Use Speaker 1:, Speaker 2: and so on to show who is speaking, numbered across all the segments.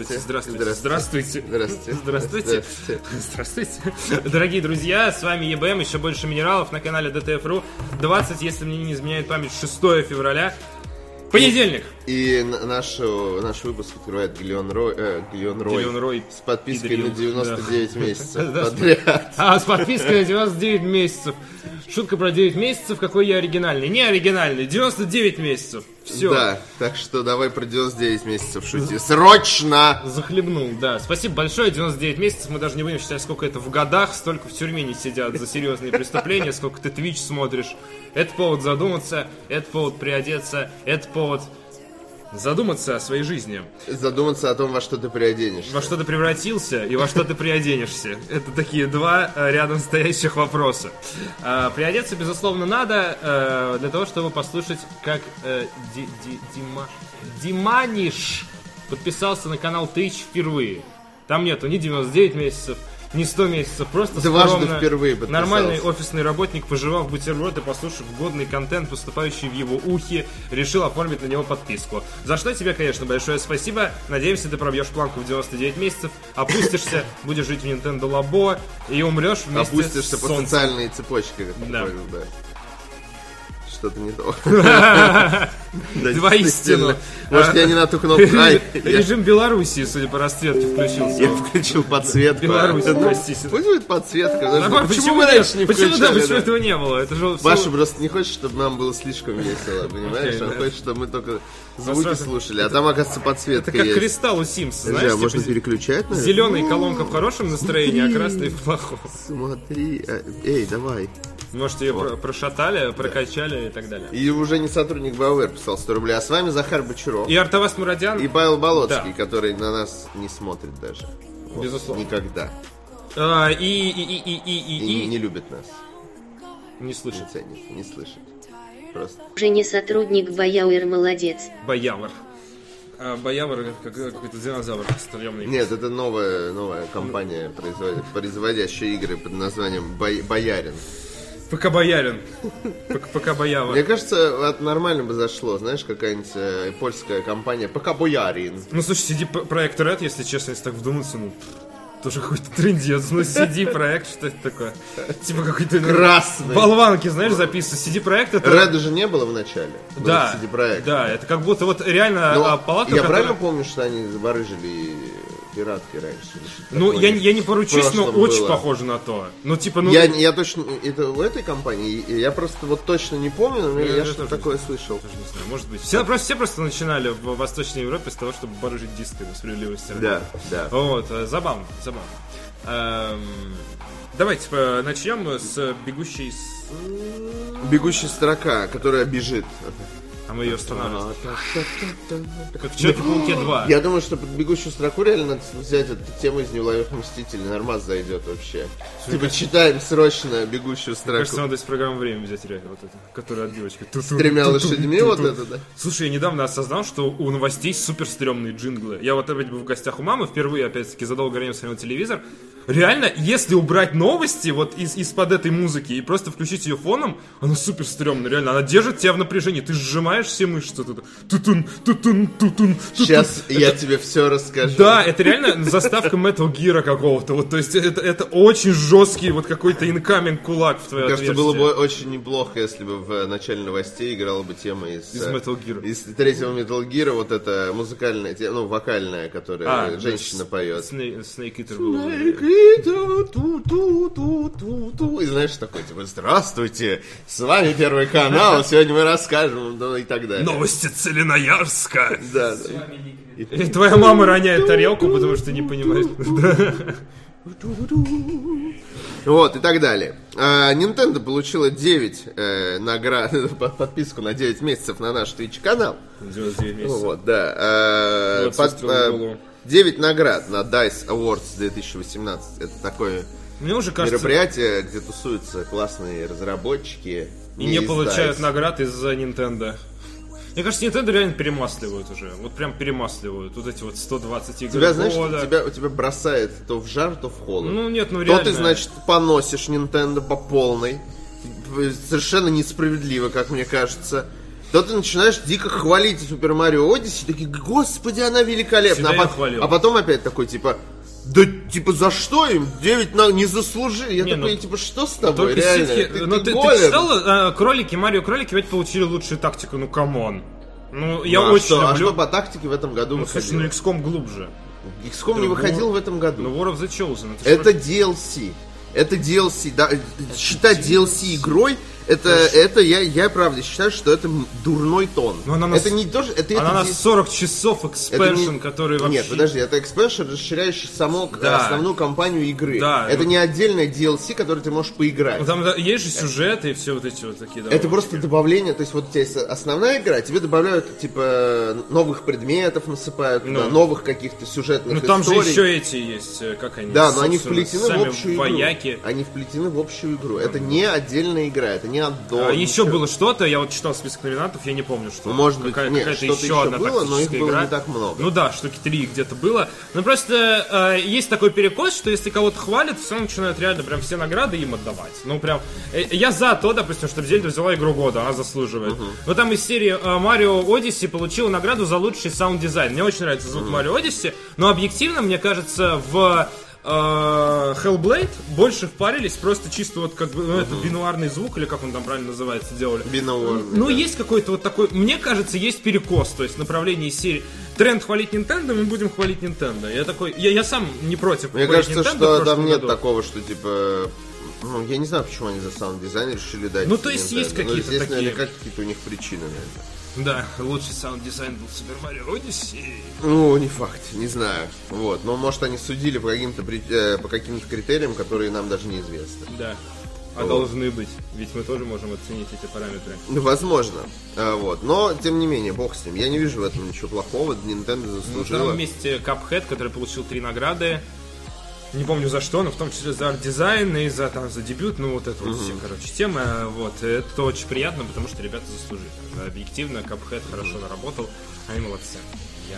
Speaker 1: Здравствуйте. Дорогие друзья, с вами ЕБМ, еще больше минералов на канале ДТФ.ру. 20, если мне не изменяет память, 6 февраля. Понедельник.
Speaker 2: И наш выпуск открывает Гиллиан Рой с подпиской на 99 месяцев подряд.
Speaker 1: С подпиской на 99 месяцев. Шутка про 9 месяцев, какой я оригинальный. Не оригинальный, 99 месяцев. Все.
Speaker 2: Да, так что давай про 99 месяцев шути. Срочно!
Speaker 1: Захлебнул, да. Спасибо большое, 99 месяцев. Мы даже не будем считать, сколько это в годах. Столько в тюрьме не сидят за серьезные преступления. Сколько ты Twitch смотришь. Это повод задуматься, это повод приодеться, это повод задуматься о своей жизни.
Speaker 2: Задуматься о том, во что ты приоденешься.
Speaker 1: Во что ты превратился и во что ты приоденешься. Это такие два рядом стоящих вопроса. Приодеться, безусловно, надо для того, чтобы послушать, как Диманиш подписался на канал Twitch впервые. Там нету ни 99 месяцев, не 100 месяцев, просто
Speaker 2: дважды впервые подписался.
Speaker 1: Нормальный офисный работник, пожевав бутерброд и послушав годный контент, поступающий в его ухи, решил оформить на него подписку. За что тебе, конечно, большое спасибо. Надеемся, ты пробьешь планку в 99 месяцев, опустишься, будешь жить в Nintendo Labo и умрешь вместе
Speaker 2: опустишься
Speaker 1: с
Speaker 2: по
Speaker 1: солнцем.
Speaker 2: социальной цепочке, как
Speaker 1: да.
Speaker 2: понял, да. Что-то не то.
Speaker 1: Воистину.
Speaker 2: Может, я не на ту кнопку.
Speaker 1: Режим Белоруссии, судя по расцветке, включился.
Speaker 2: Я включил подсветку.
Speaker 1: Беларусь, простите.
Speaker 2: Пусть будет подсветка.
Speaker 1: Почему мы раньше не включали? Почему этого не было?
Speaker 2: Паша просто не хочет, чтобы нам было слишком весело, понимаешь? Он хочет, чтобы мы только звуки слушали. А там, оказывается, подсветка есть.
Speaker 1: Это как кристалл у Sims, знаешь?
Speaker 2: Можно переключать, наверное?
Speaker 1: Зеленый колонка в хорошем настроении, а красный в плохом.
Speaker 2: Смотри. Эй, давай.
Speaker 1: Может, ее прошатали, прокачали и так далее.
Speaker 2: И уже не сотрудник BioWare писал 100 рублей. А с вами Захар Бочаров.
Speaker 1: И Артавас Мурадян.
Speaker 2: И Павел Болоцкий, который на нас не смотрит даже.
Speaker 1: Безусловно.
Speaker 2: Никогда.
Speaker 1: И
Speaker 2: не любит нас.
Speaker 1: Не слышит.
Speaker 2: Не ценит, не слышит. Просто.
Speaker 3: Уже не сотрудник BioWare, молодец.
Speaker 1: BioWare. BioWare какой-то динозавр стрёмный.
Speaker 2: Нет, это новая компания, производящая игры под названием Боярин.
Speaker 1: ПК Боярин. ПК Боярин.
Speaker 2: Мне кажется, это нормально бы зашло. Знаешь, какая-нибудь польская компания ПК Боярин.
Speaker 1: Ну, слушай, CD Projekt Red, если честно, если так вдуматься, тоже какой-то трындец. Ну, CD Projekt, что это такое? Типа какой-то...
Speaker 2: Красный.
Speaker 1: Болванки, знаешь, записывают. CD Projekt это...
Speaker 2: Red уже не было в начале.
Speaker 1: Да.
Speaker 2: CD Projekt.
Speaker 1: Да, это как будто вот реально палатка,
Speaker 2: я правильно помню, что они барыжили пиратки раньше?
Speaker 1: Ну, я не поручусь, но очень похоже на то. Ну, типа,
Speaker 2: Я точно... Это у этой компании? Я просто вот точно не помню, но я что-то такое слышал.
Speaker 1: Тоже не знаю, может быть. Все просто начинали в Восточной Европе с того, чтобы барыжить диски на справедливости.
Speaker 2: Да.
Speaker 1: Вот, забавно. Давайте начнем с
Speaker 2: бегущей строка, которая бежит.
Speaker 1: А мы ее останавливаем. Как в Человеке-пауке 2.
Speaker 2: Я думаю, что под бегущую строку реально надо взять эту тему из неуловимых мстителей. Нормально зайдет вообще. Типа читаем срочно бегущую строку.
Speaker 1: Мне кажется, надо из программы «Время» взять реально вот это, которая отбивочка.
Speaker 2: С 3 лошадьми вот это, да?
Speaker 1: Слушай, я недавно осознал, что у новостей супер стрёмные джинглы. Я вот опять был в гостях у мамы, впервые, опять-таки, за долгое время смотрел телевизор. Реально, если убрать новости вот из-под этой музыки и просто включить ее фоном, она супер стрёмная, реально. Она держит тебя в напряжении. Ты сжимаешь все мышцы. Тутун.
Speaker 2: Сейчас я тебе все расскажу.
Speaker 1: Да, это реально заставка Metal Gear какого-то. Вот, то есть это очень жесткий вот какой-то incoming кулак в твоё отверстие.
Speaker 2: Кажется, было бы очень неплохо, если бы в начале новостей играла бы тема из
Speaker 1: Metal Gear.
Speaker 2: Из третьего Metal Gear, вот эта музыкальная тема, вокальная, которая женщина поет.
Speaker 1: Snake Eater был.
Speaker 2: И знаешь, такой, типа, здравствуйте, с вами Первый канал, сегодня мы расскажем, ну и так далее.
Speaker 1: Новости Целиноярска.
Speaker 2: Да.
Speaker 1: И твоя мама роняет тарелку, потому что не понимает.
Speaker 2: Вот, и так далее. Nintendo получила 9 наград, подписку на 9 месяцев на наш Twitch-канал.
Speaker 1: 99 месяцев.
Speaker 2: Вот, да. 9 наград на DICE Awards 2018. Это такое мероприятие, где тусуются классные разработчики.
Speaker 1: И не получают наград из-за Nintendo. Мне кажется, Nintendo реально перемасливают уже. Вот прям перемасливают. Вот эти вот 120 игр.
Speaker 2: Тебя, знаешь, тебя бросает то в жар, то в холод.
Speaker 1: Ну нет, реально.
Speaker 2: То ты, значит, поносишь Nintendo по полной. Совершенно несправедливо, как мне кажется. то ты начинаешь дико хвалить Супер Марио Одиссе, такие, господи, она великолепна.
Speaker 1: Всегда я хвалил.
Speaker 2: А потом опять такой, типа, да, типа, за что им? 9 не заслужили. Я такой, типа, что с тобой,
Speaker 1: Только
Speaker 2: реально?
Speaker 1: ситхи... Ты
Speaker 2: голем.
Speaker 1: читал кролики, Марио Кролики ведь получили лучшую тактику, ну камон. Ну, я
Speaker 2: Ну,
Speaker 1: очень
Speaker 2: что,
Speaker 1: люблю...
Speaker 2: А что по тактике в этом году
Speaker 1: Ну, слушай,
Speaker 2: выходило?
Speaker 1: XCOM глубже.
Speaker 2: XCOM не выходил в этом году.
Speaker 1: Ну, War of the Chosen.
Speaker 2: Это DLC. Это DLC. Да, считать DLC игрой, это я правда считаю, что это дурной тон.
Speaker 1: Но она
Speaker 2: это
Speaker 1: нас-
Speaker 2: не то, что... Это,
Speaker 1: Она
Speaker 2: это
Speaker 1: на 40 часов экспеншн,
Speaker 2: не-
Speaker 1: который вообще...
Speaker 2: Нет, подожди, это экспеншн, расширяющий
Speaker 1: Да.
Speaker 2: основную кампанию игры.
Speaker 1: Да.
Speaker 2: Это не отдельная DLC, который ты можешь поиграть.
Speaker 1: Ну, там есть же сюжеты и все вот эти вот такие...
Speaker 2: Это просто добавление, то есть вот у тебя есть основная игра, тебе добавляют типа новых предметов, насыпают, туда, новых каких-то сюжетных
Speaker 1: Ну, там
Speaker 2: историй.
Speaker 1: же еще эти есть, как они...
Speaker 2: Да, но они
Speaker 1: собственно,
Speaker 2: вплетены в
Speaker 1: сами
Speaker 2: общую
Speaker 1: вояки.
Speaker 2: игру. Они вплетены в общую игру. Это не отдельная игра, это не аддон.
Speaker 1: Еще было что-то, я вот читал список номинантов, я не помню, что.
Speaker 2: Ну, может быть, нет,
Speaker 1: какая-то
Speaker 2: что-то еще
Speaker 1: одна
Speaker 2: было, но их
Speaker 1: тактическая
Speaker 2: было
Speaker 1: игра.
Speaker 2: не так много.
Speaker 1: Ну да, штуки 3 где-то было. Но просто есть такой перекос, что если кого-то хвалят, все начинают реально прям все награды им отдавать. Ну прям, я за то, допустим, чтобы Зельда взяла игру года, она заслуживает. Но там из серии Mario Odyssey получила награду за лучший саунд-дизайн. Мне очень нравится звук Mario Odyssey, но объективно, мне кажется, в Hellblade больше впарились, просто чисто вот как бы, ну, это бинуарный звук, или как он там правильно называется, делали.
Speaker 2: Бинуарный,
Speaker 1: Ну,
Speaker 2: да.
Speaker 1: есть какой-то вот такой, мне кажется, есть перекос, то есть направление серии. Тренд хвалить Nintendo, мы будем хвалить Nintendo. Я такой, я сам не против
Speaker 2: Мне
Speaker 1: хвалить
Speaker 2: кажется,
Speaker 1: Nintendo в
Speaker 2: что
Speaker 1: прошлом
Speaker 2: там нет
Speaker 1: году.
Speaker 2: такого, что типа... Ну, я не знаю, почему они за саунд-дизайн решили дать.
Speaker 1: Ну, то есть
Speaker 2: Nintendo.
Speaker 1: есть какие-то
Speaker 2: здесь,
Speaker 1: такие-
Speaker 2: наверняка какие-то у них причины, наверное.
Speaker 1: Да, лучший саунд-дизайн был Super Mario Odyssey.
Speaker 2: Ну, не факт, не знаю. Вот. Но может они судили по каким-то критериям, которые нам даже неизвестны.
Speaker 1: Да. А
Speaker 2: Вот.
Speaker 1: должны быть, ведь мы тоже можем оценить эти параметры.
Speaker 2: Ну, возможно. Вот. Но, тем не менее, бог с ним. Я не вижу в этом ничего плохого. Nintendo
Speaker 1: Ну,
Speaker 2: заслужила.
Speaker 1: там вместе Cuphead, который получил 3 награды. Не помню за что, но в том числе за арт-дизайн и за дебют, ну вот это вот все, короче, тема. Вот, это очень приятно, потому что ребята заслужили. Да, объективно, Cuphead хорошо наработал, они молодцы. Я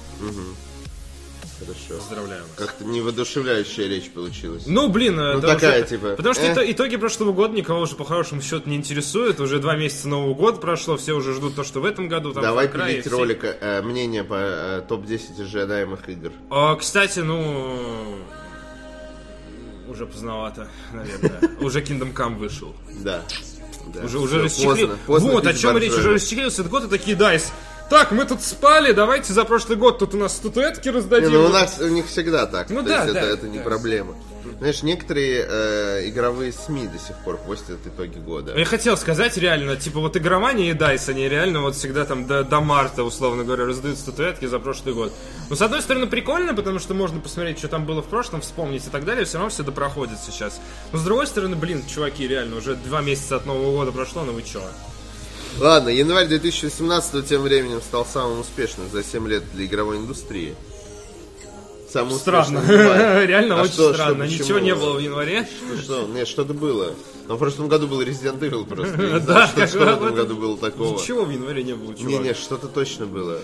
Speaker 2: Хорошо.
Speaker 1: поздравляю вас.
Speaker 2: Как-то невоодушевляющая речь получилась.
Speaker 1: Ну, блин,
Speaker 2: Ну,
Speaker 1: потому
Speaker 2: такая,
Speaker 1: что,
Speaker 2: типа,
Speaker 1: потому что итоги прошлого года никого уже по хорошему счету не интересуют. Уже 2 месяца Нового года прошло, все уже ждут то, что в этом году. Там
Speaker 2: Давай
Speaker 1: Far Cry и
Speaker 2: пилить
Speaker 1: все.
Speaker 2: ролик мнение по топ-10 ожидаемых игр.
Speaker 1: Кстати, ну... Уже поздновато, наверное. Уже Kingdom Come вышел.
Speaker 2: Да. Да.
Speaker 1: Уже
Speaker 2: Всё,
Speaker 1: расчехлил.
Speaker 2: поздно
Speaker 1: Вот, о
Speaker 2: пить
Speaker 1: чем речь.
Speaker 2: боржоми.
Speaker 1: Уже расчехлился этот год, и такие, DICE. Так, мы тут спали, давайте за прошлый год тут у нас статуэтки
Speaker 2: Не,
Speaker 1: раздадим.
Speaker 2: ну у них всегда так.
Speaker 1: Ну
Speaker 2: То
Speaker 1: да,
Speaker 2: есть
Speaker 1: да,
Speaker 2: это не
Speaker 1: да.
Speaker 2: проблема. Знаешь, некоторые игровые СМИ до сих пор постят итоги года.
Speaker 1: Я хотел сказать реально, типа вот игромания и DICE, они реально вот всегда там до марта, условно говоря, раздают статуэтки за прошлый год. Но с одной стороны прикольно, потому что можно посмотреть, что там было в прошлом, вспомнить и так далее, все равно все допроходит сейчас. Но с другой стороны, блин, чуваки, реально, уже 2 месяца от Нового года прошло, ну вы чё?
Speaker 2: Ладно, январь 2018 тем временем стал самым успешным за 7 лет для игровой индустрии. Самый
Speaker 1: Странно.
Speaker 2: успешный январь.
Speaker 1: Реально
Speaker 2: А
Speaker 1: очень
Speaker 2: что,
Speaker 1: странно.
Speaker 2: почему?
Speaker 1: Ничего не было в январе.
Speaker 2: Что? Нет, что-то было. Но в прошлом году был Resident Evil просто. Я не
Speaker 1: Да,
Speaker 2: знаю, что в
Speaker 1: как
Speaker 2: этом
Speaker 1: бы
Speaker 2: году было такого.
Speaker 1: Ничего в январе не было, чувак.
Speaker 2: Не, что-то точно было.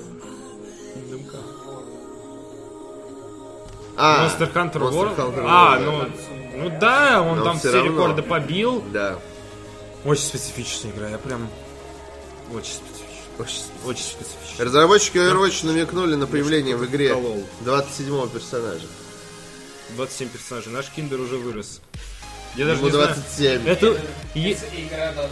Speaker 1: Monster Hunter
Speaker 2: Monster
Speaker 1: World?
Speaker 2: Hunter
Speaker 1: А,
Speaker 2: World,
Speaker 1: ну да, он
Speaker 2: Но
Speaker 1: там
Speaker 2: всё
Speaker 1: все
Speaker 2: равно.
Speaker 1: рекорды побил.
Speaker 2: Да.
Speaker 1: Очень специфичная игра, я прям... Очень специфичная.
Speaker 2: Очень
Speaker 1: Очень специфичная.
Speaker 2: Разработчики Overwatch намекнули на появление в игре
Speaker 1: Колол.
Speaker 2: 27-го персонажа.
Speaker 1: 27 персонажей. Наш киндер уже вырос. Я даже
Speaker 2: Ему
Speaker 1: не знаю.
Speaker 2: 27.
Speaker 1: Это...
Speaker 4: Игра там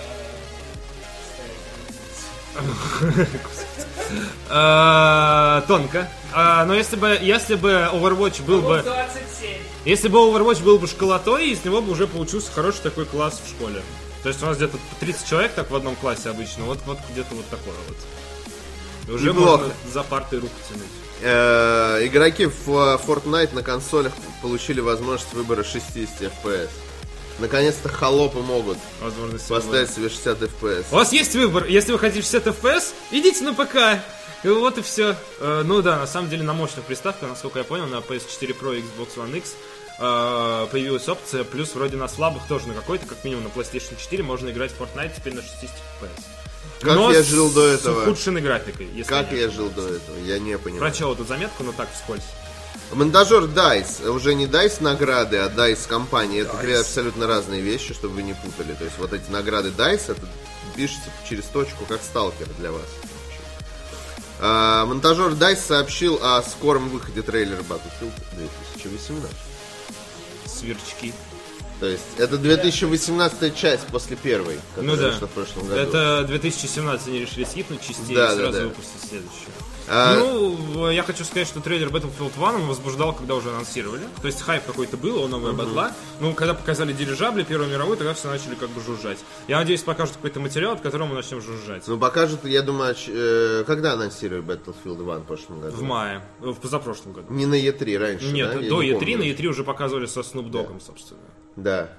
Speaker 1: Тонко. Но если бы Overwatch был бы...
Speaker 4: 27.
Speaker 1: Если бы Overwatch был бы школотой, из него бы уже получился хороший такой класс в школе. То есть у нас где-то 30 человек так в одном классе обычно. Вот где-то вот такое вот. И уже
Speaker 2: Неплохо.
Speaker 1: можно за партой руку тянуть.
Speaker 2: Игроки в Fortnite на консолях получили возможность выбора 60 FPS. Наконец-то холопы могут
Speaker 1: Возможно,
Speaker 2: поставить себе 60 FPS.
Speaker 1: У вас есть выбор. Если вы хотите 60 FPS, идите на ПК. И вот и все. Ну да, на самом деле на мощных приставках, насколько я понял, на PS4 Pro и Xbox One X появилась опция. Плюс вроде на слабых тоже на какой-то, как минимум на PlayStation 4, можно играть в Fortnite теперь на 60 FPS.
Speaker 2: Как
Speaker 1: Но
Speaker 2: я жил до
Speaker 1: с
Speaker 2: этого?
Speaker 1: ухудшенной графикой. Если
Speaker 2: Как
Speaker 1: нет.
Speaker 2: я жил до этого? Я не понимаю.
Speaker 1: Прочел эту заметку, но так вскользь.
Speaker 2: Монтажер DICE, уже не DICE награды, а DICE компания. Это две абсолютно разные вещи, чтобы вы не путали. То есть вот эти награды DICE, это пишется через точку, как сталкер для вас. Монтажер DICE сообщил о скором выходе трейлера Battlefield 2018.
Speaker 1: Сверчки.
Speaker 2: То есть это 2018 часть после первой, которая вышла в прошлом году.
Speaker 1: Это 2017 они решили скипнуть частей и сразу выпустить следующую. Я хочу сказать, что трейлер Battlefield 1 возбуждал, когда уже анонсировали. То есть хайп какой-то был, новая батла. Но когда показали дирижабли Первую мировую, тогда все начали как бы жужжать. Я надеюсь, покажут какой-то материал, от которого мы начнем жужжать.
Speaker 2: Ну покажут, я думаю, когда анонсировали Battlefield 1 в прошлом году?
Speaker 1: В мае, в позапрошлом году.
Speaker 2: Не на E3 раньше,
Speaker 1: нет,
Speaker 2: да?
Speaker 1: До E3, на E3 уже показывали со Snoop Dogg'ом, собственно.
Speaker 2: Да.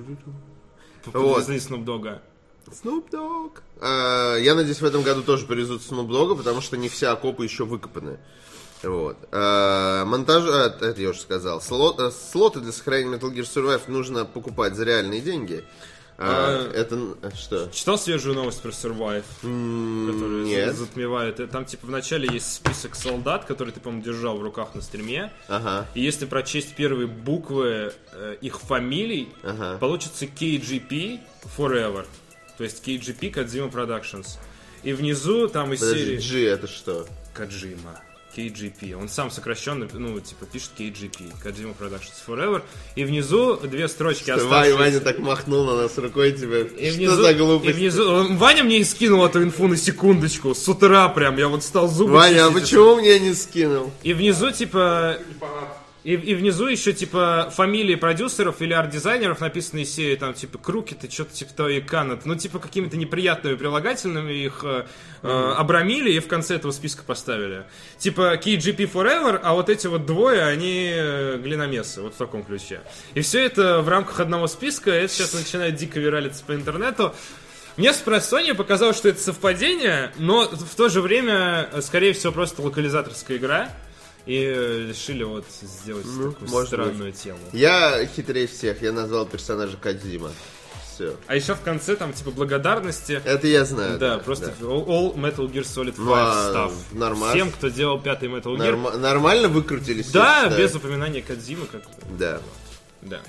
Speaker 1: Подвезли Snoop Dogg'а.
Speaker 2: Snoop Dogg. Я надеюсь, в этом году тоже привезут Snoop Dogg'а, потому что не все окопы еще выкопаны. Вот. Это я уже сказал. Слоты для сохранения Metal Gear Survive нужно покупать за реальные деньги. Это что?
Speaker 1: Читал свежую новость про Survive? Которая затмевает. Там типа вначале есть список солдат, которые ты, по-моему, держал в руках на стриме. И если прочесть первые буквы их фамилий, получится KGP Forever. То есть KGP Kojima Productions. И внизу там из серии...
Speaker 2: G это что?
Speaker 1: Kojima. KGP. Он сам сокращенно, пишет KGP. Kojima Productions Forever. И внизу две строчки оставшиеся.
Speaker 2: Ваня так махнул на нас рукой тебе. Что за глупость?
Speaker 1: И внизу... Ваня мне и скинул эту инфу на секундочку. С утра прям. Я вот стал зубы
Speaker 2: Ваня, а почему мне не скинул?
Speaker 1: И внизу И внизу еще, фамилии продюсеров или арт-дизайнеров, написанные из серии, Крукеты, что-то того, и Канет. Какими-то неприятными прилагательными их обрамили и в конце этого списка поставили. KGP Forever, а вот эти вот двое, они глиномесы, вот в таком ключе. И все это в рамках одного списка, это сейчас начинает дико виралиться по интернету. Мне с просонья показалось, что это совпадение, но в то же время, скорее всего, просто локализаторская игра. И решили сделать такую странную тему.
Speaker 2: Я хитрее всех, я назвал персонажа Кодзима. Все.
Speaker 1: А еще в конце благодарности.
Speaker 2: Это я знаю.
Speaker 1: Да, просто All Metal Gear Solid 5 stuff.
Speaker 2: Нормально.
Speaker 1: Всем, кто делал пятый Metal Gear.
Speaker 2: Нормально выкрутились.
Speaker 1: Да, без упоминания Кодзимы как-то.
Speaker 2: Да.
Speaker 1: Да.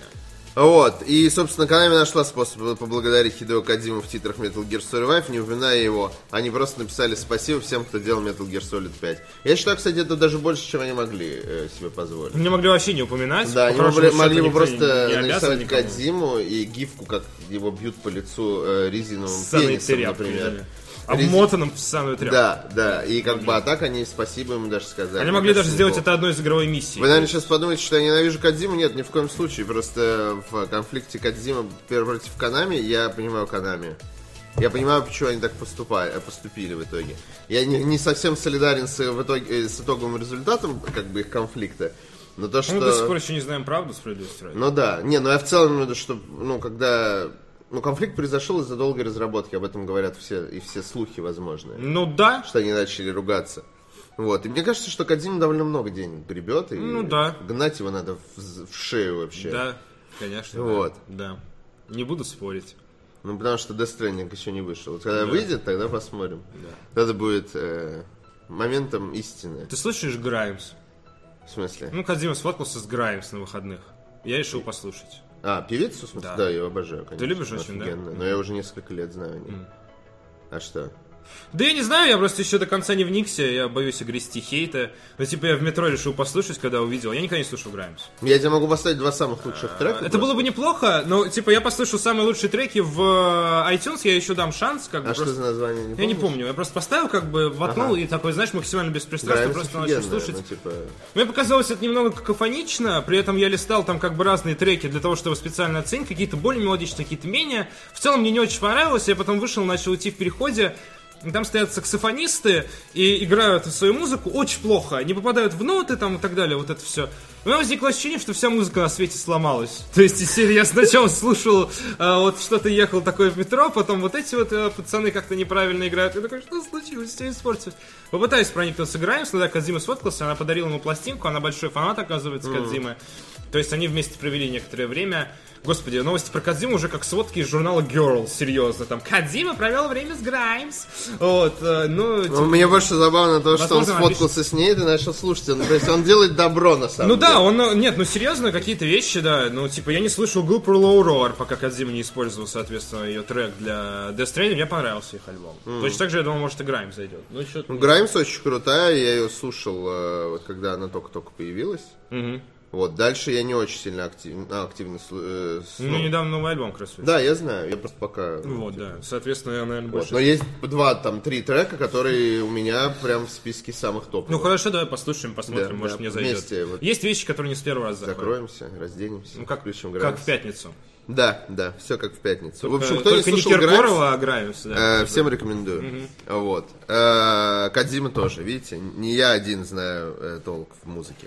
Speaker 2: Вот, и, собственно, Konami нашла способ поблагодарить Хидео Кодзиму в титрах Metal Gear Survive, не упоминая его. Они просто написали спасибо всем, кто делал Metal Gear Solid 5. Я считаю, кстати, это даже больше, чем они могли себе позволить.
Speaker 1: Не могли вообще не упоминать.
Speaker 2: Да, они могли бы просто нарисовать Кодзиму и гифку, как его бьют по лицу резиновым пенисом, например.
Speaker 1: Обмотанным в ссаную тряпку.
Speaker 2: Да, и а так они спасибо ему даже сказали.
Speaker 1: Они могли даже сделать это одной из игровой миссий.
Speaker 2: Вы, наверное, сейчас подумаете, что я ненавижу Кодзиму. Нет, ни в коем случае. Просто в конфликте Кодзима против Konami я понимаю Konami. Я понимаю, почему они так поступили в итоге. Я не совсем солидарен с итоговым результатом их конфликта. Но то, что...
Speaker 1: Мы до сих пор еще не знаем правду, справедливости ради.
Speaker 2: Ну да. Я в целом имею в виду, что когда... конфликт произошел из-за долгой разработки, об этом говорят все слухи возможные.
Speaker 1: Да.
Speaker 2: Что они начали ругаться. Вот. И мне кажется, что Кодзима довольно много денег гребет, и гнать его надо в шею вообще.
Speaker 1: Да, конечно.
Speaker 2: Вот.
Speaker 1: Да. Не буду спорить.
Speaker 2: Потому что Death Stranding еще не вышел. Вот когда выйдет, тогда посмотрим. Да. Это будет моментом истины.
Speaker 1: Ты слышишь Граймс?
Speaker 2: В смысле?
Speaker 1: Кодзима сфоткался с Граймс на выходных. Я решил послушать.
Speaker 2: Певицу, в смысле? Да, я ее обожаю, конечно.
Speaker 1: Ты любишь очень,
Speaker 2: офигенно. Но я уже несколько лет знаю о ней. А что?
Speaker 1: Да я не знаю, я просто еще до конца не вникся, я боюсь огрести хейта. Но я в метро решил послушать, когда увидел. Я никогда не слушал Граймс.
Speaker 2: Я тебе могу поставить два самых лучших трека.
Speaker 1: Это было бы неплохо, но я послушал самые лучшие треки в iTunes, я еще дам шанс.
Speaker 2: Что за название?
Speaker 1: Я не помню, я просто поставил, воткнул и такой, знаешь, максимально беспристрастно просто начал слушать. Мне показалось это немного какофонично, при этом я листал там разные треки для того, чтобы специально оценить, какие-то более мелодичные, какие-то менее. В целом мне не очень понравилось, я потом вышел, начал идти в переходе. Там стоят саксофонисты и играют свою музыку очень плохо, не попадают в ноты там и так далее, вот это все. У меня возникло ощущение, что вся музыка на свете сломалась. То есть из серии я сначала слушал, что-то ехал такое в метро, потом вот эти пацаны как-то неправильно играют. Я такой, что случилось, все испортилось. Попытаюсь проникнуться Граймс, когда Кодзима сфоткался, она подарила ему пластинку, она большой фанат, оказывается, Кодзимы. То есть они вместе провели некоторое время. Господи, новости про Кодзиму уже как сводки из журнала Girl, серьезно. Там Кодзима провел время с Граймс. Вот, ну...
Speaker 2: Мне больше забавно то, что он
Speaker 1: Возможно,
Speaker 2: сфоткался с ней, ты начал слушать. Ну, то есть он делает добро, на самом
Speaker 1: Ну
Speaker 2: деле.
Speaker 1: да, он, нет, ну серьезно, какие-то вещи, да, ну типа я не слышал группу Low Roar, пока Кодзима не использовал, соответственно, ее трек для Death Stranding, мне понравился их альбом. Точно так же, я думал, может и Граймс зайдет. Ну,
Speaker 2: Граймс очень крутая, я ее слушал, вот когда она только-только появилась. Вот, дальше я не очень сильно активно
Speaker 1: Ну, недавно новый альбом как раз вышел.
Speaker 2: Да, я знаю, я просто пока...
Speaker 1: Вот, да, соответственно, я, наверное, больше...
Speaker 2: Но есть 3 трека, которые у меня прям в списке самых топовых.
Speaker 1: Ну хорошо, давай послушаем, посмотрим,
Speaker 2: Да,
Speaker 1: может
Speaker 2: да,
Speaker 1: мне зайдет.
Speaker 2: вместе, вот.
Speaker 1: Есть вещи, которые не с первого раза заходят.
Speaker 2: Закроемся, разденемся,
Speaker 1: Ну, как
Speaker 2: включим
Speaker 1: в
Speaker 2: Граймс.
Speaker 1: пятницу.
Speaker 2: Да, все как в пятницу.
Speaker 1: Только,
Speaker 2: в общем, кто не
Speaker 1: только
Speaker 2: слушал
Speaker 1: Киркорова, а Граймс, да.
Speaker 2: всем рекомендую. Вот. Кодзима тоже, видите, не я один знаю толк в музыке.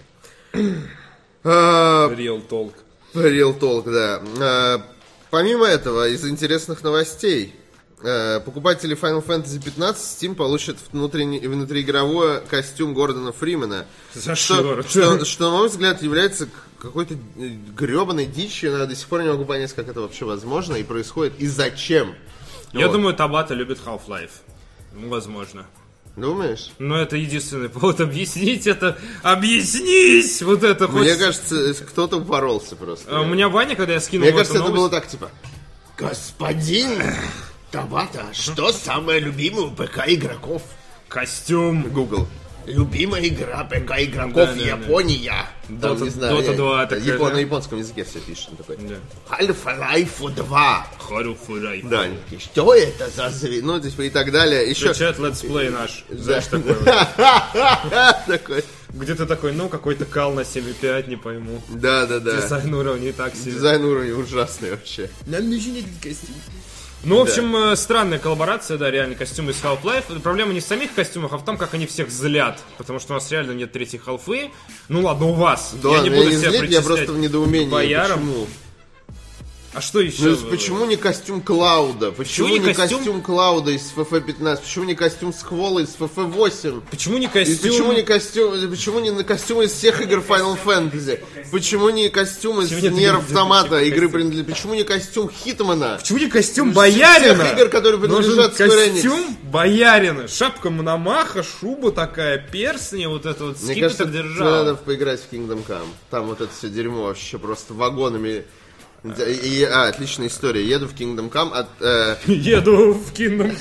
Speaker 1: Real Talk.
Speaker 2: Real Talk, да. Помимо этого, из интересных новостей, покупатели Final Fantasy 15 Steam получат внутриигровой костюм Гордона Фримена.
Speaker 1: За
Speaker 2: что, на мой взгляд, является какой-то гребаной дичью. Я до сих пор не могу понять, как это вообще возможно и происходит, и зачем.
Speaker 1: Я думаю, Табата любит Half-Life. Ну, возможно.
Speaker 2: Думаешь?
Speaker 1: Но это единственный повод объяснить это. Объяснись! Вот это
Speaker 2: Мне
Speaker 1: хочется.
Speaker 2: кажется, кто-то упоролся просто.
Speaker 1: У меня Ваня, когда я скинул
Speaker 2: Мне кажется,
Speaker 1: эту
Speaker 2: это было
Speaker 1: новость...
Speaker 2: так, типа: господин Табата, что самое любимое у ПК игроков?
Speaker 1: Костюм.
Speaker 2: Google. Любимая игра ПК игроков Япония. Там, не знаю,
Speaker 1: Dota 2 такая,
Speaker 2: на
Speaker 1: да?
Speaker 2: японском языке все пишет. Он такой:
Speaker 1: Да.
Speaker 2: Half-Life 2.
Speaker 1: Харуфурай.
Speaker 2: Да, и что это за ну, типа, и так далее. Еще...
Speaker 1: Включает летсплей наш.
Speaker 2: Да.
Speaker 1: Знаешь, такой вот.
Speaker 2: Такой.
Speaker 1: Где ты такой, ну, какой-то кал на 7.5, не пойму.
Speaker 2: Да.
Speaker 1: Дизайн уровней так себе.
Speaker 2: Дизайн уровня ужасный вообще.
Speaker 1: Нам нужен этот костюм. Ну, в общем, странная коллаборация, да, реально, костюмы из Half-Life. Проблема не в самих костюмах, а в том, как они всех злят. Потому что у нас реально нет третьей халфы. Ну ладно, у вас.
Speaker 2: Да,
Speaker 1: я не буду себя
Speaker 2: злит, я
Speaker 1: причислять
Speaker 2: просто в недоумении.
Speaker 1: к боярам.
Speaker 2: Почему?
Speaker 1: А что еще?
Speaker 2: Ну, почему не костюм Клауда? Почему
Speaker 1: Почему не
Speaker 2: не костюм Клауда из FF15? Почему не костюм Сквола из FF8?
Speaker 1: Почему не
Speaker 2: И
Speaker 1: костюм?
Speaker 2: почему не костюм из всех игр Final Fantasy? Почему не костюм из
Speaker 1: Почему нет
Speaker 2: Нер
Speaker 1: игры,
Speaker 2: Автомата,
Speaker 1: где
Speaker 2: игры принадлежит? Почему не костюм Хитмана?
Speaker 1: Почему не костюм
Speaker 2: Всех
Speaker 1: боярина?
Speaker 2: игр, которые принадлежат
Speaker 1: Нужен
Speaker 2: Square Enix.
Speaker 1: костюм боярина. Шапка Мономаха, шуба такая, перстни, вот это вот
Speaker 2: Мне
Speaker 1: скипетр
Speaker 2: кажется,
Speaker 1: держал.
Speaker 2: надо поиграть в Kingdom Come. Там вот это все дерьмо вообще просто вагонами. Отличная история. Еду в Kingdom Come
Speaker 1: Еду в Kingdom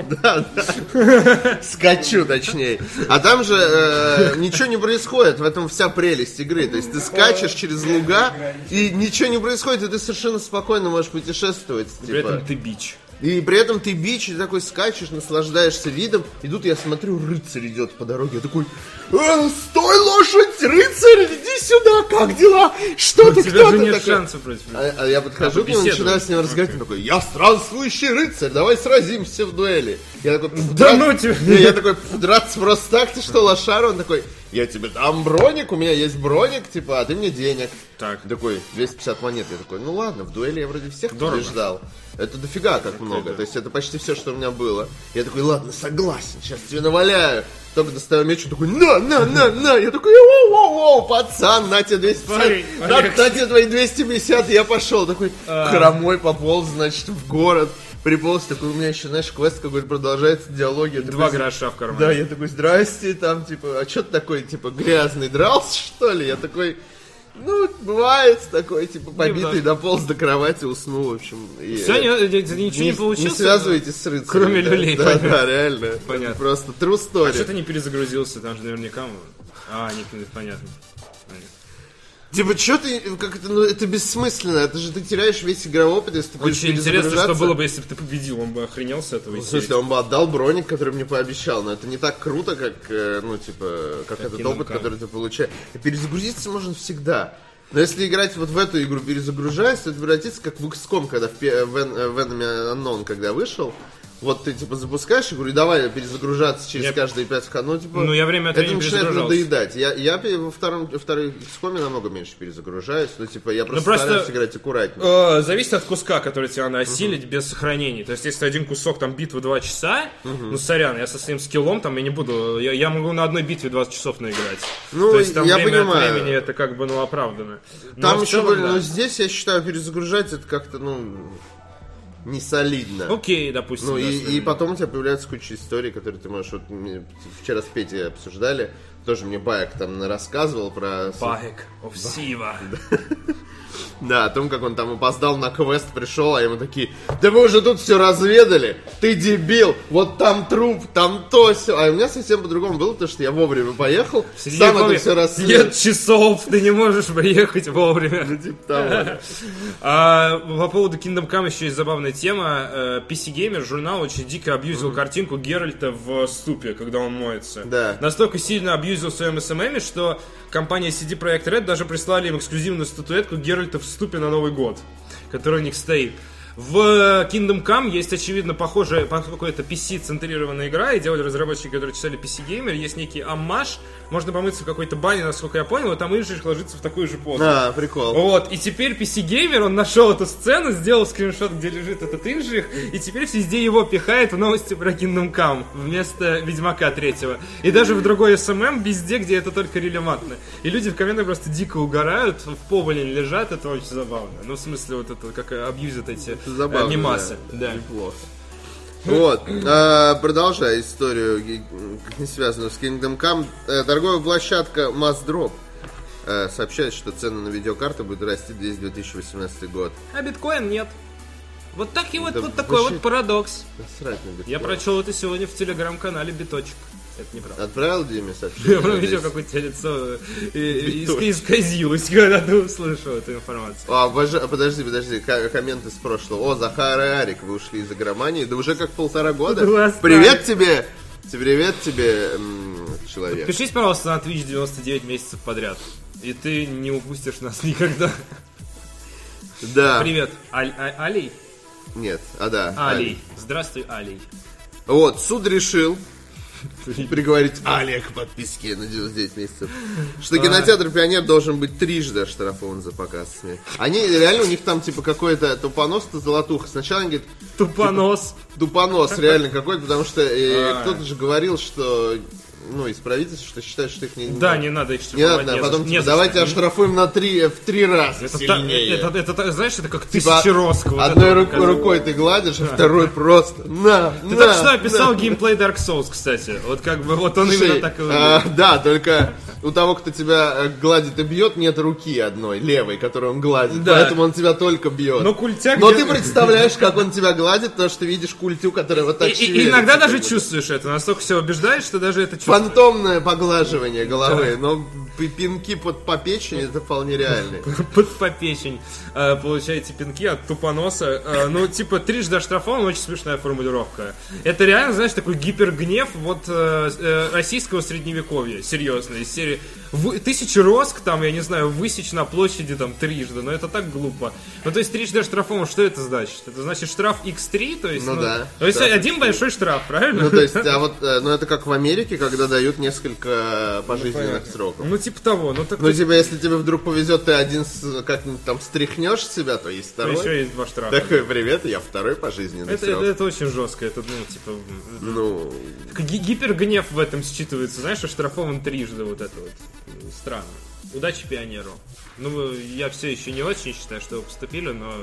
Speaker 1: Come.
Speaker 2: скачу, точнее. А там же ничего не происходит. В этом вся прелесть игры. То есть ты скачешь через луга, и ничего не происходит, и ты совершенно спокойно можешь путешествовать.
Speaker 1: При этом ты бич.
Speaker 2: И при этом ты бич, и такой скачешь, наслаждаешься видом. И тут я смотрю, рыцарь идет по дороге. Я такой: стой, лошадь, рыцарь, иди сюда, как дела? Что ты,
Speaker 1: У тебя
Speaker 2: кто
Speaker 1: же
Speaker 2: ты
Speaker 1: нет
Speaker 2: такой?
Speaker 1: шансов против него.
Speaker 2: А я подхожу к нему, начинаю с ним разговаривать, он такой: я странствующий рыцарь, давай сразимся в дуэли. Я такой:
Speaker 1: Да ну тебе.
Speaker 2: Я такой: драться просто так, ты что, лошара? Он такой: я тебе дам броник, у меня есть броник, типа, а ты мне денег.
Speaker 1: Так.
Speaker 2: Такой: 250 монет. Я такой: ну ладно, в дуэли я вроде всех
Speaker 1: Дорого.
Speaker 2: побеждал. Это дофига как много,
Speaker 1: да.
Speaker 2: то есть это почти все, что у меня было. Я такой: ладно, согласен, сейчас тебе наваляю. Только достаю меч, он такой: на. Я такой: воу, пацан, на тебе 250.
Speaker 1: Парень,
Speaker 2: На тебе твои 250, и я пошел. Такой хромой пополз, значит, в город. Приполз, такой: у меня еще, знаешь, квест какой-то продолжается, диалоги.
Speaker 1: 2 гроша в кармане.
Speaker 2: Да, я такой: здрасте, там, типа, а что ты такой, типа, грязный, дрался, что ли? Я такой: ну, бывает, такой, типа, побитый, дополз до кровати, уснул, в общем. И,
Speaker 1: Все, ничего не получилось.
Speaker 2: Не связывайтесь с рыцарем.
Speaker 1: Кроме люлей,
Speaker 2: Да,
Speaker 1: понятно.
Speaker 2: да, реально.
Speaker 1: Понятно.
Speaker 2: Это просто true story.
Speaker 1: А что ты не перезагрузился? Там же наверняка... понятно.
Speaker 2: Типа, что ты, как это, ну, это бессмысленно, это же ты теряешь весь игровой опыт, если ты будешь
Speaker 1: Очень интересно, что
Speaker 2: перезагружаться.
Speaker 1: было бы, если бы ты победил. Он бы охренел с этого.
Speaker 2: В смысле, он бы отдал броник, который мне пообещал, но это не так круто, как, ну, типа, как этот
Speaker 1: Kingdom
Speaker 2: опыт,
Speaker 1: Come.
Speaker 2: который ты получаешь. И перезагрузиться можно всегда. Но если играть вот в эту игру перезагружаясь, то это превратится как в XCOM, когда в Venom Unknown, когда вышел. Вот ты, типа, запускаешь игру и давай перезагружаться через каждые 5 секунд. Ну, типа,
Speaker 1: Ну, я время от
Speaker 2: это
Speaker 1: времени
Speaker 2: начинает
Speaker 1: перезагружался.
Speaker 2: надоедать. Я во второй XCOM намного меньше перезагружаюсь. Но, типа, я просто,
Speaker 1: просто-
Speaker 2: стараюсь играть аккуратнее.
Speaker 1: Зависит от куска, который тебе надо осилить без сохранений. То есть, если один кусок, там, битвы 2 часа, ну, сорян, я со своим скиллом, там, я не буду... Я могу на одной битве 20 часов наиграть.
Speaker 2: Ну,
Speaker 1: То есть, там,
Speaker 2: я
Speaker 1: время
Speaker 2: понимаю.
Speaker 1: от времени это, как бы, ну, оправдано. Но
Speaker 2: Там
Speaker 1: в
Speaker 2: еще
Speaker 1: целом,
Speaker 2: были,
Speaker 1: да.
Speaker 2: но здесь, я считаю, перезагружать это как-то, ну... не солидно.
Speaker 1: Окей, допустим.
Speaker 2: Ну
Speaker 1: да,
Speaker 2: и потом у тебя появляется куча историй, которые ты можешь... Вот вчера с Петей обсуждали, тоже мне Баек там рассказывал про...
Speaker 1: Баек of Сива.
Speaker 2: Да, о том, как он там опоздал на квест, пришел, а ему такие: да вы уже тут все разведали, ты дебил, вот там труп, там то все. А у меня совсем по-другому было, потому что я вовремя поехал, сам это все расследовал.
Speaker 1: Нет часов, ты не можешь приехать вовремя.
Speaker 2: Ну, типа того.
Speaker 1: По поводу Kingdom Come еще есть забавная тема. PC Gamer журнал очень дико абьюзил картинку Геральта в ступе, когда он моется.
Speaker 2: Да.
Speaker 1: Настолько сильно абьюзил в своем SMM, что компания CD Projekt Red даже прислали им эксклюзивную статуэтку Геральта в ступе на Новый год, который у них стоит. В Kingdom Come есть, очевидно, похожая какая-то PC-центрированная игра, и делали разработчики, которые читали PC Gamer. Есть некий аммаж, можно помыться в какой-то бане, насколько я понял, и там Инжих ложится в такую же позу.
Speaker 2: Да, прикол.
Speaker 1: Вот, и теперь PC Gamer, он нашел эту сцену, сделал скриншот, где лежит этот Инжих, и теперь везде его пихает в новости про Kingdom Come вместо Ведьмака 3-го. И даже в другой SMM, везде, где это только релевантно. И люди в комментах просто дико угорают, в повале лежат, это очень забавно. Ну, в смысле, вот это, как абьюзят эти
Speaker 2: забавно,
Speaker 1: мемасы.
Speaker 2: Да.
Speaker 1: Да.
Speaker 2: Неплохо. Вот, продолжая историю, не связанную с Kingdom Come, торговая площадка Massdrop сообщает, что цены на видеокарты будут расти весь 2018 год.
Speaker 1: А биткоин нет. Вот так и вот,
Speaker 2: Да
Speaker 1: вот такой
Speaker 2: вообще
Speaker 1: вот парадокс.
Speaker 2: Насрать на биткоин.
Speaker 1: Я прочел это сегодня в телеграм-канале Биточек. Это неправда.
Speaker 2: Отправил Диме сообщение?
Speaker 1: Я прям видел, как у тебя лицо исказилось, когда ты услышал эту информацию.
Speaker 2: Подожди, комменты с прошлого. О, Захар и Арик, вы ушли из игромании. Да уже как 1,5 года.
Speaker 1: Классно.
Speaker 2: Привет тебе, человек.
Speaker 1: Подпишись, пожалуйста, на Twitch 99 месяцев подряд. И ты не упустишь нас никогда.
Speaker 2: Да.
Speaker 1: Привет, Алий?
Speaker 2: Нет, да.
Speaker 1: Алий. Здравствуй, Алий.
Speaker 2: Вот, суд решил приговорить Алия к подписке на 99 месяцев. Что кинотеатр «Пионер» должен быть трижды оштрафован за показ СМИ. Они реально, у них там типа какой-то тупонос-то золотуха. Сначала они говорят...
Speaker 1: Тупонос.
Speaker 2: Тупонос реально какой-то, потому что кто-то же говорил, что... Ну, из правительства, что считают, что их не...
Speaker 1: Да, не надо их
Speaker 2: не надо, а потом типа, давайте оштрафуем в 3 раза сильнее.
Speaker 1: Это, знаешь, это как
Speaker 2: Типа,
Speaker 1: 1000 роск. Вот
Speaker 2: одной рукой ты гладишь, а второй просто
Speaker 1: Ты так что описал геймплей Dark Souls, кстати. Вот как бы, вот он именно так и выглядит.
Speaker 2: Да, только у того, кто тебя гладит и бьет, нет руки одной, левой, которую он гладит.
Speaker 1: Да.
Speaker 2: Поэтому он тебя только бьет.
Speaker 1: Но культяк...
Speaker 2: Но ты представляешь, как он тебя гладит, потому что ты видишь культю, которая вот так
Speaker 1: И
Speaker 2: шевелится.
Speaker 1: иногда даже чувствуешь это. Настолько все убеждаешь, что даже это чувствуешь.
Speaker 2: Фантомное поглаживание головы, но пинки по печени это вполне реальные.
Speaker 1: Под по печень получаете пинки от тупоноса. Ну, типа, трижды оштрафован, очень смешная формулировка. Это реально, знаешь, такой гипергнев вот российского средневековья. Серьезно, из серии 1000 роск, там, я не знаю, высечь на площади там трижды, но это так глупо. Ну, то есть трижды оштрафован, что это значит? Это значит штраф x3, то есть...
Speaker 2: Ну да.
Speaker 1: То есть один большой штраф, правильно?
Speaker 2: Ну, то есть, а вот, ну, это как в Америке, когда дают несколько пожизненных сроков.
Speaker 1: Ну, типа того. Ну,
Speaker 2: типа, если тебе вдруг повезет, ты один как-нибудь там стряхнешь себя, то есть второй.
Speaker 1: Еще есть 2 штрафа.
Speaker 2: Такой, привет, я второй пожизненный срок.
Speaker 1: Это очень жестко, это, ну, типа...
Speaker 2: Ну...
Speaker 1: Гипергнев в этом считывается, знаешь, оштрафован трижды, вот это вот. Странно. Удачи пионеру. Ну, я все еще не очень считаю, что вы поступили, но...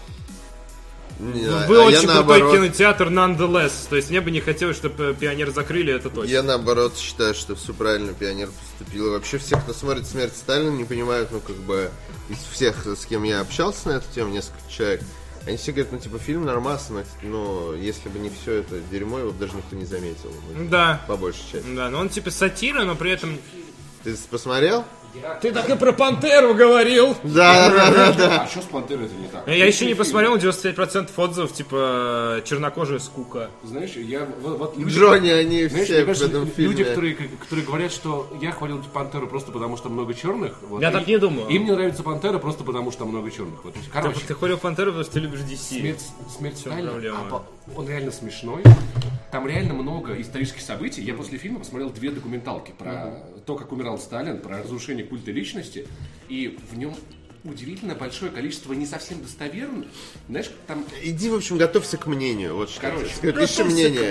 Speaker 1: Вы очень крутой кинотеатр nonetheless. То есть мне бы не хотелось, чтобы Пионер закрыли, это точно.
Speaker 2: Я наоборот считаю, что все правильно Пионер поступил. И вообще все, кто смотрит «Смерть Сталина», не понимают, ну как бы из всех, с кем я общался на эту тему, несколько человек, они все говорят, ну типа фильм нормасный, но если бы не все это дерьмо, его бы даже никто не заметил.
Speaker 1: Да.
Speaker 2: По большей части.
Speaker 1: Да, но он типа сатира, но при этом...
Speaker 2: Ты посмотрел?
Speaker 1: Ты так и про Пантеру говорил.
Speaker 2: Да.
Speaker 4: А что с Пантерой это не так?
Speaker 1: Я еще не посмотрел, 95% отзывов, типа, чернокожая скука.
Speaker 4: Знаешь, я... Вот
Speaker 2: Джонни, они
Speaker 4: знаешь,
Speaker 2: все в
Speaker 4: кажется,
Speaker 2: этом фильме.
Speaker 4: люди, которые говорят, что я хвалил Пантеру просто потому, что много черных. Вот,
Speaker 1: Я так не думаю.
Speaker 4: Им не нравится Пантера просто потому, что много черных. Вот, короче,
Speaker 1: Ты хвалил Пантеру, потому что ты любишь DC.
Speaker 4: Смерть Сталина,
Speaker 1: проблема?
Speaker 4: он реально смешной. Там реально много исторических событий. Я после фильма посмотрел 2 документалки про то, как умирал Сталин, про разрушение культа личности. И в нем удивительно большое количество не совсем достоверных. Знаешь, там...
Speaker 2: Иди, в общем, готовься к мнению. Вот что.
Speaker 4: Короче,
Speaker 2: Пиши мнение.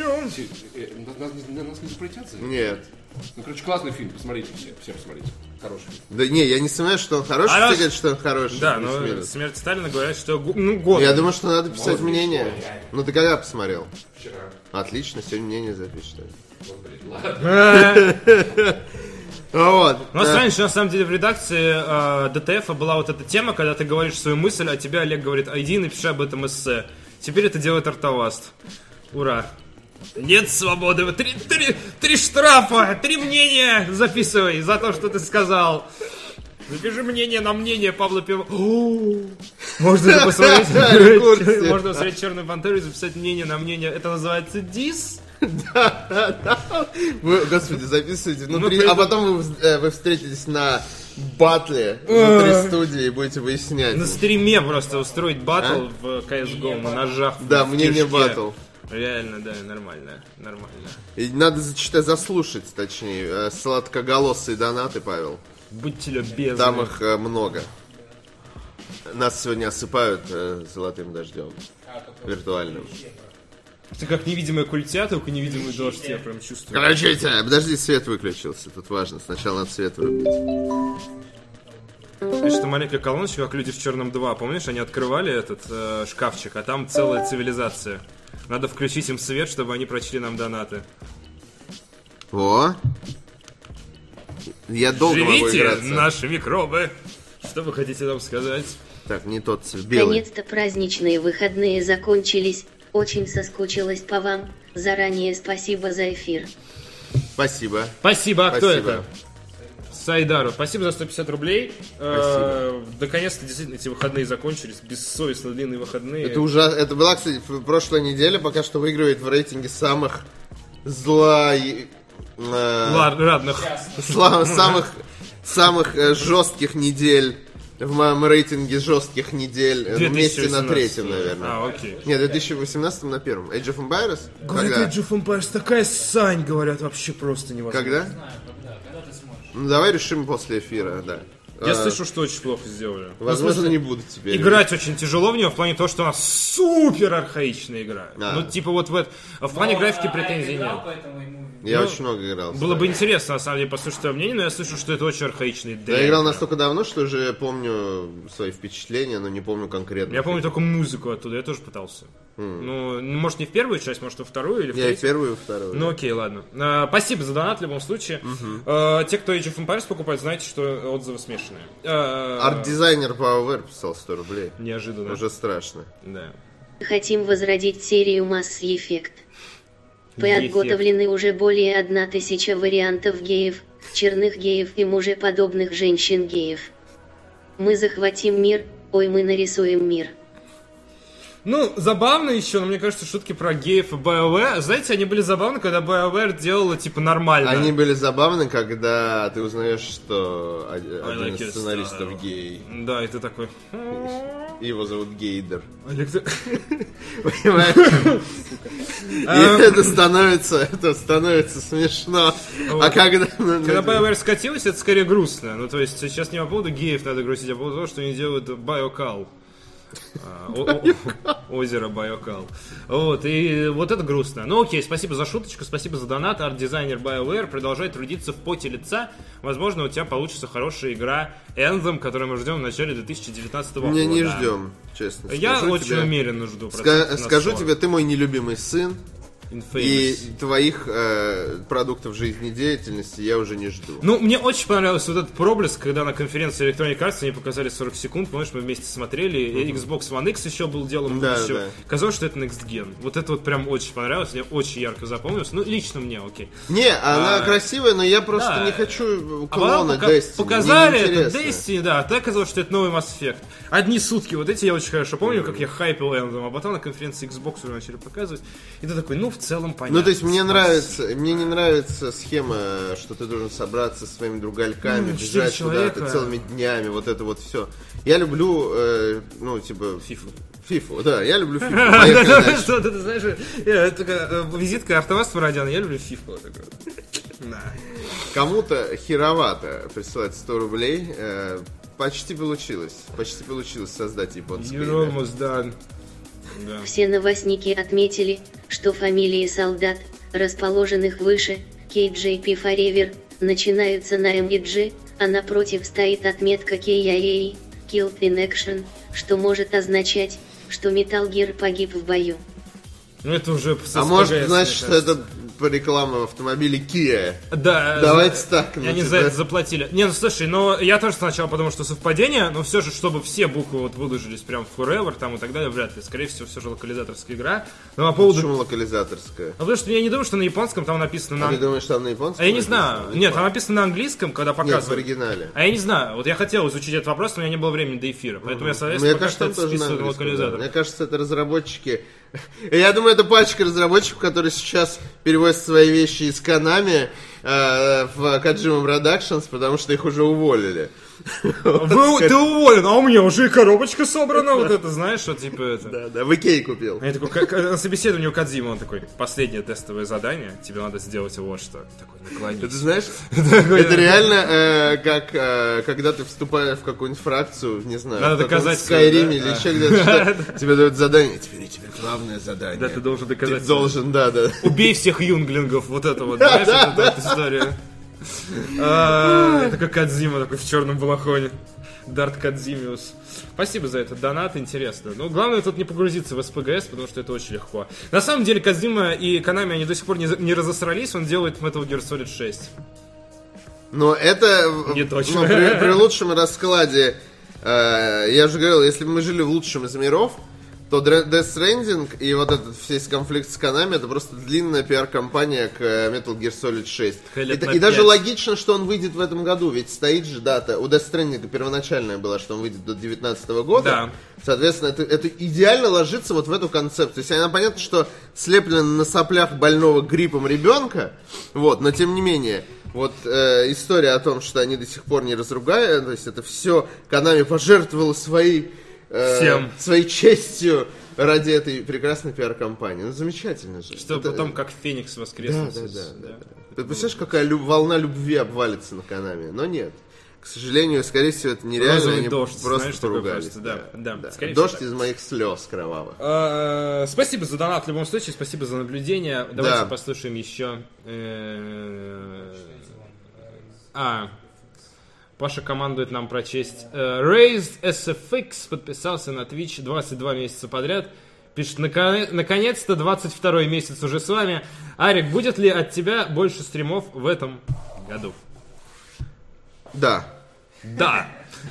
Speaker 4: Нас не запретят за это?
Speaker 2: Нет.
Speaker 4: Ну, короче, классный фильм, посмотрите все посмотрите. Хороший фильм.
Speaker 2: Да не, я не сомневаюсь, что он хороший, все говорят, что он хороший.
Speaker 1: Да, но
Speaker 2: плюс-минус.
Speaker 1: «Смерть Сталина» говорят, что год.
Speaker 2: Я думаю, что надо писать мнение. Ну ты когда посмотрел?
Speaker 4: Вчера.
Speaker 2: Отлично, сегодня мнение запишешь.
Speaker 4: Вот, блин, ладно.
Speaker 2: Вот.
Speaker 1: У нас раньше, на самом деле, в редакции ДТФ была вот эта тема, когда ты говоришь свою мысль, а тебе Олег говорит, иди напиши об этом эссе. Теперь это делает Артоваст. Ура. Нет свободы. Три штрафа, 3 мнения записывай за то, что ты сказал. Запиши мнение на мнение Павла Пива. Можно же посмотреть. Можно посмотреть «Черную пантеру» и записать мнение на мнение. Это называется дис.
Speaker 2: Вы, господи, записывайте внутри, а потом вы встретитесь на батле внутри студии и будете выяснять.
Speaker 1: На стриме просто устроить батл в CSGO, нажав
Speaker 2: Да,
Speaker 1: в
Speaker 2: мнение
Speaker 1: кишке.
Speaker 2: батл.
Speaker 1: Реально, да, нормально.
Speaker 2: И надо зачитать, заслушать, точнее, сладкоголосые донаты, Павел.
Speaker 1: Будьте любезны.
Speaker 2: Там их много. Нас сегодня осыпают золотым дождем. Виртуальным.
Speaker 1: Ты как невидимая культя, только невидимый дождь, я прям чувствую.
Speaker 2: Короче, подожди, свет выключился. Тут важно. Сначала надо свет вырубить.
Speaker 1: Знаешь, что маленькая колоночка, как люди в «Черном 2». Помнишь, они открывали этот шкафчик, а там целая цивилизация. Надо включить им свет, чтобы они прочли нам донаты.
Speaker 2: О! Я долго могу
Speaker 1: Живите,
Speaker 2: играться.
Speaker 1: наши микробы! Что вы хотите нам сказать?
Speaker 2: Так, не тот цвет. Белый.
Speaker 3: Наконец-то праздничные выходные закончились. Очень соскучилась по вам. Заранее спасибо за эфир.
Speaker 2: Спасибо.
Speaker 1: Спасибо, а кто
Speaker 2: Спасибо.
Speaker 1: это? Сайдару. Спасибо за 150 рублей.
Speaker 2: Спасибо.
Speaker 1: Наконец-то действительно эти выходные закончились. Бессовестно длинные выходные.
Speaker 2: Это ужасно. Это была, кстати, прошлая неделя, пока что выигрывает в рейтинге самых злой...
Speaker 1: Радных.
Speaker 2: самых жестких недель в моем рейтинге жестких недель. Вместе на 3-м, наверное.
Speaker 1: А, окей.
Speaker 2: Нет, в 2018 на 1-м. Age of Empires?
Speaker 1: Говорят,
Speaker 2: Когда?
Speaker 1: Age of Empires такая сань, говорят, вообще просто невозможно.
Speaker 2: Когда? Ну, давай решим после эфира, да.
Speaker 1: Я слышу, что очень плохо сделали.
Speaker 2: Возможно, не буду теперь.
Speaker 1: Играть очень тяжело в нее в плане того, что она супер архаичная игра. Ну, типа вот в плане графики претензий нет.
Speaker 2: Я очень много играл.
Speaker 1: Было бы интересно, на самом деле, послушать твое мнение, но я слышу, что это очень архаичный дрянь.
Speaker 2: Я играл настолько давно, что уже помню свои впечатления, но не помню конкретно.
Speaker 1: Я помню только музыку оттуда, я тоже пытался. Ну, может, не в первую часть, может, во вторую или в
Speaker 2: Я и
Speaker 1: третью.
Speaker 2: первую, и вторую.
Speaker 1: Ну, окей, ладно. Спасибо за донат в любом случае. Те, кто Age of Empires покупает, знаете, что отзывы смешанные.
Speaker 2: Арт-дизайнер BioWare писал 100 рублей.
Speaker 1: Неожиданно.
Speaker 2: Уже страшно.
Speaker 1: Да.
Speaker 3: Хотим возродить серию Mass Effect. Подготовлены уже более 1000 вариантов геев, черных геев и мужеподобных женщин-геев. Мы захватим мир, ой, мы нарисуем мир.
Speaker 1: Ну, забавно еще, но мне кажется, шутки про геев и BioWare, знаете, они были забавны, когда BioWare делала, типа, нормально.
Speaker 2: Они были забавны, когда ты узнаешь, что один
Speaker 1: like
Speaker 2: из
Speaker 1: it
Speaker 2: сценаристов
Speaker 1: style.
Speaker 2: гей.
Speaker 1: Да, и ты такой...
Speaker 2: Его зовут Гейдер.
Speaker 1: Олег, ты...
Speaker 2: Понимаешь? И это становится смешно. А когда...
Speaker 1: Когда BioWare скатилась, это скорее грустно. Ну, то есть, сейчас не по поводу геев надо грустить, а по поводу того, что они делают BioCal. Озеро Байокал. Вот, и вот это грустно. Ну окей, спасибо за шуточку, спасибо за донат. Арт-дизайнер BioWare продолжает трудиться в поте лица. Возможно, у тебя получится хорошая игра Anthem, которую мы ждем в начале 2019 года.
Speaker 2: Не, не ждем, честно.
Speaker 1: Я
Speaker 2: Скажу
Speaker 1: очень
Speaker 2: тебе.
Speaker 1: умеренно жду.
Speaker 2: Скажу тебе, ты мой нелюбимый сын. И
Speaker 1: Infamous.
Speaker 2: твоих продуктов жизнедеятельности я уже не жду.
Speaker 1: Ну, мне очень понравился вот этот проблеск, когда на конференции Electronic Arts они показали 40 секунд, помнишь, мы вместе смотрели, и Xbox One X еще был делом
Speaker 2: Да,
Speaker 1: будущего.
Speaker 2: да.
Speaker 1: Казалось, что это Next Gen. Вот это вот прям очень понравилось, мне очень ярко запомнилось. Ну, лично мне, окей.
Speaker 2: Не, она красивая, но я просто
Speaker 1: да.
Speaker 2: не хочу
Speaker 1: А потом
Speaker 2: клона Destiny.
Speaker 1: показали
Speaker 2: Мне
Speaker 1: это
Speaker 2: неинтересно.
Speaker 1: Destiny, да, так оказалось, что это новый Mass Effect. Одни сутки, вот эти я очень хорошо помню, как я хайпил Anthem, а потом на конференции Xbox уже начали показывать. И ты такой, ну, в целом понятно.
Speaker 2: Ну, то есть мне не нравится схема, что ты должен собраться со своими другальками, бежать куда-то целыми днями, вот это вот все. Я люблю, ну, типа... Фифу, да, я люблю фифу. Поехали дальше.
Speaker 1: Что ты знаешь, такая визитка Артоваства Родиана, я люблю фифу. Кому-то
Speaker 2: херовато присылать 100 рублей. почти получилось. Почти получилось создать японское
Speaker 1: You're
Speaker 2: имя.
Speaker 1: almost done. Да.
Speaker 3: Все новостники отметили, что фамилии солдат, расположенных выше, KJP Forever, начинаются на M и G, а напротив стоит отметка KIA, Killed in Action, что может означать, что Metal Gear погиб в бою.
Speaker 1: Ну это уже с
Speaker 2: А может,
Speaker 1: SPGS,
Speaker 2: значит,
Speaker 1: мне
Speaker 2: что
Speaker 1: кажется.
Speaker 2: это по рекламе автомобилей Kia.
Speaker 1: Да.
Speaker 2: Давайте так.
Speaker 1: И они за это заплатили. Не, ну слушай, но я тоже сначала подумал, что совпадение, но все же, чтобы все буквы вот выложились прям Forever там и так далее, вряд ли. Скорее всего, все же локализаторская игра. Но по поводу...
Speaker 2: Почему локализаторская?
Speaker 1: А потому что я не думаю, что на японском там написано
Speaker 2: А
Speaker 1: на...
Speaker 2: ты думаешь, там на японском?
Speaker 1: А я не
Speaker 2: написано?
Speaker 1: знаю. Нет, там написано на английском, когда
Speaker 2: Нет, в
Speaker 1: показывают.
Speaker 2: оригинале.
Speaker 1: А я не знаю. Вот я хотел изучить этот вопрос, но у меня не было времени до эфира. Поэтому я, соответственно,
Speaker 2: Мне
Speaker 1: пока
Speaker 2: кажется,
Speaker 1: что
Speaker 2: там
Speaker 1: это
Speaker 2: тоже на
Speaker 1: списываю на
Speaker 2: английском. Да.
Speaker 1: локализатор.
Speaker 2: Мне кажется, это разработчики. Я думаю, это пачка разработчиков, которые сейчас перевозят свои вещи из Konami в Kojima Productions, потому что их уже уволили.
Speaker 1: Ты уволен, а у меня уже и коробочка собрана. Вот это, знаешь, вот типа это.
Speaker 2: Да, в Икее купил.
Speaker 1: Я такой, на собеседовании у Кодзимы, он такой, последнее тестовое задание, тебе надо сделать вот что. Такой,
Speaker 2: Ты
Speaker 1: наклонись.
Speaker 2: знаешь, это реально как когда ты вступаешь в какую-нибудь фракцию, не знаю,
Speaker 1: Надо
Speaker 2: в каком-нибудь
Speaker 1: доказать свою,
Speaker 2: Skyrim
Speaker 1: да?
Speaker 2: или еще где-то, тебе дают задание, теперь у тебя главное задание.
Speaker 1: Да, ты должен доказать.
Speaker 2: Ты должен, да.
Speaker 1: Убей всех юнглингов, вот это вот, знаешь, вот эта вот история. Это как Кодзима такой в черном балахоне. Дарт Кодзимиус. Спасибо за этот донат, интересно. Но главное тут не погрузиться в SPGS, потому что это очень легко. На самом деле Кодзима и Konami, они до сих пор не разосрались, он делает Metal Gear Solid 6.
Speaker 2: Но это
Speaker 1: Не точно.
Speaker 2: ну, при лучшем раскладе, я уже говорил, если бы мы жили в лучшем из миров, то Death Stranding и вот этот весь конфликт с Konami это просто длинная пиар-компания к Metal Gear Solid 6.
Speaker 1: Лет на
Speaker 2: И даже
Speaker 1: 5.
Speaker 2: логично, что он выйдет в этом году, ведь стоит же дата. У Death Stranding первоначальная была, что он выйдет до 2019 года.
Speaker 1: Да.
Speaker 2: Соответственно, это идеально ложится вот в эту концепцию. То есть она понятно, что слеплена на соплях больного гриппом ребенка, вот, но тем не менее. Вот история о том, что они до сих пор не разругают, то есть это все Konami пожертвовала своей честью ради этой прекрасной пиар-компании. Ну, замечательно же.
Speaker 1: Что потом как Феникс воскреснуть.
Speaker 2: Да. Ты представляешь, какая волна любви обвалится на Konami? Но нет. К сожалению, скорее всего, это нереально.
Speaker 1: Розовый
Speaker 2: Они
Speaker 1: дождь,
Speaker 2: просто
Speaker 1: знаешь, такой
Speaker 2: поругались.
Speaker 1: просто, да. Скорее
Speaker 2: Дождь
Speaker 1: всего,
Speaker 2: из моих слез кровавых.
Speaker 1: Спасибо за донат в любом случае, спасибо за наблюдение. Давайте
Speaker 2: Да.
Speaker 1: послушаем еще. Паша командует нам прочесть. Raised SFX подписался на Twitch 22 месяца подряд. Пишет, наконец-то 22-й месяц уже с вами. Арик, будет ли от тебя больше стримов в этом году?
Speaker 2: Да.
Speaker 1: Да.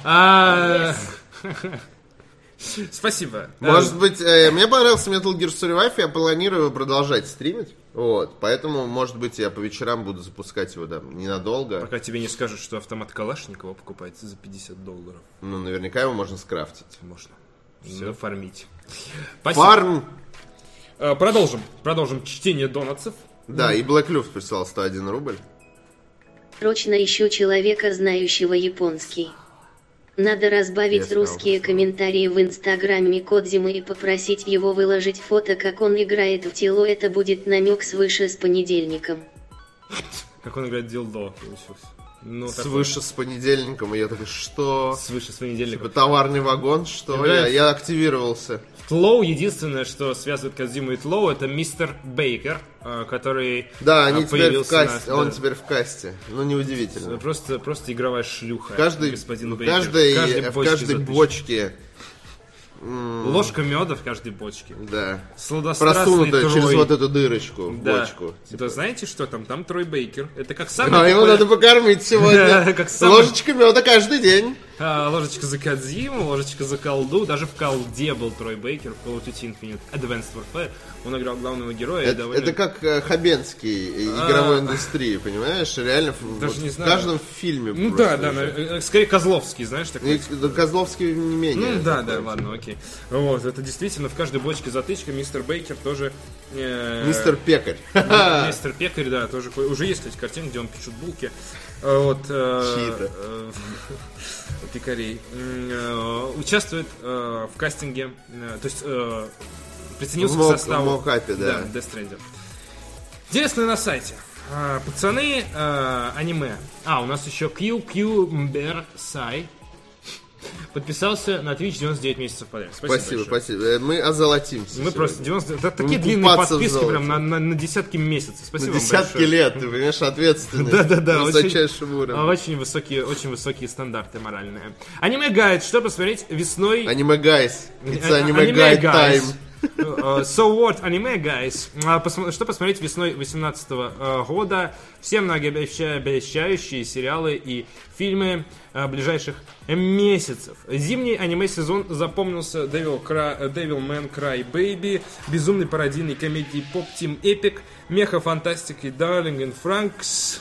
Speaker 1: Спасибо.
Speaker 2: Может быть, мне понравился Metal Gear Survive, я планирую продолжать стримить. Вот, поэтому, может быть, я по вечерам буду запускать его там ненадолго.
Speaker 1: Пока тебе не скажут, что автомат Калашникова покупается за $50.
Speaker 2: Ну, наверняка его можно скрафтить.
Speaker 1: Можно.
Speaker 2: Всё.
Speaker 1: Нафармить. Спасибо.
Speaker 2: Фарм!
Speaker 1: Продолжим чтение донатцев.
Speaker 2: Да, и Black Luft прислал 101 рубль.
Speaker 3: Срочно ищу человека, знающего японский. Надо разбавить
Speaker 2: Я
Speaker 3: русские
Speaker 2: сказал.
Speaker 3: комментарии в инстаграме Кодзимы и попросить его выложить фото, как он играет в Тило. Это будет намек свыше с понедельником.
Speaker 1: Как он играет дилдо, получился. Ну, такой.
Speaker 2: Свыше с понедельником, и я такой, что?
Speaker 1: Свыше с понедельника.
Speaker 2: Товарный вагон, что?
Speaker 1: Играет-
Speaker 2: Я активировался.
Speaker 1: Тлоу, единственное, что связывает Кодзиму и Тлоу, это мистер Бейкер, который
Speaker 2: Да, они теперь в
Speaker 1: появился
Speaker 2: касте,
Speaker 1: на-
Speaker 2: он
Speaker 1: да.
Speaker 2: теперь в касте. Ну, неудивительно.
Speaker 1: Просто игровая шлюха.
Speaker 2: Каждый,
Speaker 1: господин
Speaker 2: в
Speaker 1: Бейкер.
Speaker 2: каждой,
Speaker 1: В
Speaker 2: в каждой
Speaker 1: затычки.
Speaker 2: бочке,
Speaker 1: Ложка меда в каждой бочке.
Speaker 2: да,
Speaker 1: Сладострастный
Speaker 2: просунутая
Speaker 1: Трой.
Speaker 2: через вот эту дырочку в
Speaker 1: Да.
Speaker 2: бочку.
Speaker 1: Да знаете что там? Там Трой Бейкер. Это как самый
Speaker 2: А его надо покормить сегодня.
Speaker 1: Как самый-
Speaker 2: Ложечка меда каждый день.
Speaker 1: Ложечка за Кодзиму, ложечка за колду. Даже в колде был Трой Бейкер в Call of Duty Infinite Advanced Warfare. Он играл главного героя. и довольно-
Speaker 2: Это как Хабенский игровой индустрии, понимаешь? Реально
Speaker 1: Даже
Speaker 2: вот
Speaker 1: не
Speaker 2: в
Speaker 1: знаю.
Speaker 2: каждом фильме.
Speaker 1: Ну
Speaker 2: просто
Speaker 1: да,
Speaker 2: уже.
Speaker 1: скорее Козловский, знаешь, такой.
Speaker 2: И Козловский не менее.
Speaker 1: Ну да,
Speaker 2: такой.
Speaker 1: ладно, окей. Вот, это действительно в каждой бочке затычка. Мистер Бейкер тоже...
Speaker 2: Мистер Пекарь.
Speaker 1: Мистер Пекарь, да, тоже уже есть, кстати, картина, где он пишет булки. Вот,
Speaker 2: Чьи-то.
Speaker 1: пекарей. Участвует в кастинге, то есть присоединился к составу.
Speaker 2: В мокапе, да.
Speaker 1: Death Stranding. Интересно на сайте. Пацаны, аниме. У нас еще QQ Мбер Сай. подписался на Twitch 99 месяцев подряд.
Speaker 2: Спасибо,
Speaker 1: большое.
Speaker 2: спасибо. Мы озолотимся.
Speaker 1: Мы
Speaker 2: сегодня.
Speaker 1: просто 90... Это такие
Speaker 2: Мы
Speaker 1: длинные
Speaker 2: купаться в
Speaker 1: подписки
Speaker 2: золоте.
Speaker 1: прям на десятки месяцев. Спасибо
Speaker 2: На
Speaker 1: вам
Speaker 2: десятки
Speaker 1: большое.
Speaker 2: лет, ты понимаешь, ответственность.
Speaker 1: Да-да-да,
Speaker 2: на высочайшем уровне.
Speaker 1: очень высокие стандарты моральные. Аниме-гайд, что посмотреть весной...
Speaker 2: Аниме-гайс.
Speaker 1: Аниме
Speaker 2: Аниме-гайд тайм.
Speaker 1: So what, anime guys. Что посмотреть весной 2018 года? Все многообещающие сериалы и фильмы ближайших месяцев. Зимний аниме-сезон запомнился Devil Man Cry Baby, безумной пародийной комедии Pop Team Epic, меха-фантастикой Darling in Franxx,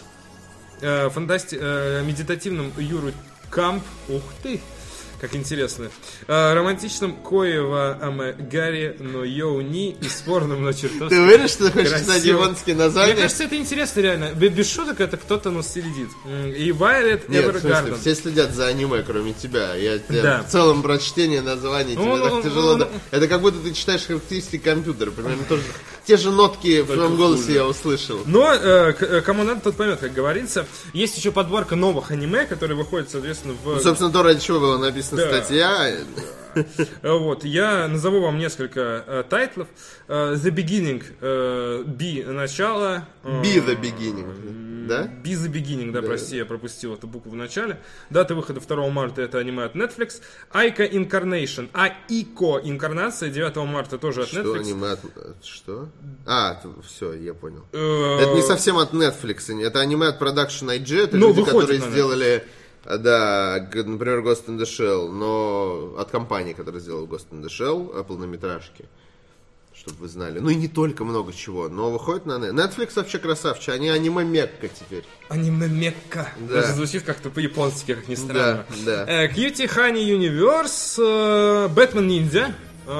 Speaker 1: медитативным Юру Камп, ух ты, как интересно, романтичном Коева Гарри, но Йоуни и спорным, но чертовски.
Speaker 2: Ты уверен, что ты хочешь
Speaker 1: красиво.
Speaker 2: читать японские названия?
Speaker 1: Мне кажется, это интересно реально. Без шуток это кто-то следит. И Violet
Speaker 2: Нет, в смысле,
Speaker 1: Evergarden.
Speaker 2: все следят за аниме, кроме тебя.
Speaker 1: Да.
Speaker 2: В целом прочтение названий тебе
Speaker 1: Ну,
Speaker 2: так тяжело. Это как будто ты читаешь характеристики компьютера. Примерно тоже. Те же нотки в твоем голосе я услышал.
Speaker 1: Но кому надо, тот поймет, как говорится. Есть еще подборка новых аниме, которые выходят, соответственно, в...
Speaker 2: Ну, собственно, то, ради чего была написана
Speaker 1: Да.
Speaker 2: статья.
Speaker 1: Вот, я назову вам несколько тайтлов. The Beginning, B, начало.
Speaker 2: Be the beginning. Да?
Speaker 1: Be the Beginning, да, прости, я пропустил эту букву в начале. Дата выхода 2 марта, это аниме от Netflix. Aika Incarnation, Aiko Инкарнация, 9 марта тоже от
Speaker 2: Что
Speaker 1: Netflix.
Speaker 2: аниме от... Что? Все, я понял. Это не совсем от Netflix. Это аниме от Production IG. Это
Speaker 1: Ну,
Speaker 2: люди,
Speaker 1: выходит
Speaker 2: которые
Speaker 1: на
Speaker 2: сделали... Да, например, Ghost in the Shell, но от компании, которая сделала Ghost in the Shell, полнометражки, чтобы вы знали. Ну и не только много чего, но выходит на Netflix вообще красавчик, они аниме-мекка теперь.
Speaker 1: Аниме-мекка.
Speaker 2: Да.
Speaker 1: Даже звучит как-то по-японски, как ни странно.
Speaker 2: Да.
Speaker 1: Cutie Honey Universe, Бэтмен Ниндзя,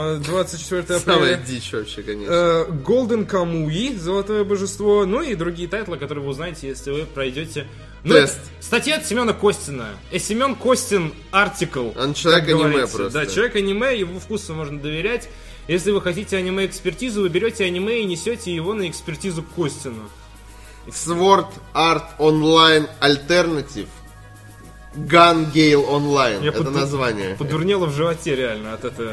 Speaker 1: 24
Speaker 2: Самая
Speaker 1: апреля.
Speaker 2: дичь вообще, конечно.
Speaker 1: Golden Kamui, Золотое Божество, ну и другие тайтлы, которые вы узнаете, если вы пройдете...
Speaker 2: Тест.
Speaker 1: Статья от Семена Костина. Семен Костин артикл.
Speaker 2: Он человек
Speaker 1: как
Speaker 2: аниме
Speaker 1: говорится.
Speaker 2: просто.
Speaker 1: Да, человек аниме, его вкусу можно доверять. Если вы хотите аниме-экспертизу, вы берете аниме и несете его на экспертизу к Костину.
Speaker 2: Sword Art Online Alternative. Gun Gale Online.
Speaker 1: Я
Speaker 2: Это название.
Speaker 1: Подурнело в животе реально от этого.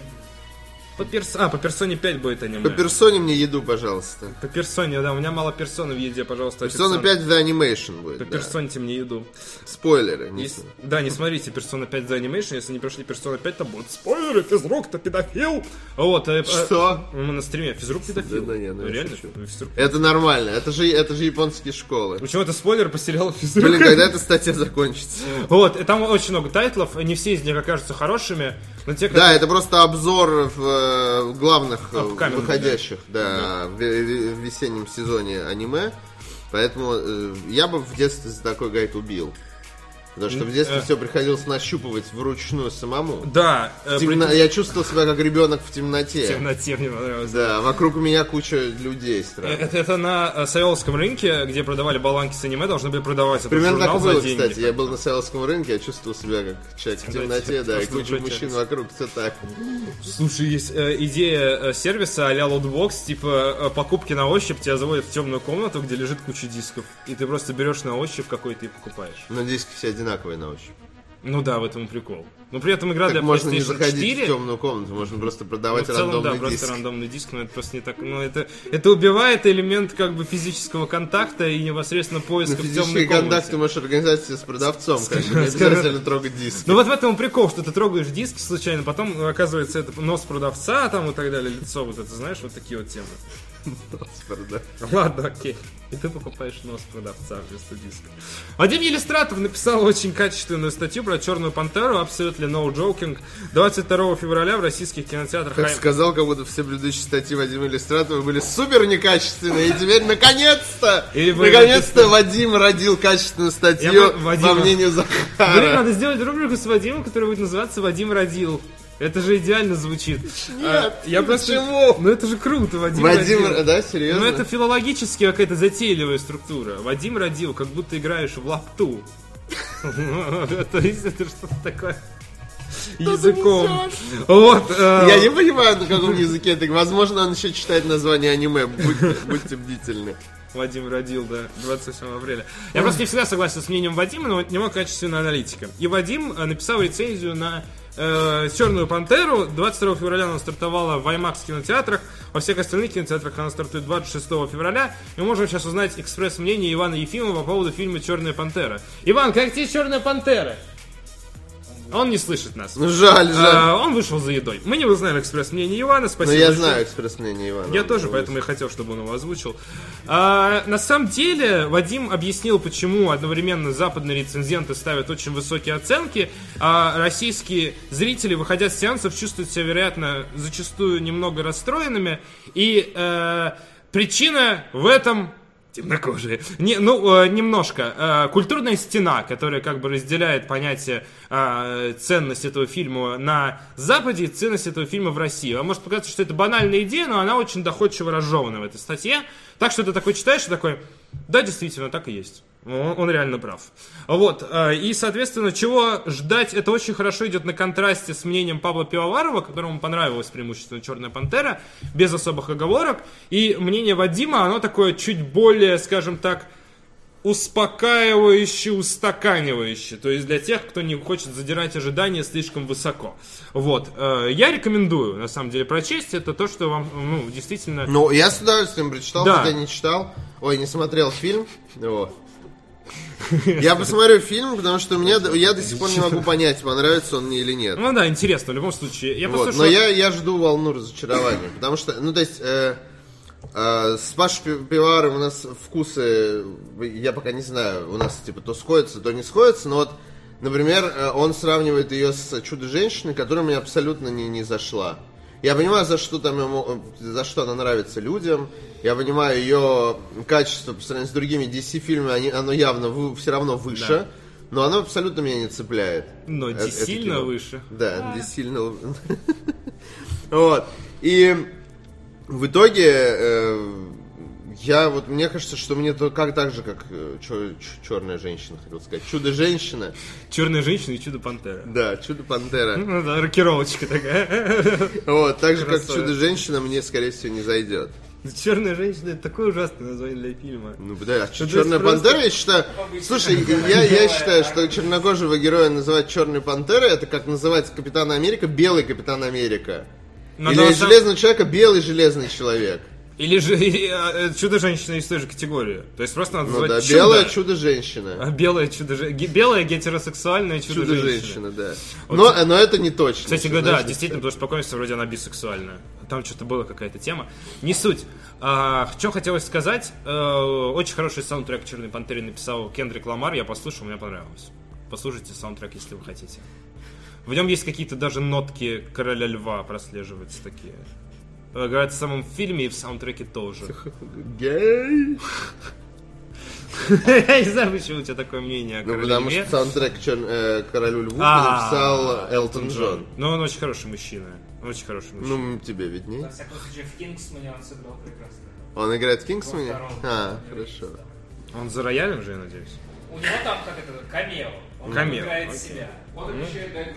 Speaker 1: По персоне 5 будет аниме.
Speaker 2: По персоне мне еду, пожалуйста.
Speaker 1: По персоне, да, у меня мало персоны в еде, пожалуйста.
Speaker 2: Персона 5 The Animation будет.
Speaker 1: По
Speaker 2: да.
Speaker 1: персоне мне еду.
Speaker 2: Спойлеры.
Speaker 1: Да, не смотрите Persona 5 The Animation, если не прошли Persona 5, там будут спойлеры, физрук-то педофил. Вот.
Speaker 2: Что?
Speaker 1: Мы на стриме, физрук педофил.
Speaker 2: Да, ну,
Speaker 1: Реально?
Speaker 2: шучу.
Speaker 1: Физрук.
Speaker 2: Это нормально. Это же японские школы.
Speaker 1: Почему это спойлер по сериалу физрук?
Speaker 2: Блин, когда эта статья закончится?
Speaker 1: Вот, и там очень много тайтлов, не все из них окажутся хорошими, но те,
Speaker 2: Да, это просто обзор в главных
Speaker 1: Upcoming,
Speaker 2: выходящих в весеннем сезоне аниме. Поэтому я бы в детстве за такой гайд убил. Потому что в детстве все приходилось нащупывать вручную самому.
Speaker 1: Да.
Speaker 2: Я чувствовал себя как ребенок в темноте.
Speaker 1: В темноте мне понравилось.
Speaker 2: Да, вокруг меня куча людей странных.
Speaker 1: Это на Савеловском рынке, где продавали баланки с аниме, должны были продавать этот
Speaker 2: Примерно
Speaker 1: журнал
Speaker 2: так было,
Speaker 1: за деньги.
Speaker 2: кстати. Я был на Савеловском рынке, я чувствовал себя как человек в темноте, да, и куча мужчин вокруг, все так.
Speaker 1: Слушай, есть идея сервиса а-ля Lootbox, типа покупки на ощупь, тебя заводят в темную комнату, где лежит куча дисков, и ты просто берешь на ощупь какой-то и покупаешь.
Speaker 2: Но диски все одинаковые на ощупь.
Speaker 1: Ну да, в этом и прикол. Но при этом игра
Speaker 2: Так
Speaker 1: для
Speaker 2: можно не
Speaker 1: PlayStation
Speaker 2: заходить
Speaker 1: 4...
Speaker 2: в темную комнату, можно просто
Speaker 1: Ну,
Speaker 2: продавать
Speaker 1: в целом, да,
Speaker 2: рандомный
Speaker 1: просто
Speaker 2: диск.
Speaker 1: рандомный диск, но это просто не так. Ну, это убивает элемент как бы физического контакта и непосредственно поиска
Speaker 2: На
Speaker 1: в темной
Speaker 2: физические
Speaker 1: комнате.
Speaker 2: контакты можешь организовать с продавцом, как бы, не обязательно трогать диск.
Speaker 1: Ну вот в этом и прикол, что ты трогаешь диски случайно, потом оказывается это нос продавца там и так далее, лицо, вот это, знаешь, вот такие вот темы.
Speaker 2: Да.
Speaker 1: Ладно, окей. И ты покупаешь нос продавца вместо диска. Вадим Елистратов написал очень качественную статью про Черную Пантеру, абсолютно no joking. 22 февраля в российских кинотеатрах.
Speaker 2: Как сказал, как будто все предыдущие статьи Вадима Иллюстратова были супер некачественные, и теперь наконец-то, Вадим родил качественную статью, по мнению
Speaker 1: Блин,
Speaker 2: Захара.
Speaker 1: надо сделать рубрику с Вадимом, которая будет называться «Вадим родил». Это же идеально звучит.
Speaker 2: Нет,
Speaker 1: я просто...
Speaker 2: почему?
Speaker 1: Ну это же круто, Вадим родил.
Speaker 2: Да, серьезно?
Speaker 1: Ну это филологически какая-то затейливая структура. Вадим родил, как будто играешь в лапту. То есть это что-то такое языком. Вот.
Speaker 2: Я не понимаю, на каком языке это. Возможно, он еще читает название аниме. Будьте бдительны.
Speaker 1: Вадим родил, да, 27 апреля. Я просто не всегда согласен с мнением Вадима, но немного качественная аналитика. И Вадим написал рецензию на «Черную пантеру». 22 февраля она стартовала в IMAX кинотеатрах. Во всех остальных кинотеатрах она стартует 26 февраля. И мы можем сейчас узнать экспресс-мнение Ивана Ефимова по поводу фильма «Черная пантера». Иван, как тебе «Черная пантера»? Он не слышит нас.
Speaker 2: Ну, жаль.
Speaker 1: Он вышел за едой. Мы не узнаем экспресс-мнение Ивана. Спасибо.
Speaker 2: Но я
Speaker 1: большое.
Speaker 2: знаю экспресс-мнение Ивана.
Speaker 1: Я тоже, поэтому я хотел, чтобы он его озвучил. На самом деле, Вадим объяснил, почему одновременно западные рецензенты ставят очень высокие оценки, а российские зрители, выходя с сеансов, чувствуют себя, вероятно, зачастую немного расстроенными. И причина в этом... Темнокожие. Немножко. Культурная стена, которая как бы разделяет понятие ценность этого фильма на Западе и ценность этого фильма в России. Вам может показаться, что это банальная идея, но она очень доходчиво разжевана в этой статье. Так что ты такой читаешь и такой, да, действительно, так и есть. Он реально прав. Вот. И, соответственно, чего ждать, это очень хорошо идет на контрасте с мнением Павла Пивоварова, которому понравилась преимущественно «Черная пантера», без особых оговорок. И мнение Вадима, оно такое чуть более, скажем так, успокаивающее, устаканивающее. То есть для тех, кто не хочет задирать ожидания слишком высоко. Вот. Я рекомендую, на самом деле, прочесть. Это то, что вам, действительно...
Speaker 2: Ну, я с удовольствием прочитал,
Speaker 1: да.
Speaker 2: хотя не читал. Ой, не смотрел фильм. Вот. Я посмотрю фильм, потому что я до сих пор не могу понять, понравится он мне или нет.
Speaker 1: Ну да, интересно, в любом случае.
Speaker 2: Но я жду волну разочарования. Потому что, с Пашей Пивоваровым у нас вкусы, я пока не знаю, у нас типа то сходятся, то не сходятся. Но вот, например, он сравнивает ее с «Чудо-женщиной», которая мне абсолютно не зашла. Я понимаю, за что она нравится людям. Я понимаю, ее качество по сравнению с другими DC-фильмами, оно явно все равно выше. Да. Но оно абсолютно меня не цепляет.
Speaker 1: Но DC сильно выше.
Speaker 2: Да, DC сильно. Вот. И в итоге мне кажется, что мне то так же, как «Черная женщина», хотел сказать. «Чудо-женщина».
Speaker 1: «Черная женщина» и «Чудо-пантера».
Speaker 2: Да, «Чудо-пантера».
Speaker 1: Ну да, рокировочка такая.
Speaker 2: Вот, так же, как «Чудо-женщина» мне, скорее всего, не зайдет.
Speaker 1: «Черная женщина» — это такое ужасное название для фильма.
Speaker 2: Ну да, «Черная пантера», я считаю... Слушай, я считаю, что чернокожего героя называть «Черной пантерой» — это как называть Капитана Америка «Белый Капитан Америка». Или Железного человека «Белый Железный человек».
Speaker 1: Или же «Чудо-женщина» из той же категории. То есть просто надо назвать
Speaker 2: чудо. Белая чудо-женщина.
Speaker 1: Белая гетеросексуальная чудо-женщина.
Speaker 2: Да. Но это не точно.
Speaker 1: Кстати говоря, да, действительно, потому что по комиксу вроде она бисексуальная. Там что-то была какая-то тема. Не суть. Что хотелось сказать. Очень хороший саундтрек «Черной пантере» написал Кендрик Ламар. Я послушал, мне понравилось. Послушайте саундтрек, если вы хотите. В нем есть какие-то даже нотки «Короля льва» прослеживаются такие. Говорят в самом фильме и в саундтреке тоже.
Speaker 2: Гей!
Speaker 1: Я не знаю, почему у тебя такое мнение о «Короле льве».
Speaker 2: Потому что саундтрек «Королю льву» написал Элтон Джон.
Speaker 1: Ну, он очень хороший мужчина. Очень хороший мужчина.
Speaker 2: Ну, тебе видней.
Speaker 5: Во всяком случае, в «Кингсмане» он сыграл прекрасно.
Speaker 2: Он играет в «Кингсмане»? Хорошо.
Speaker 1: Он за роялем же, я надеюсь?
Speaker 5: У него там, как это, камео. Он играет себя.
Speaker 4: Он обещает дать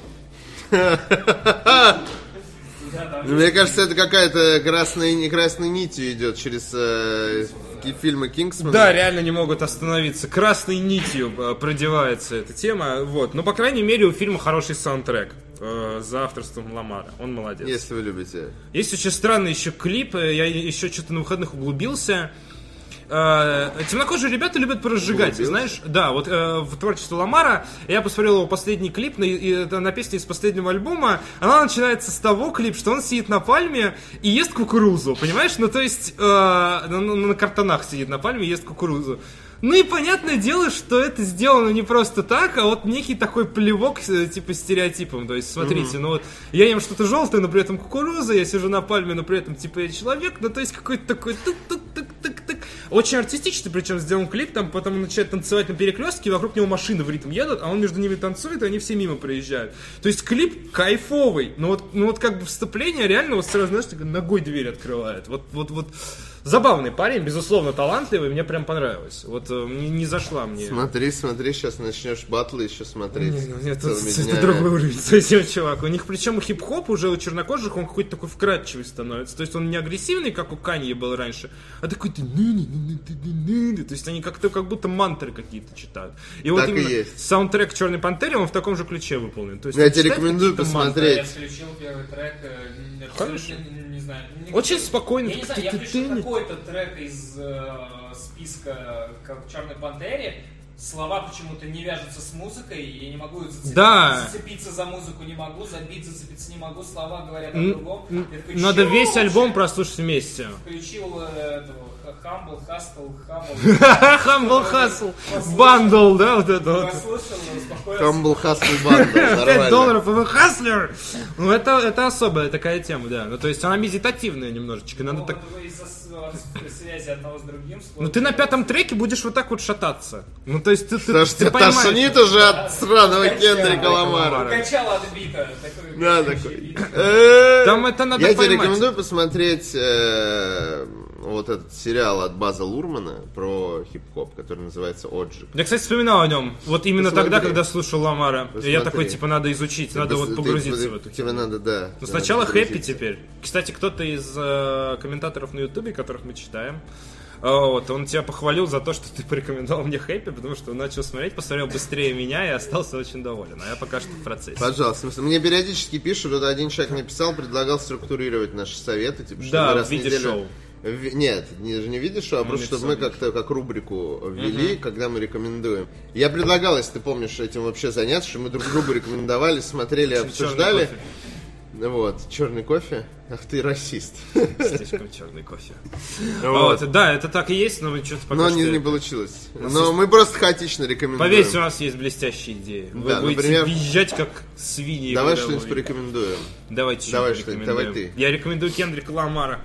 Speaker 4: в жопу.
Speaker 2: Мне кажется, это какая-то красной нитью идет через фильмы Кингсмана.
Speaker 1: Да, реально не могут остановиться. Красной нитью продевается эта тема. Вот. Но, по крайней мере, у фильма хороший саундтрек за авторством Ламара. Он молодец.
Speaker 2: Если вы любите.
Speaker 1: Есть очень странный еще клип. Я еще что-то на выходных углубился. Темнокожие ребята любят поразжигать, знаешь? Да, вот в творчестве Ламара я посмотрел его последний клип на песне из последнего альбома. Она начинается с того клип, что он сидит на пальме и ест кукурузу, понимаешь? Ну, то есть на картонах сидит на пальме и ест кукурузу. Ну и понятное дело, что это сделано не просто так, а вот некий такой плевок типа стереотипом. То есть, смотрите, ну вот я ем что-то желтое, но при этом кукуруза, я сижу на пальме, но при этом типа я человек, ну то есть какой-то такой тук-тук-тук-тук-тук. Очень артистичный, причем сделан клип, там потом он начинает танцевать на перекрестке, и вокруг него машины в ритм едут, а он между ними танцует, и они все мимо проезжают. То есть клип кайфовый, но вот как бы вступление реально вот сразу, знаешь, ногой дверь открывает. Вот Забавный парень, безусловно, талантливый, мне прям понравилось. Вот мне не зашла мне.
Speaker 2: Смотри, сейчас начнешь батлы еще смотреть.
Speaker 1: Это другой уровень совсем, чувак. У них, причем хип-хоп уже у чернокожих, он какой-то такой вкрадчивый становится. То есть он не агрессивный, как у Канье был раньше, а такой то есть они как будто мантры какие-то читают. И вот именно саундтрек «Черной пантере», он в таком же ключе выполнен. То есть
Speaker 2: я тебе рекомендую посмотреть.
Speaker 5: Я включил первый трек, не знаю.
Speaker 1: Очень спокойно.
Speaker 5: Я не знаю, я включил какой-то трек из списка как в «Черной пантере». Слова почему-то не вяжутся с музыкой, я не могу зацепиться за музыку, не могу, зацепиться не могу, слова говорят о другом.
Speaker 1: Надо весь альбом прослушать вместе.
Speaker 5: Включил этого Humble
Speaker 1: Hustle, Bundle, да, вот это вот.
Speaker 5: Послушал, успокоился.
Speaker 2: Humble Hustle Bundle,
Speaker 1: $5, вы хаслер! Ну, это особая такая тема, да. Ну, то есть она медитативная немножечко. Надо так...
Speaker 5: из-за связи одного с другим.
Speaker 1: Ну, ты на 5-м треке будешь вот так вот шататься. Ну, то есть ты
Speaker 2: поймаешь. Тошнит уже от сраного Кендрика Ламара.
Speaker 5: Качало от бита.
Speaker 2: Да, такой.
Speaker 1: Там это надо
Speaker 2: Я
Speaker 1: поймать.
Speaker 2: тебе рекомендую посмотреть вот этот сериал от База Лурмана про хип-хоп, который называется «Отжиг».
Speaker 1: Я, кстати, вспоминал о нем. Вот именно
Speaker 2: Посмотри.
Speaker 1: тогда, когда слушал Ламара.
Speaker 2: Посмотри.
Speaker 1: Я такой, типа, надо изучить, надо вот погрузиться в эту
Speaker 2: Тебе надо, да.
Speaker 1: Но сначала хэппи теперь. Кстати, кто-то из комментаторов на Ютубе, которых мы читаем, вот, он тебя похвалил за то, что ты порекомендовал мне хэппи, потому что он начал смотреть, посмотрел быстрее меня и остался очень доволен. А я пока что в процессе.
Speaker 2: Пожалуйста. Мне периодически пишут, вот один человек мне писал, предлагал структурировать наши советы. Типа,
Speaker 1: да,
Speaker 2: раз
Speaker 1: в виде
Speaker 2: неделю...
Speaker 1: шоу.
Speaker 2: Нет, не видишь шоу, а просто чтобы мы как-то как рубрику ввели, когда мы рекомендуем. Я предлагал, если ты помнишь, этим вообще заняться, что мы друг другу рекомендовали, смотрели, обсуждали. Вот, черный кофе. Ах ты расист.
Speaker 1: Слишком черный кофе. Вот, да, это так и есть, но что-то пока что...
Speaker 2: не получилось. Но мы просто хаотично рекомендуем.
Speaker 1: Поверьте, у нас есть блестящие идеи. Вы будете въезжать как свиньи.
Speaker 2: Давай что-нибудь порекомендуем.
Speaker 1: Давайте что-нибудь порекомендуем.
Speaker 2: Давай ты.
Speaker 1: Я рекомендую Кендрика Ламара.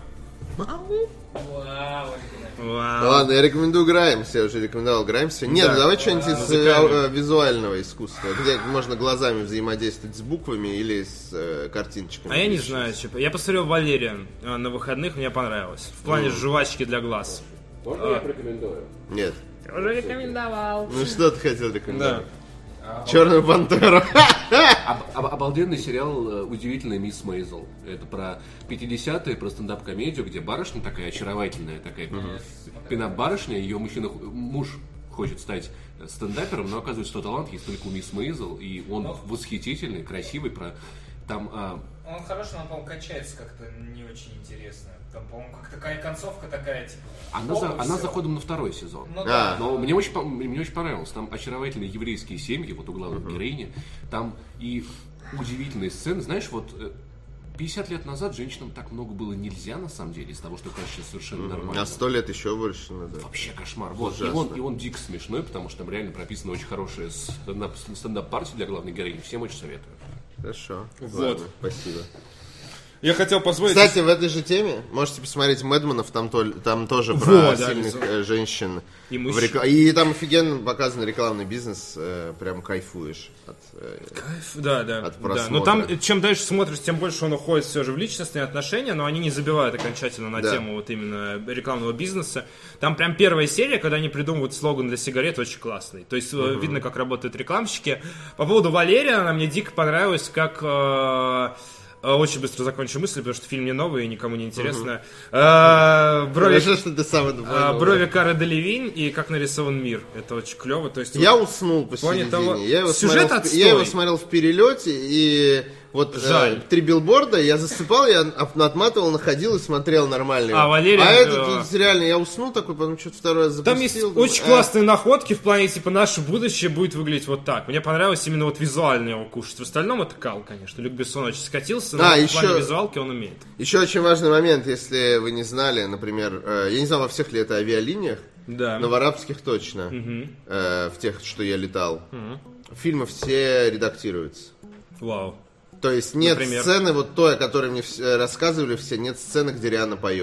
Speaker 5: Вау.
Speaker 2: Ладно, я рекомендую Граймс, я уже рекомендовал Граймс. Нет, да. Давай что-нибудь из визуального искусства, где можно глазами взаимодействовать с буквами или с картиночками.
Speaker 1: А я не знаю, я посмотрел «Валериан» на выходных, мне понравилось. В плане жвачки для глаз.
Speaker 4: Можно я порекомендую?
Speaker 2: Нет.
Speaker 1: Ты уже рекомендовал.
Speaker 2: Ну что ты хотел рекомендовать?
Speaker 1: Да.
Speaker 2: «Черную пантеру».
Speaker 4: Обалденный сериал «Удивительная мисс Мейзел». Это про 50-е, про стендап-комедию, где барышня такая очаровательная, такая пинап-барышня, ее муж хочет стать стендапером, но оказывается, что талант есть только у мисс Мейзел, и он восхитительный, красивый.
Speaker 5: Он хороший, но, по-моему, качается как-то не очень интересно. Там, по-моему, как такая концовка такая, типа...
Speaker 4: Она за ходом на второй сезон.
Speaker 5: Ну, да.
Speaker 4: Но мне очень понравилось. Там очаровательные еврейские семьи, вот у главной героини. Там и удивительные сцены. Знаешь, вот 50 лет назад женщинам так много было нельзя, на самом деле, из того, что кажется сейчас совершенно нормально.
Speaker 2: А 100 лет еще больше надо.
Speaker 4: Вообще кошмар. Вот. И он дико смешной, потому что там реально прописана очень хорошая стендап-партия для главной героини. Всем очень советую.
Speaker 2: Хорошо.
Speaker 1: Вот.
Speaker 2: Ладно, спасибо.
Speaker 1: Я хотел позволить...
Speaker 2: Кстати, в этой же теме можете посмотреть «Мэдменов», там тоже про сильных женщин. И там офигенно показан рекламный бизнес, прям кайфуешь от просмотра.
Speaker 1: Но там, чем дальше смотришь, тем больше он уходит все же в личностные отношения, но они не забивают окончательно на тему вот именно рекламного бизнеса. Там прям первая серия, когда они придумывают слоган для сигарет, очень классный. То есть видно, как работают рекламщики. По поводу «Валериана» мне дико понравилось, как... Очень быстро закончу мысль, потому что фильм не новый и никому не интересно. Брови Кары Делевинь и как нарисован мир. Это очень клево. То есть,
Speaker 2: я уснул посередине. Я его смотрел в перелете, и вот 3 билборда, я засыпал, я отматывал, находил и смотрел нормально. Этот реально, я уснул такой, потом что-то второй раз запустил.
Speaker 1: Там есть очень классные находки в плане, типа, наше будущее будет выглядеть вот так. Мне понравилось именно вот визуально его кушать. В остальном это кал, конечно. Люк Бессон очень скатился, но в плане визуалки он умеет.
Speaker 2: Еще очень важный момент, если вы не знали, например, я не знаю, во всех ли это авиалиниях, но в арабских точно, в тех, что я летал, фильмы все редактируются.
Speaker 1: Вау.
Speaker 2: То есть нет сцены, вот той, о которой мне рассказывали все, нет сцены, где Риhanna поет.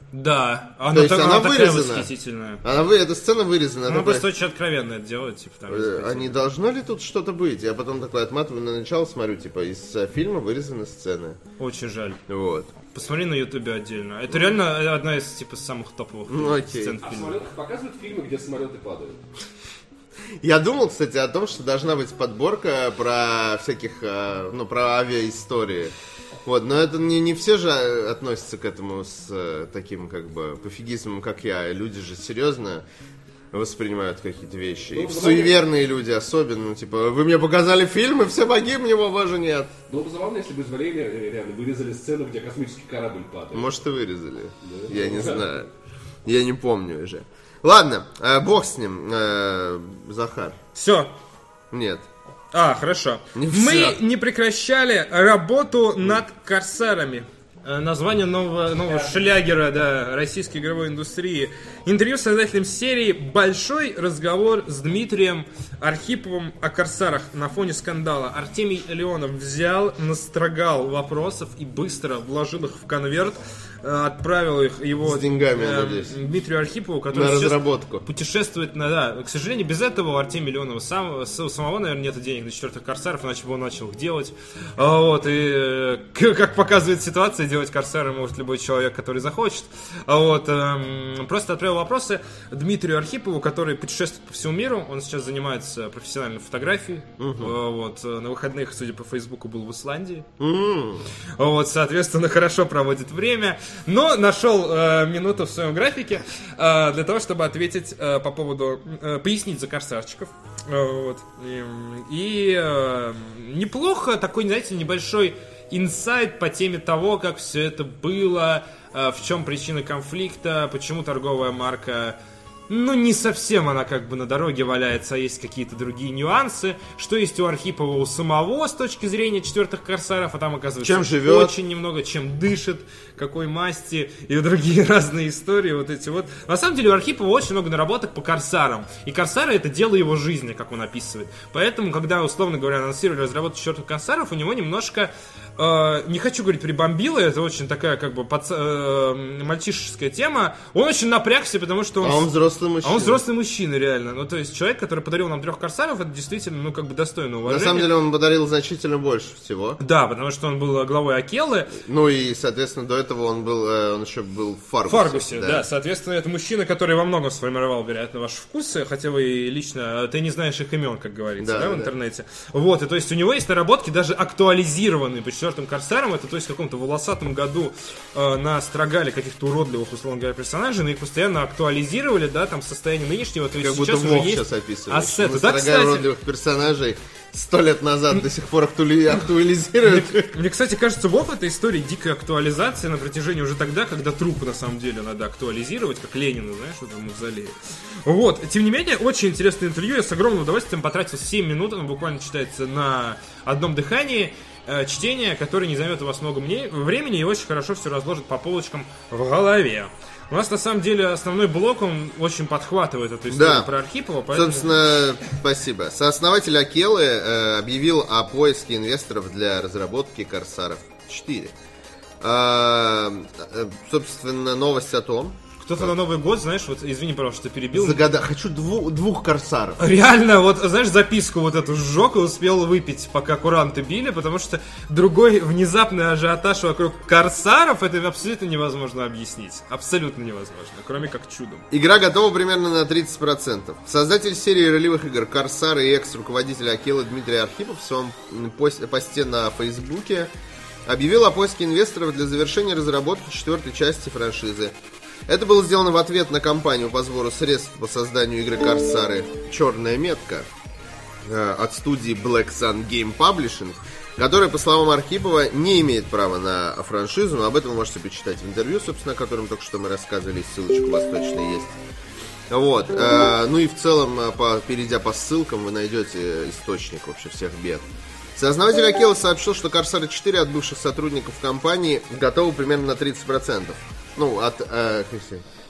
Speaker 1: Да,
Speaker 2: То есть она
Speaker 1: такая
Speaker 2: вырезана.
Speaker 1: восхитительная.
Speaker 2: Эта сцена вырезана.
Speaker 1: Она просто очень откровенно это делает, типа там.
Speaker 2: А не должно ли тут что-то быть? Я потом такой отматываю на начало, смотрю, типа, из фильма вырезаны сцены.
Speaker 1: Очень жаль.
Speaker 2: Вот.
Speaker 1: Посмотри на Ютубе отдельно. Это реально одна из, типа, самых топовых сцен
Speaker 4: А в
Speaker 1: фильма.
Speaker 4: самолетах показывают фильмы, где самолеты падают?
Speaker 2: Я думал, кстати, о том, что должна быть подборка про всяких, про авиаистории. Вот, но это не все же относятся к этому с таким, как бы, пофигизмом, как я. Люди же серьезно воспринимают какие-то вещи. И суеверные люди особенно, типа, вы мне показали фильм, и все погибли, его больше нет.
Speaker 4: Было бы забавно, если бы из Валерия реально вырезали сцену, где космический корабль падает.
Speaker 2: Может, и вырезали. Да? Я не знаю. Я не помню уже. Ладно, бог с ним, Захар.
Speaker 1: Все.
Speaker 2: Нет.
Speaker 1: Хорошо.
Speaker 2: Не
Speaker 1: Мы
Speaker 2: всё.
Speaker 1: не прекращали работу над корсарами. Название нового шлягера, да, российской игровой индустрии. Интервью с создателем серии «Большой разговор с Дмитрием Архиповым о корсарах» на фоне скандала. Артемий Леонов взял, настрогал вопросов и быстро вложил их в конверт, отправил их его
Speaker 2: С деньгами, надеюсь.
Speaker 1: Дмитрию Архипову, который
Speaker 2: На
Speaker 1: сейчас
Speaker 2: разработку.
Speaker 1: путешествует к сожалению, без этого у Артемия Леонова самого, наверное, нет денег на четвертых корсаров, иначе бы он начал их делать. Вот, и как показывает ситуация, делать корсары может любой человек, который захочет. Вот, просто отправил вопросы Дмитрию Архипову, который путешествует по всему миру. Он сейчас занимается профессиональной фотографией. Вот, на выходных, судя по Фейсбуку, был в Исландии. Вот, соответственно, хорошо проводит время. Но нашел минуту в своем графике для того, чтобы ответить по поводу, пояснить за корсарчиков. Вот. И неплохо такой, знаете, небольшой инсайт по теме того, как все это было, в чем причина конфликта, почему торговая марка... не совсем она как бы на дороге валяется, а есть какие-то другие нюансы. Что есть у Архипова у самого с точки зрения четвертых корсаров, а там оказывается
Speaker 2: чем живет,
Speaker 1: очень немного, чем дышит, какой масти и другие разные истории вот эти вот. На самом деле у Архипова очень много наработок по корсарам. И корсары это дело его жизни, как он описывает. Поэтому, когда, условно говоря, анонсировали разработку четвертых корсаров, у него немножко, не хочу говорить прибомбило, это очень такая как бы мальчишеская тема. Он очень напрягся, потому что он
Speaker 2: взрослый мужчина.
Speaker 1: А он взрослый мужчина, реально. То есть человек, который подарил нам 3 корсаров, это действительно, как бы достойно уважения.
Speaker 2: На самом деле он подарил значительно больше всего.
Speaker 1: Да, потому что он был главой Акеллы.
Speaker 2: И, соответственно, до этого он еще был в Фаргусе.
Speaker 1: Фаргусе, да. Соответственно, это мужчина, который во многом сформировал, вероятно, ваши вкусы, хотя вы лично, ты не знаешь их имен, как говорится, в интернете. Вот, и то есть у него есть наработки даже актуализированные по 4 корсарам. Это, то есть в каком-то волосатом году настрогали каких-то уродливых, условно говоря, персонажей, но их постоянно актуализировали, да, там состояние нынешнего, то есть
Speaker 2: как
Speaker 1: сейчас
Speaker 2: будто
Speaker 1: уже
Speaker 2: Вов
Speaker 1: есть
Speaker 2: сейчас описывает.
Speaker 1: ассеты. Да, кстати,
Speaker 2: уродливых персонажей 100 лет назад до сих пор актуализируют.
Speaker 1: Мне, кстати, кажется, Вов — это история дикой актуализации на протяжении уже тогда, когда труп, на самом деле, надо актуализировать, как Ленина, знаешь, в этом мавзолее. Вот, тем не менее, очень интересное интервью, я с огромным удовольствием потратил 7 минут, оно буквально читается на одном дыхании. Чтение, которое не займет у вас много времени и очень хорошо все разложит по полочкам в голове. У нас, на самом деле, основной блок, он очень подхватывает эту историю про Архипова. Поэтому...
Speaker 2: Собственно, спасибо. Сооснователь Акеллы объявил о поиске инвесторов для разработки Корсаров 4. Собственно, новость о том...
Speaker 1: Кто-то на Новый год, знаешь, вот, извини, пожалуйста, что перебил.
Speaker 2: Хочу двух корсаров.
Speaker 1: Реально, вот, знаешь, записку вот эту сжег и успел выпить, пока куранты били, потому что другой внезапный ажиотаж вокруг корсаров, это абсолютно невозможно объяснить. Абсолютно невозможно, кроме как чудом.
Speaker 2: Игра готова примерно на 30%. Создатель серии ролевых игр Корсар и экс-руководитель Акеллы Дмитрий Архипов в своем посте на Фейсбуке объявил о поиске инвесторов для завершения разработки 4-й части франшизы. Это было сделано в ответ на кампанию по сбору средств по созданию игры Корсары «Черная метка» от студии Black Sun Game Publishing, которая, по словам Архипова, не имеет права на франшизу, но об этом вы можете почитать в интервью, собственно, о котором только что мы рассказывали, ссылочка у вас точно есть. Вот. И в целом, перейдя по ссылкам, вы найдете источник вообще всех бед. Сооснователь Акеллы сообщил, что Корсары 4 от бывших сотрудников компании готовы примерно на 30%.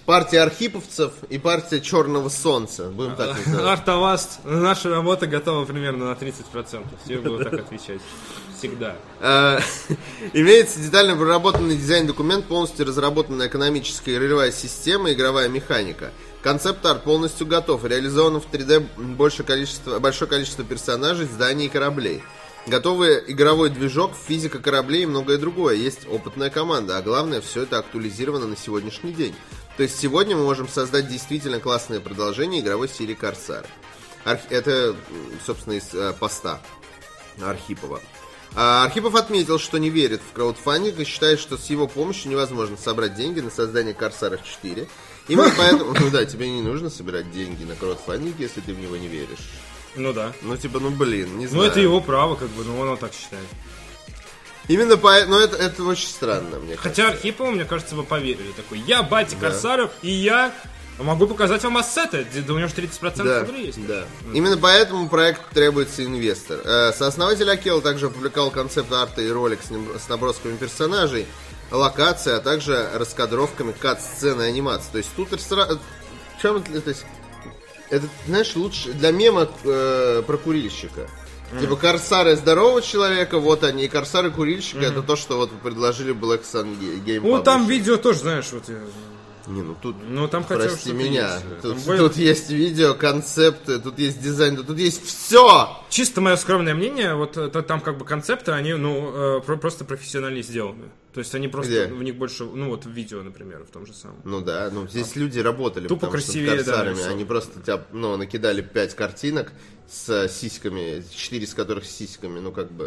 Speaker 2: партия архиповцев и партия Черного Солнца. Будем так называть.
Speaker 1: Артоваст. Наша работа готова примерно на 30%. Все буду так отвечать. Всегда.
Speaker 2: Имеется детально проработанный дизайн-документ, полностью разработанная экономическая и ролевая система, игровая механика. Концепт-арт полностью готов. Реализовано в 3D большое количество персонажей, зданий и кораблей. Готовый игровой движок, физика кораблей и многое другое. Есть опытная команда, а главное, все это актуализировано на сегодняшний день. То есть сегодня мы можем создать действительно классное продолжение игровой серии Корсары. Это, собственно, из поста Архипова. Архипов отметил, что не верит в краудфандинг и считает, что с его помощью невозможно собрать деньги на создание Корсаров 4. Именно поэтому, тебе не нужно собирать деньги на краудфандинг, если ты в него не веришь.
Speaker 1: Ну да.
Speaker 2: Не знаю.
Speaker 1: Ну это его право, он так считает.
Speaker 2: Именно поэтому, это очень странно, мне кажется.
Speaker 1: Хотя Архипову, мне кажется, вы поверили. Такой, я батя Корсаров, и я могу показать вам ассеты, да у него же 30% игры есть.
Speaker 2: Да. Именно поэтому проект требуется инвестор. Сооснователь Акела также опубликовал концепт арта и ролик с набросками персонажей, локаций, а также раскадровками кат-сцены и анимации. То есть тут это, знаешь, лучше для мема про курильщика. Типа корсары здорового человека, вот они, и корсары курильщика, это то, что вот предложили Black Sun Game Publishing.
Speaker 1: Ну там видео тоже, знаешь, вот я...
Speaker 2: Не, тут,
Speaker 1: там
Speaker 2: прости меня, тут есть видео, концепты, тут есть дизайн, тут есть все!
Speaker 1: Чисто мое скромное мнение, вот там как бы концепты, они, просто профессионально сделаны. То есть они просто, в них больше, в видео, например, в том же самом.
Speaker 2: Ну да, здесь люди работали,
Speaker 1: тупо красивее,
Speaker 2: корсарами, они просто тебя, накидали 5 картинок с сиськами, 4 из которых с сиськами,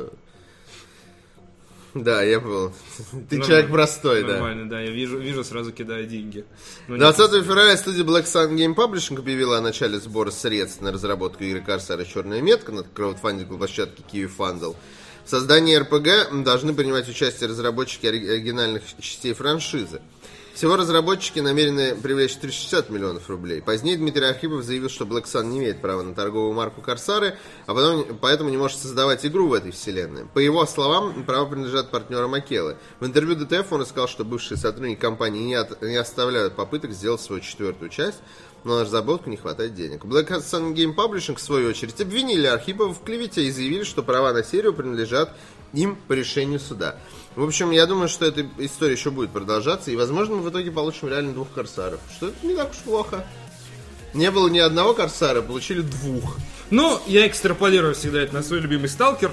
Speaker 2: Да, я был. Ты нормально, человек простой,
Speaker 1: нормально, да, я вижу, сразу кидаю деньги.
Speaker 2: 20 февраля студия Black Sun Game Publishing объявила о начале сбора средств на разработку игры Корсара «Черная метка» на краудфандинговой площадке Kiwi Fundle. В создании РПГ должны принимать участие разработчики оригинальных частей франшизы. Всего разработчики намерены привлечь 360 миллионов рублей. Позднее Дмитрий Архипов заявил, что Black Sun не имеет права на торговую марку Корсары, поэтому не может создавать игру в этой вселенной. По его словам, права принадлежат партнерам Акелы. В интервью ДТФ он рассказал, что бывшие сотрудники компании не оставляют попыток сделать свою 4-ю часть, но на разработку не хватает денег. Black Sun Game Publishing, в свою очередь, обвинили Архипова в клевете и заявили, что права на серию принадлежат им по решению суда. В общем, я думаю, что эта история еще будет продолжаться, и, возможно, мы в итоге получим реально 2 корсаров. Что это не так уж плохо. Не было ни одного корсара, получили 2.
Speaker 1: Я экстраполирую всегда это на свой любимый Сталкер.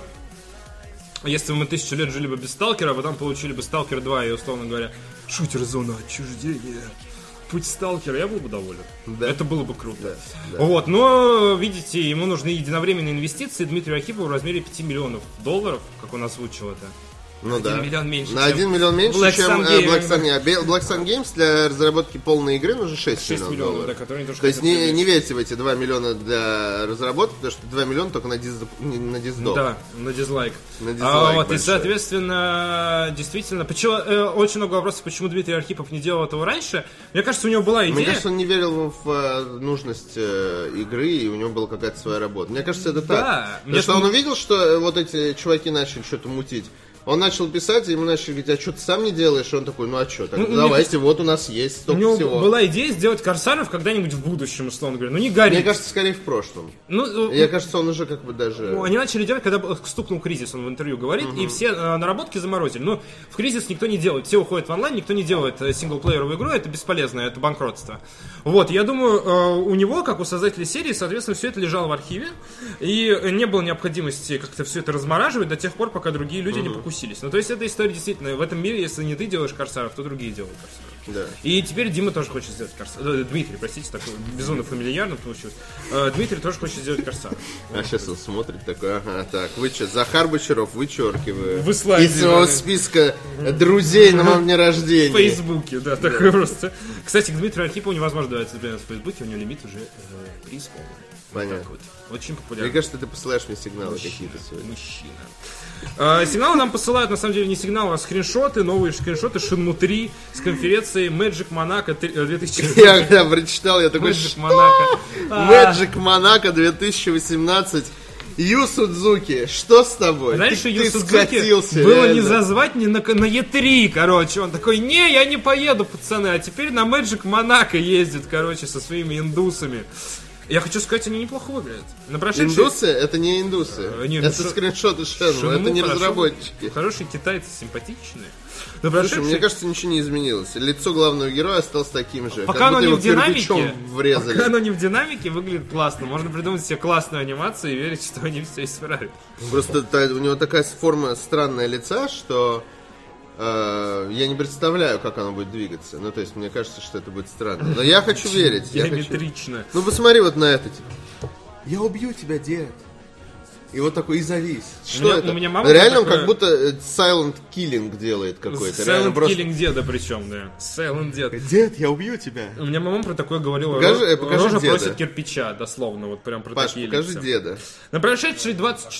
Speaker 1: Если бы мы 1000 лет жили бы без Сталкера, а потом получили бы Сталкер 2 и, условно говоря, шутер зона отчуждения, путь Сталкера, я был бы доволен. Да. Это было бы круто. Да. Но, видите, ему нужны единовременные инвестиции Дмитрию Архипову в размере $5 миллионов, как он озвучил это.
Speaker 2: На
Speaker 1: 1 миллион меньше.
Speaker 2: На 1 миллион меньше, чем Black Sun Games. Для разработки полной игры нужно 6 миллионов.
Speaker 1: Да, которые тоже.
Speaker 2: То есть не верьте в эти 2 миллиона для разработки, потому что 2 миллиона только на диздок.
Speaker 1: Да, на дизлайк. И, соответственно, действительно, очень много вопросов, почему Дмитрий Архипов не делал этого раньше. Мне кажется, у него была идея.
Speaker 2: Мне кажется, он не верил в нужность игры, и у него была какая-то своя работа. Мне кажется, это так. Потому что он увидел, что вот эти чуваки начали что-то мутить. Он начал писать, и ему начали говорить, а что ты сам не делаешь? И он такой, а что? Давайте, вот у нас есть столько всего. У него
Speaker 1: была идея сделать Корсаров когда-нибудь в будущем, условно говоря. Не горит.
Speaker 2: Мне кажется, скорее в прошлом. Мне кажется, он уже даже...
Speaker 1: Они начали делать, когда стукнул кризис, он в интервью говорит, и все наработки заморозили. В кризис никто не делает. Все уходят в онлайн, никто не делает синглплееровую игру, это бесполезно, это банкротство. Я думаю, у него, как у создателя серии, соответственно, все это лежало в архиве, и не было необходимости как-то все это размораживать до тех пор, пока другие люди не покусили. То есть эта история действительно, в этом мире, если не ты делаешь Корсаров, то другие делают Корсаров. Да. И теперь Дима тоже хочет сделать Корсаров. Дмитрий, простите, так безумно фамильярно получилось. Дмитрий тоже хочет сделать Корсаров.
Speaker 2: Сейчас он смотрит такой, так, вы что, Захар Бочаров вычеркиваю
Speaker 1: из
Speaker 2: своего списка друзей на моем дне рождения.
Speaker 1: В Фейсбуке, да, такой просто. Кстати, к Дмитрию Архипову невозможно давать в Фейсбуке, у него лимит уже преисполнен.
Speaker 2: Понятно.
Speaker 1: Очень популярно.
Speaker 2: Мне кажется, ты посылаешь мне сигналы какие-то сегодня.
Speaker 1: Сигналы нам посылают, на самом деле, не сигналы, а скриншоты, новые скриншоты Shenmue 3 с конференции Magic Monaco 2018.
Speaker 2: Я когда прочитал, я такой,
Speaker 1: Magic Monaco.
Speaker 2: Magic Monaco 2018. Ю Судзуки, что с тобой?
Speaker 1: Знаешь, что Ю
Speaker 2: ты
Speaker 1: Судзуки
Speaker 2: скатился,
Speaker 1: было
Speaker 2: реально.
Speaker 1: не зазвать ни на Е3, короче. Он такой, не, я не поеду, пацаны. А теперь на Magic Monaco ездит, короче, со своими индусами. Я хочу сказать, они неплохо выглядят. На прошедшей...
Speaker 2: Индусы? Это не индусы. Это скриншоты Shenmue, это не разработчики.
Speaker 1: Хорошие китайцы, симпатичные.
Speaker 2: Слушай, мне кажется, ничего не изменилось. Лицо главного героя осталось таким же.
Speaker 1: Пока оно не в динамике,
Speaker 2: врезали.
Speaker 1: Пока оно не в динамике, выглядит классно. Можно придумать себе классную анимацию и верить, что они все исправят.
Speaker 2: Просто у него такая форма странная лица, что я не представляю, как оно будет двигаться. Ну, то есть, мне кажется, что это будет странно. Но я хочу верить.
Speaker 1: Геометрично.
Speaker 2: Ну, посмотри вот на это. Типа. Я убью тебя, дед. И вот такой и завис. Что это?
Speaker 1: У меня мама
Speaker 2: реально он
Speaker 1: такая...
Speaker 2: как будто silent killing делает какой-то.
Speaker 1: Silent killing деда причем, да. Silent дед.
Speaker 2: Дед, я убью тебя.
Speaker 1: У меня мама про такое говорила.
Speaker 2: Покажи
Speaker 1: Рожа
Speaker 2: деда.
Speaker 1: просит кирпича, дословно. Вот прям про
Speaker 2: Паш,
Speaker 1: такие
Speaker 2: покажи
Speaker 1: лица.
Speaker 2: деда.
Speaker 1: На прошедшие 20...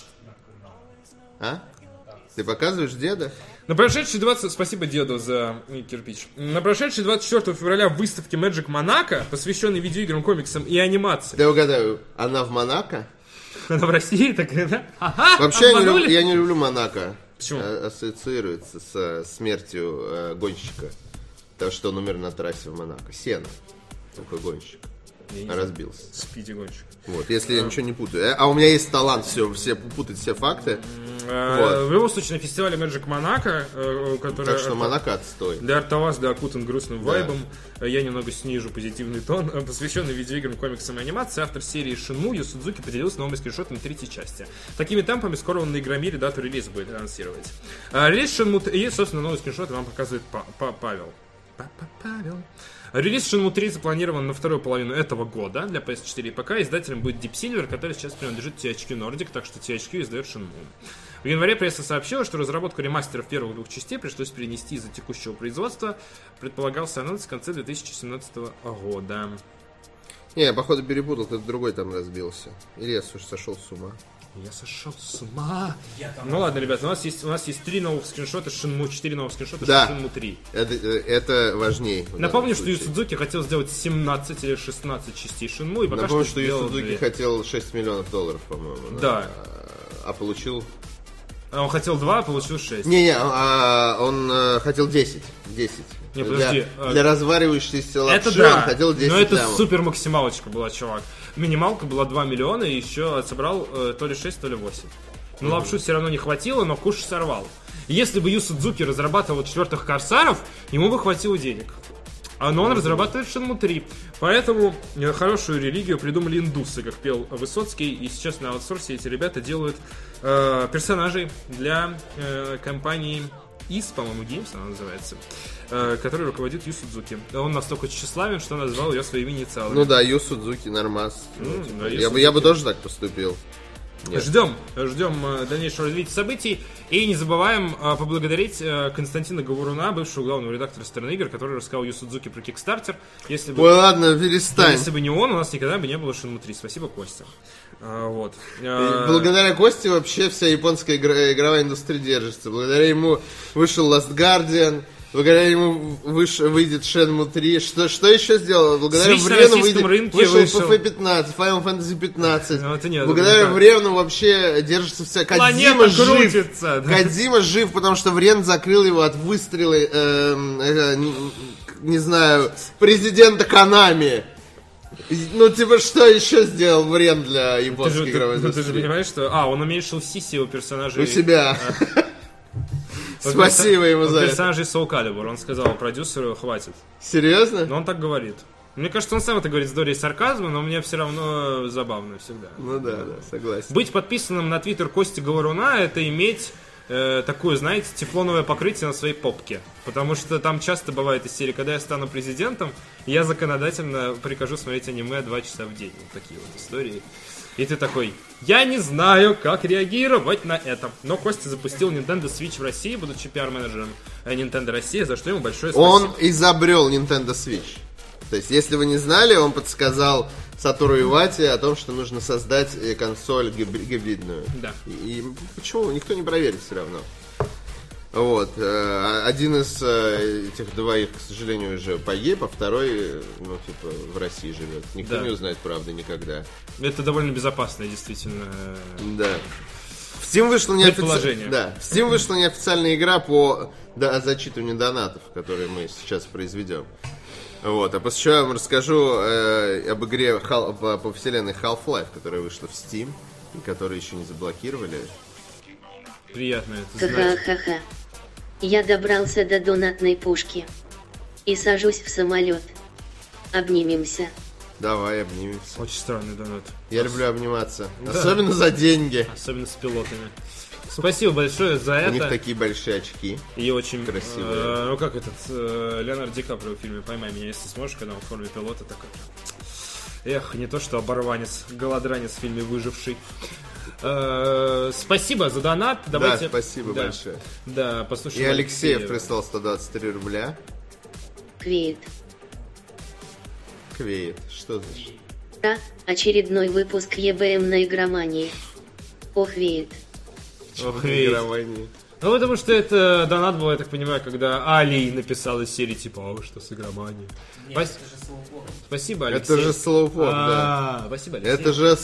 Speaker 2: А? Ты показываешь деда?
Speaker 1: На прошедшей 20... Спасибо деду за кирпич. На прошедшей 24 февраля выставке Magic Monaco, посвященной видеоиграм, комиксам и анимации.
Speaker 2: Я угадаю, она в Монако?
Speaker 1: Она в России такая, да? Ага,
Speaker 2: вообще я не люблю Монако.
Speaker 1: Почему?
Speaker 2: Ассоциируется со смертью гонщика. Потому что он умер на трассе в Монако. Сена. Такой гонщик. Разбился.
Speaker 1: Спиди гонщик.
Speaker 2: Вот, если я ничего не путаю. А у меня есть талант все путать все факты.
Speaker 1: В любом случае, на фестивале Magic Monaco, который...
Speaker 2: Так что Монако отстой.
Speaker 1: Для Артавазда окутан грустным вайбом. Я немного снижу позитивный тон. Посвященный видеоиграм, комиксам и анимации, автор серии Shenmue Ю Судзуки поделился новыми скриншотами третьей части. Такими темпами скоро он на Игромире дату релиза будет анонсировать. Релиз Shenmue и, собственно, новый скриншот вам показывает Павел. Павел. Релиз Shenmue 3 запланирован на вторую половину этого года для PS4 и ПК. Издателем будет Deep Silver, который сейчас принадлежит THQ Nordic, так что THQ издает Shenmue. В январе пресса сообщила, что разработку ремастеров первых двух частей пришлось перенести из-за текущего производства. Предполагался анонс в конце 2017 года.
Speaker 2: Не, я походу перепутал, кто-то другой там разбился. Или я сошел с ума.
Speaker 1: Я сошел с ума. Ну ладно, ребята, у нас есть 3 новых скриншота Shenmue, 4 новых скриншота Shenmue 3.
Speaker 2: Это важнее.
Speaker 1: Напомню, что Ю Судзуки хотел сделать 17 или 16 частей Shenmue. И пока
Speaker 2: напомню, что
Speaker 1: Ю
Speaker 2: Судзуки хотел $6 миллионов, по-моему.
Speaker 1: Да.
Speaker 2: А получил...
Speaker 1: Он хотел 2, а получил 6.
Speaker 2: Он хотел 10. 10.
Speaker 1: Не, подожди.
Speaker 2: Для разваривающейся лапши
Speaker 1: это да,
Speaker 2: он хотел 10
Speaker 1: но это
Speaker 2: лямов.
Speaker 1: супер максималочка была, чувак. Минималка была 2 миллиона, и еще собрал то ли 6, то ли 8. Но лапшу все равно не хватило, но куш сорвал. Если бы Ю Судзуки разрабатывал четвертых Корсаров, ему бы хватило денег. Но он разрабатывает Shenmue 3. Поэтому хорошую религию придумали индусы, как пел Высоцкий. И сейчас на аутсорсе эти ребята делают персонажей для компании ИС, по-моему, Games она называется, который руководит Ю Судзуки. Он настолько тщеславен, что назвал ее своими инициалами.
Speaker 2: Ну да, Ю Судзуки нормас.
Speaker 1: Да,
Speaker 2: я бы тоже так поступил. Нет.
Speaker 1: Ждем дальнейшего развития событий. И не забываем поблагодарить Константина Говоруна, бывшего главного редактора Стороны игр, который рассказал Ю Судзуки про Kickstarter. Если бы,
Speaker 2: ой, ладно, перестань.
Speaker 1: Если бы не он, у нас никогда бы не было Shenmue 3. Спасибо, Костя. Вот.
Speaker 2: Благодаря Косте вообще вся японская игровая индустрия держится. Благодаря ему вышел Last Guardian. Благодаря ему выйдет Shenmue 3. Что еще сделал? Благодаря Врену вышел FF15, Final Fantasy 15. Благодаря Врену вообще держится вся... Кодзима жив. Да. Кодзима жив, потому что Врен закрыл его от выстрела, не знаю, президента Konami. Ну, типа, что еще сделал Врен для японской игровой индустрии?
Speaker 1: Ты же понимаешь, что... он уменьшил сиси у персонажей...
Speaker 2: У себя. Спасибо ему за это.
Speaker 1: Персонажей Soul Calibur. Он сказал продюсеру, хватит.
Speaker 2: Серьезно?
Speaker 1: Но он так говорит. Мне кажется, он сам это говорит с долей сарказма, но мне все равно забавно всегда.
Speaker 2: Ну да, согласен.
Speaker 1: Быть подписанным на твиттер Кости Говоруна — это иметь такое, знаете, тефлоновое покрытие на своей попке. Потому что там часто бывает из серии, когда я стану президентом, я законодательно прикажу смотреть аниме 2 часа в день. Вот такие вот истории. И ты такой, я не знаю, как реагировать на это. Но Костя запустил Nintendo Switch в России, будучи пиар-менеджером Nintendo России, за что ему большое спасибо.
Speaker 2: Он изобрел Nintendo Switch. То есть, если вы не знали, он подсказал Сатору Ивате о том, что нужно создать консоль гибридную.
Speaker 1: Да.
Speaker 2: И почему? Никто не проверит все равно. Вот. Один из этих двоих, к сожалению, уже погиб, а второй, ну, типа, в России живет. Никто не узнает правды никогда.
Speaker 1: Это довольно безопасное, действительно.
Speaker 2: Да. В Steam вышла неофициальная игра по зачитыванию донатов, которые мы сейчас произведем. Вот. А после чего я вам расскажу об игре по вселенной Half-Life, которая вышла в Steam и которую еще не заблокировали.
Speaker 1: Приятно это знать.
Speaker 3: Ха-ха-ха. Я добрался до донатной пушки. И сажусь в самолет. Обнимемся.
Speaker 2: Давай, обнимемся.
Speaker 1: Очень странный донат.
Speaker 2: Я люблю обниматься. Да. Особенно за деньги.
Speaker 1: Особенно с пилотами. Спасибо большое за это.
Speaker 2: У них такие большие очки.
Speaker 1: И очень
Speaker 2: красивые.
Speaker 1: Ну как этот Леонардо Ди Каприо в фильме «Поймай меня, если сможешь», когда он в форме пилота такой. Эх, не то что оборванец, голодранец в фильме «Выживший». Спасибо за донат. Давайте...
Speaker 2: Да, спасибо большое.
Speaker 1: Да, послушаем.
Speaker 2: И Алексеев прислал 123 рубля.
Speaker 3: Квейт.
Speaker 2: Что значит?
Speaker 3: Очередной выпуск ЕБМ на игромании. Охвейт.
Speaker 2: Игромании.
Speaker 1: Ну, потому что это донат был, я так понимаю, когда Али написал из серии типа, а вы что с игроманией?
Speaker 5: Нет, это же слоупок.
Speaker 1: Спасибо, Алексей.
Speaker 2: Это же слоупок, да.
Speaker 1: Спасибо, Алексей.
Speaker 2: Это же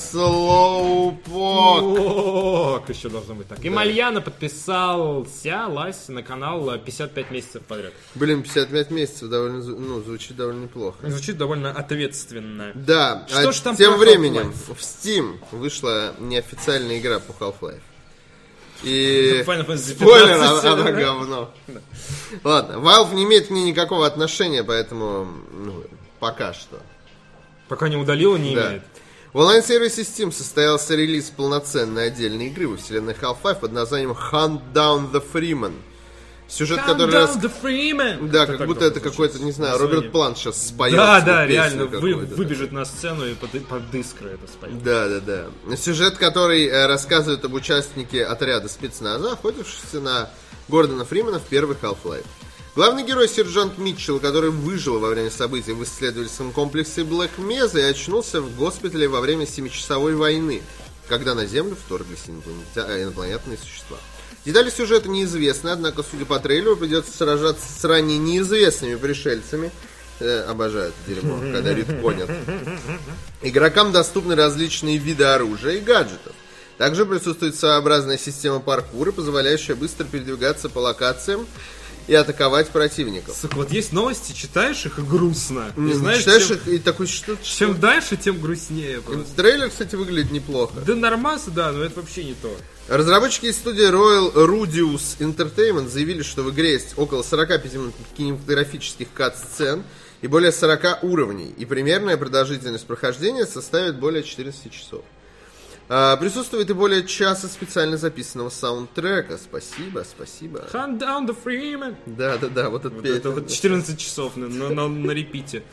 Speaker 2: слоупок.
Speaker 1: Еще должно быть так. И Мальяна подписался на канал 55 месяцев подряд.
Speaker 2: Блин, 55 месяцев довольно, звучит довольно неплохо.
Speaker 1: Звучит довольно ответственно.
Speaker 2: Да,
Speaker 1: что ж там
Speaker 2: тем временем в Steam вышла неофициальная игра по Half-Life. И спойлер, она говно. Ладно, Valve не имеет к ней никакого отношения, поэтому пока что.
Speaker 1: Пока не удалила, не имеет.
Speaker 2: В онлайн-сервисе Steam состоялся релиз полноценной отдельной игры во вселенной Half-Life под названием Hunt Down the Freeman. Сюжет, который да, как будто это какой-то, не знаю, Роберт Плант сейчас споет.
Speaker 1: Да, реально, выбежит на сцену и под искры это споет.
Speaker 2: Да. Сюжет, который рассказывает об участнике отряда спецназа, охотившемся на Гордона Фримена в первый Half-Life. Главный герой сержант Митчелл, который выжил во время событий в исследовательском комплексе Блэк Меза и очнулся в госпитале во время 7-часовой войны, когда на Землю вторглись инопланетные существа. Детали сюжета неизвестны, однако, судя по трейлеру, придется сражаться с ранее неизвестными пришельцами. Обожаю это дерьмо, когда редконят. Игрокам доступны различные виды оружия и гаджетов. Также присутствует своеобразная система паркура, позволяющая быстро передвигаться по локациям и атаковать противников.
Speaker 1: Сука, вот есть новости, читаешь их и грустно.
Speaker 2: Не знаешь, читаешь их и такой, что...
Speaker 1: Чем дальше, тем грустнее просто.
Speaker 2: Трейлер, кстати, выглядит неплохо.
Speaker 1: Да нормально, да, но это вообще не то.
Speaker 2: Разработчики из студии Royal Rudius Entertainment заявили, что в игре есть около 45 кинематографических кат-сцен и более 40 уровней, и примерная продолжительность прохождения составит более 14 часов. Присутствует и более часа специально записанного саундтрека. Спасибо.
Speaker 1: Hunt down the Freeman.
Speaker 2: Да, вот
Speaker 1: это вот 14 часов на репите.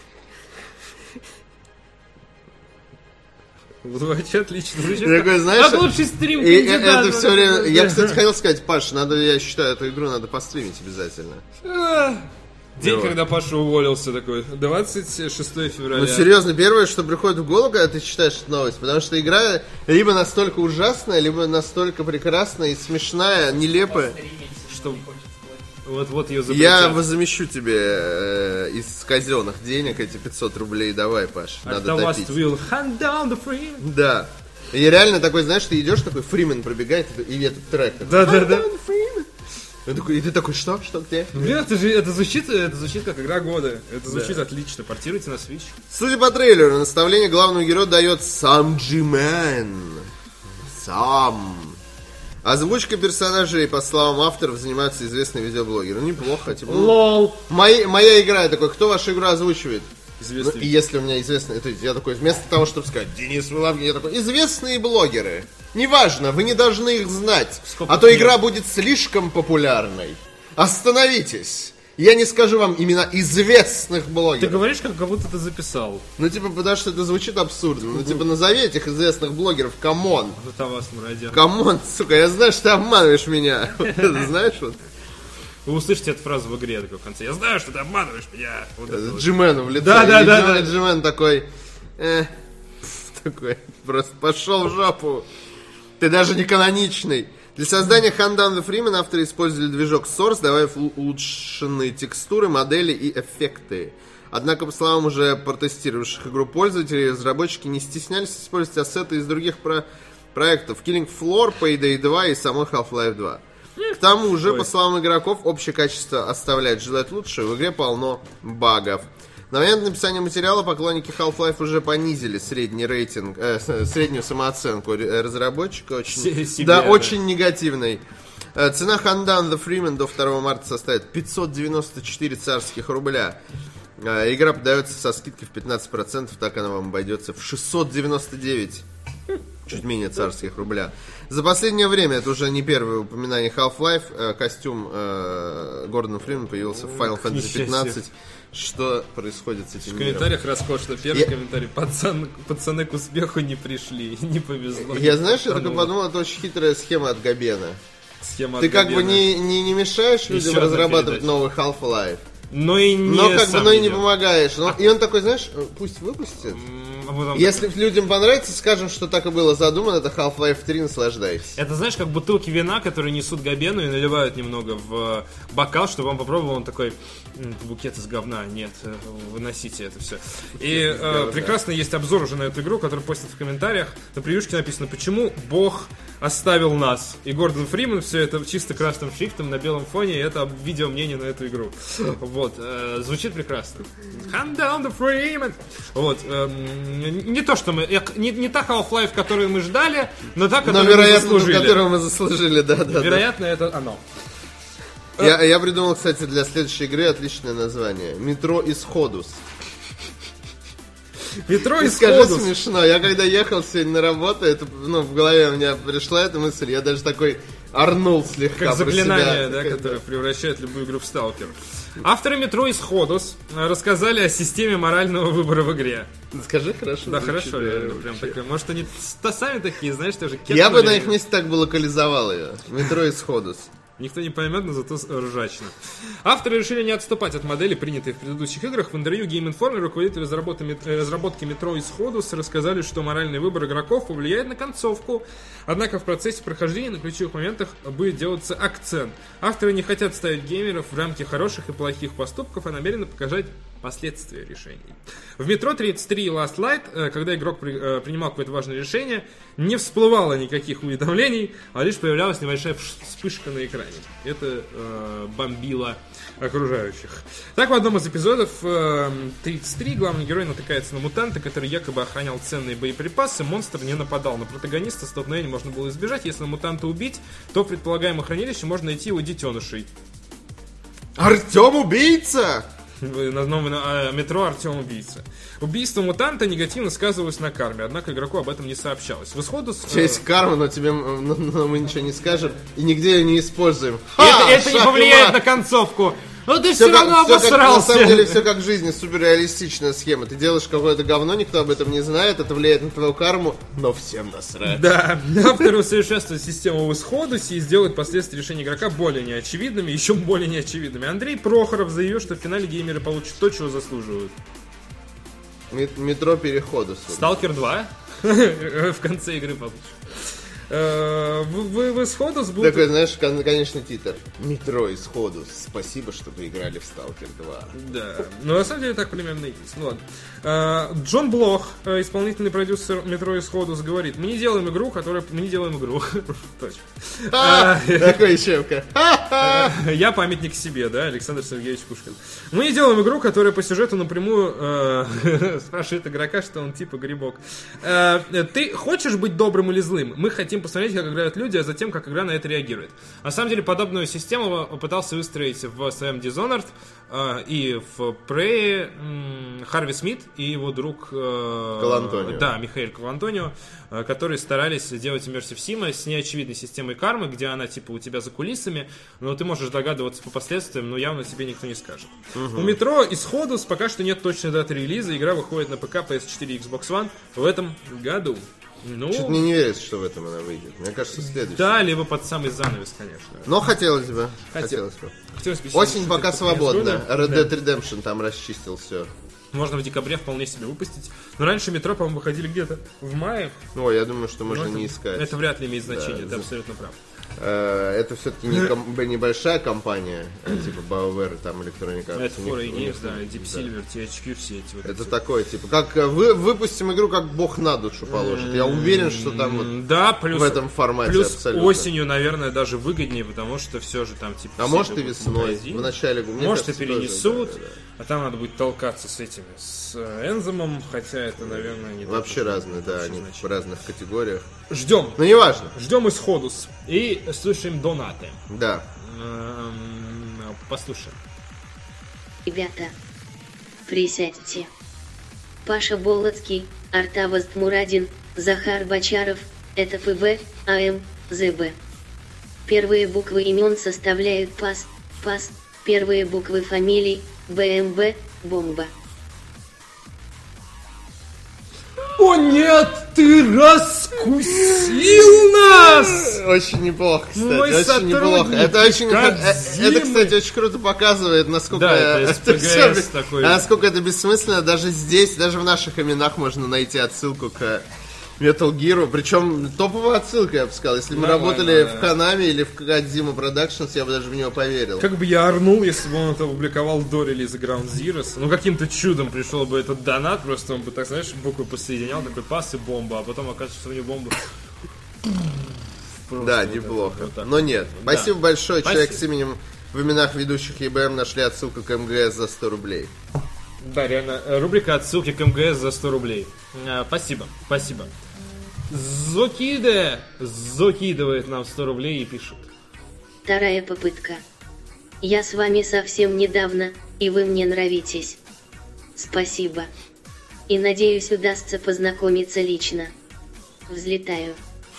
Speaker 1: Вообще отлично.
Speaker 2: Такой, знаешь,
Speaker 1: лучший стрим
Speaker 2: кандидата. Это все время... Я, кстати, хотел сказать, Паш, я считаю, эту игру надо постримить обязательно.
Speaker 1: День, когда Паша уволился такой, 26 февраля.
Speaker 2: Ну, серьезно, первое, что приходит в голову, когда ты читаешь эту новость, потому что игра либо настолько ужасная, либо настолько прекрасная и смешная, нелепая,
Speaker 1: что... Вот ее запретят.
Speaker 2: Я возмещу тебе из казенных денег эти 500 рублей, давай, Паш, надо допить.
Speaker 1: Hunt down the Freeman.
Speaker 2: Да. И реально такой, знаешь, ты идешь, такой Фримен пробегает, и этот трек.
Speaker 1: Да.
Speaker 2: И ты такой, что где?
Speaker 1: Блин, это звучит как игра года. Это звучит отлично. Портируйте на Switch.
Speaker 2: Судя по трейлеру, наставление главному герою дает сам Джимен. Озвучка персонажей, по словам авторов, занимаются известные видеоблогеры. Неплохо. Типа,
Speaker 1: Лол.
Speaker 2: Моя игра, я такой, кто вашу игру озвучивает?
Speaker 1: Известный.
Speaker 2: И если у меня известный, это я такой, вместо того, чтобы сказать Денис Вылавкин, я такой, известные блогеры. Неважно, вы не должны их знать. А то игра будет слишком популярной. Остановитесь. Я не скажу вам имена известных блогеров.
Speaker 1: Ты говоришь, как будто ты записал.
Speaker 2: Потому что это звучит абсурдно. Назови этих известных блогеров, камон.
Speaker 1: Это вас, мурадян.
Speaker 2: Камон, сука, я знаю, что ты обманываешь меня. Знаешь, вот.
Speaker 1: Вы услышите эту фразу в игре такой в конце. Я знаю, что ты обманываешь меня.
Speaker 2: Джимену в лице.
Speaker 1: Да.
Speaker 2: Джимен такой... такой, просто пошел в жопу. Ты даже не каноничный. Для создания Hunt Down the Freeman авторы использовали движок Source, добавив улучшенные текстуры, модели и эффекты. Однако, по словам уже протестировавших игру пользователей, разработчики не стеснялись использовать ассеты из других проектов Killing Floor, Payday 2 и самой Half-Life 2. К тому же, по словам игроков, общее качество оставляет желать лучшего, в игре полно багов. На момент написания материала поклонники Half-Life уже понизили средний рейтинг, среднюю самооценку разработчика, очень негативной. Цена Hunt Down the Freeman до 2 марта составит 594 царских рубля. Игра подается со скидкой в 15%, так она вам обойдется в 699, чуть менее царских рубля. За последнее время, это уже не первое упоминание Half-Life, костюм Гордона Фримена появился в Final Fantasy 15. Что происходит с этим
Speaker 1: миром? В комментариях роскошно. Первый комментарий. Пацаны к успеху не пришли. Не повезло.
Speaker 2: Я, знаешь, я только подумал, это очень хитрая схема от Габена. Ты как бы не мешаешь людям разрабатывать новый Half-Life. Но и не помогаешь. И он такой, знаешь, пусть выпустит. Если людям понравится, скажем, что так и было задумано, это Half-Life 3, наслаждайтесь.
Speaker 1: Это, знаешь, как бутылки вина, которые несут Габену и наливают немного в бокал, чтобы он попробовал, он такой, букет из говна, нет, выносите это все. И прекрасно есть обзор уже на эту игру, который постит в комментариях. На превьюшке написано, почему Бог оставил нас. И Гордон Фриман, все это чисто красным шрифтом на белом фоне, и это видео мнение на эту игру. Вот, звучит прекрасно. Hunt Down the Freeman. Вот, не то, что мы... Не та Half-Life, которую мы ждали, но та, которую мы заслужили.
Speaker 2: Которую мы заслужили, да.
Speaker 1: Вероятно, это оно.
Speaker 2: Я придумал, кстати, для следующей игры отличное название. Метро Исходус.
Speaker 1: Метро Исходус.
Speaker 2: Скажи смешно. Я когда ехал сегодня на работу, это, в голове у меня пришла эта мысль, я даже такой орнул слегка.
Speaker 1: Как заклинание, да, которое превращает любую игру в сталкер. Авторы Метро Исходус рассказали о системе морального выбора в игре.
Speaker 2: Скажи хорошо.
Speaker 1: Да, хорошо, реально. Прям такое. Может, они сами такие, знаешь, тоже кетнули.
Speaker 2: Я бы на их месте так бы локализовал ее. Метро Исходус.
Speaker 1: Никто не поймет, но зато ржачно. Авторы решили не отступать от модели, принятой в предыдущих играх. В интервью Game Informer руководители разработки Metro Исходус рассказали, что моральный выбор игроков повлияет на концовку. Однако в процессе прохождения на ключевых моментах будет делаться акцент. Авторы не хотят ставить геймеров в рамки хороших и плохих поступков, а намерены показать последствия решений. В Metro 33 Last Light, когда игрок принимал какое-то важное решение, не всплывало никаких уведомлений, а лишь появлялась небольшая вспышка на экране. Это бомбило окружающих. Так, в одном из эпизодов 33 главный герой натыкается на мутанта, который якобы охранял ценные боеприпасы. Монстр не нападал на протагониста, столкновения можно было избежать. Если мутанта убить, то в предполагаемом хранилище можно найти его детенышей.
Speaker 2: Артем убийца!
Speaker 1: На новом метро Артем убийца. Убийство мутанта негативно сказывалось на карме, однако игроку об этом не сообщалось. В исходу...
Speaker 2: У тебя есть карма, но тебе мы ничего не скажем и нигде ее не используем.
Speaker 1: Это не повлияет на концовку. Но ты все равно обосрался.
Speaker 2: На самом деле все как в жизни, суперреалистичная схема. Ты делаешь какое-то говно, никто об этом не знает, это влияет на твою карму, но всем насрать.
Speaker 1: Да, авторы усовершенствуют систему в исходусе и сделают последствия решения игрока более неочевидными, еще более неочевидными. Андрей Прохоров заявил, что в финале геймеры получат то, чего заслуживают.
Speaker 2: Метро Переходус.
Speaker 1: Сталкер 2 в конце игры получишь. В Исходус будет...
Speaker 2: Такой, знаешь, конечно, титр. Метро Исходус. Спасибо, что вы играли в Сталкер 2.
Speaker 1: Да. Ну, на самом деле, так примерно и есть. Ну, ладно. Джон Блох, исполнительный продюсер Метро Исходус, говорит: мы не делаем игру, которая... Мы не делаем игру. Точно.
Speaker 2: Такой щепка.
Speaker 1: Я памятник себе, да, Александр Сергеевич Пушкин. Мы не делаем игру, которая по сюжету напрямую спрашивает игрока, что он типа грибок. Ты хочешь быть добрым или злым? Мы хотим посмотреть, как играют люди, а затем, как игра на это реагирует. На самом деле, подобную систему пытался выстроить в своем Dishonored и в Prey Харви Смит и его друг
Speaker 2: Колантонио.
Speaker 1: Да, Михаил Колантонио, которые старались делать Immersive Sim с неочевидной системой кармы, где она типа у тебя за кулисами, но ты можешь догадываться по последствиям, но явно тебе никто не скажет. У Metro Исходус пока что нет точной даты релиза, игра выходит на ПК, PS4 и Xbox One в этом году. Ну,
Speaker 2: что-то мне не верится, что в этом она выйдет. Мне кажется, следующий.
Speaker 1: Да, либо под самый занавес, конечно.
Speaker 2: Но хотелось бы. Осень пока свободна. Red Dead Redemption там расчистил все.
Speaker 1: Можно в декабре вполне себе выпустить. Но раньше Метро, по-моему, выходили где-то в мае.
Speaker 2: О, я думаю, что можно не искать.
Speaker 1: Это вряд ли имеет значение, ты абсолютно прав.
Speaker 2: это все-таки небольшая компания, типа BioWare, там Electronic Arts.
Speaker 1: Это 4A Games, да, Deep Silver, THQ, все эти вот.
Speaker 2: Это такое, типа, как выпустим игру, как бог на душу положит. Я уверен, что там вот
Speaker 1: да, плюс,
Speaker 2: в этом формате
Speaker 1: плюс
Speaker 2: абсолютно.
Speaker 1: Осенью, наверное, даже выгоднее, потому что все же там типа.
Speaker 2: А может и весной, в начале года.
Speaker 1: Может и перенесут, тоже, да. А там надо будет толкаться с этими, с Энземом, хотя это, наверное, не
Speaker 2: вообще разные, да, они в разных категориях.
Speaker 1: Ждем.
Speaker 2: Ну, неважно.
Speaker 1: Ждем исходус. И слушаем донаты.
Speaker 2: Да.
Speaker 1: Послушаем.
Speaker 3: Ребята, присядьте. Паша Болоцкий, Артаваз Мурадин, Захар Бочаров, это ФВ, АМ, ЗБ. Первые буквы имен составляют ПАС, первые буквы фамилий, БМБ, бомба.
Speaker 1: О нет, ты раскусил нас!
Speaker 2: Очень неплохо, кстати,
Speaker 1: мой
Speaker 2: очень неплохо. Это, кстати, очень круто показывает, насколько,
Speaker 1: да,
Speaker 2: насколько это бессмысленно. Даже здесь, даже в наших именах можно найти отсылку к Metal Gear, причем топовая отсылка, я бы сказал. Если мы работали в Konami или в Kojima Productions, я бы даже в него поверил.
Speaker 1: Как бы я орнул, если бы он это опубликовал до релиза Ground Zeroes. Ну, каким-то чудом пришел бы этот донат, просто он бы, так знаешь, буквы посоединял, такой пас и бомба, а потом окажется, что у него бомба...
Speaker 2: Да, неплохо. Но нет. Спасибо большое.
Speaker 1: Спасибо.
Speaker 2: Человек с именем в именах ведущих ЕБМ нашли отсылку к МГС за 100 рублей.
Speaker 1: Да, реально. Рубрика отсылки к МГС за 100 рублей. Спасибо, спасибо. Зокиде закидывает нам 100 рублей и пишет.
Speaker 3: Вторая попытка. Я с вами совсем недавно, и вы мне нравитесь. Спасибо. И надеюсь, удастся познакомиться лично. Взлетаю.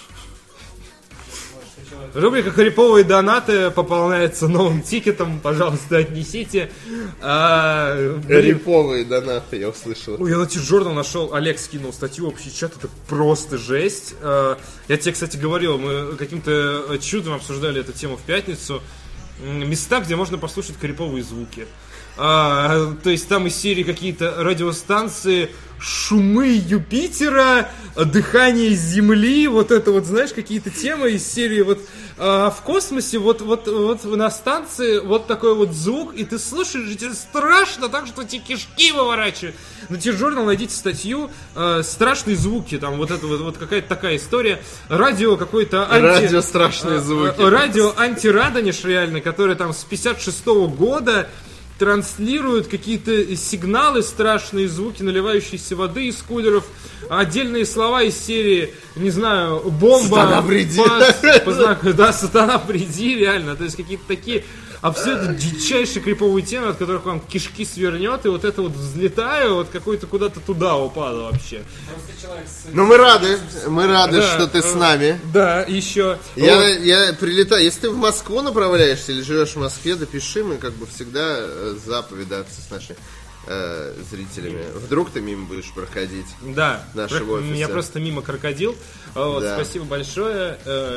Speaker 1: Рубрика «Криповые донаты» пополняется новым тикетом. Пожалуйста, отнесите.
Speaker 2: Криповые донаты, я услышал.
Speaker 1: Ой, я на T-Journal нашел, Олег скинул статью, общий чат, это просто жесть. Я тебе, кстати, говорил, мы каким-то чудом обсуждали эту тему в пятницу. Места, где можно послушать криповые звуки. То есть там из серии какие-то радиостанции, шумы Юпитера, дыхание Земли, вот это вот, знаешь, какие-то темы из серии вот в космосе, вот на станции вот такой вот звук, и ты слушаешь, и тебе страшно, так что тебе кишки выворачивают. На T-Journal найдите статью «Страшные звуки», там вот это вот какая-то такая история. Радио какой-то
Speaker 2: радио страшные звуки.
Speaker 1: Радио антирадонеж реально, которое там с 56-го года транслируют какие-то сигналы, страшные звуки наливающейся воды из кулеров, отдельные слова из серии, не знаю, бомба,
Speaker 2: сатана приди,
Speaker 1: да, сатана приди, реально, то есть какие-то такие абсолютно дичайшие криповые темы, от которых вам кишки свернет, и вот это вот взлетаю, вот какой-то куда-то туда упало вообще.
Speaker 2: Ну мы рады, да, что ты с нами.
Speaker 1: Да, еще.
Speaker 2: Я прилетаю, если ты в Москву направляешься или живешь в Москве, допиши, мы как бы всегда за повидаться с нашими зрителями. Вдруг ты мимо будешь проходить.
Speaker 1: Да,
Speaker 2: нашего офиса.
Speaker 1: Я просто мимо крокодил. Вот, да. Спасибо большое.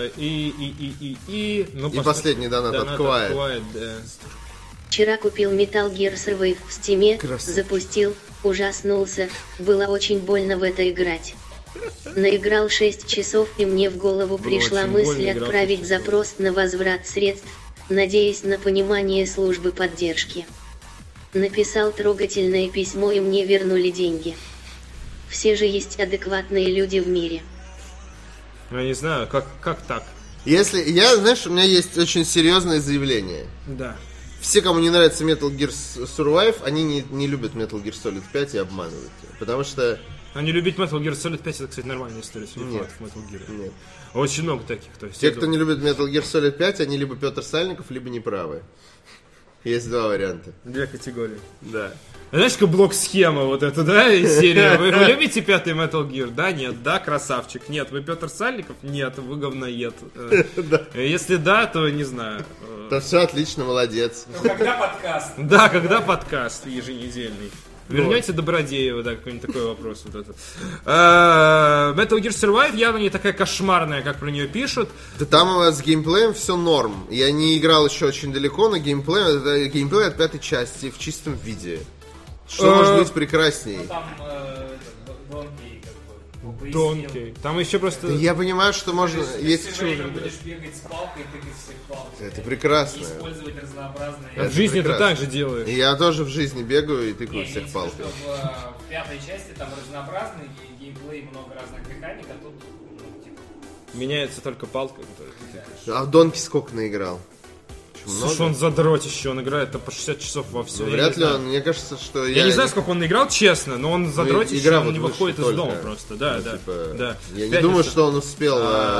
Speaker 1: И
Speaker 2: последний донат от Quiet.
Speaker 1: Да.
Speaker 3: Вчера купил Metal Gear Survive в Steam, запустил, ужаснулся, было очень больно в это играть. Наиграл 6 часов, и мне в голову пришла мысль отправить запрос на возврат средств, надеясь на понимание службы поддержки. Написал трогательное письмо, и мне вернули деньги. Все же есть адекватные люди в мире.
Speaker 1: Я не знаю, как так?
Speaker 2: Знаешь, у меня есть очень серьезное заявление.
Speaker 1: Да.
Speaker 2: Все, кому не нравится Metal Gear Survive, они не любят Metal Gear Solid 5 и обманывают. Потому что...
Speaker 1: А не любить Metal Gear Solid 5, это, кстати, нормальная история.
Speaker 2: Нет.
Speaker 1: Metal Gear.
Speaker 2: Нет.
Speaker 1: Очень много таких. То есть
Speaker 2: те, кто не любит Metal Gear Solid 5, они либо Петр Сальников, либо неправы. Есть два варианта.
Speaker 1: Две категории.
Speaker 2: Да.
Speaker 1: Знаешь, как блок-схема вот эта, да, из серии. Вы любите пятый Metal Gear? Да, нет, да, красавчик. Нет, вы Петр Сальников? Нет, вы говноед. Если да, то не знаю.
Speaker 2: То все отлично, молодец.
Speaker 5: Когда подкаст?
Speaker 1: Да, когда подкаст еженедельный. Вернете Добродеева, да, какой-нибудь такой вопрос вот этот. Metal Gear Survive явно не такая кошмарная, как про нее пишут.
Speaker 2: Да там с геймплеем все норм. Я не играл еще очень далеко, но геймплей от пятой части в чистом виде. Что может быть прекрасней?
Speaker 5: Там
Speaker 1: Донки. Там еще просто...
Speaker 2: Я понимаю, что можно... Есть
Speaker 5: Все
Speaker 2: чего
Speaker 5: время будешь бегать с палкой и тыкать всех палкой.
Speaker 2: Это прекрасно.
Speaker 5: И использовать разнообразные...
Speaker 1: А в жизни ты
Speaker 2: прекрасно.
Speaker 1: так же делаешь.
Speaker 2: И я тоже в жизни бегаю и тыкаю
Speaker 5: Не,
Speaker 2: всех
Speaker 5: имеется в
Speaker 2: палкой.
Speaker 5: виду, что в пятой части там разнообразный геймплей, много разных механик, а тут, ну, типа...
Speaker 1: Меняется только палка, которую ты тыкаешь.
Speaker 2: А в Донки сколько наиграл?
Speaker 1: Слушай, он задротище, он играет по 60 часов во все.
Speaker 2: Вряд ли он, мне кажется, что
Speaker 1: Я не знаю, сколько он наиграл, честно, но он задротище,
Speaker 2: игра
Speaker 1: он
Speaker 2: вот
Speaker 1: не
Speaker 2: вышла
Speaker 1: выходит из
Speaker 2: только.
Speaker 1: дома просто. Да,
Speaker 2: Ну,
Speaker 1: да,
Speaker 2: типа,
Speaker 1: да.
Speaker 2: Я не
Speaker 1: Пятница.
Speaker 2: думаю, что он успел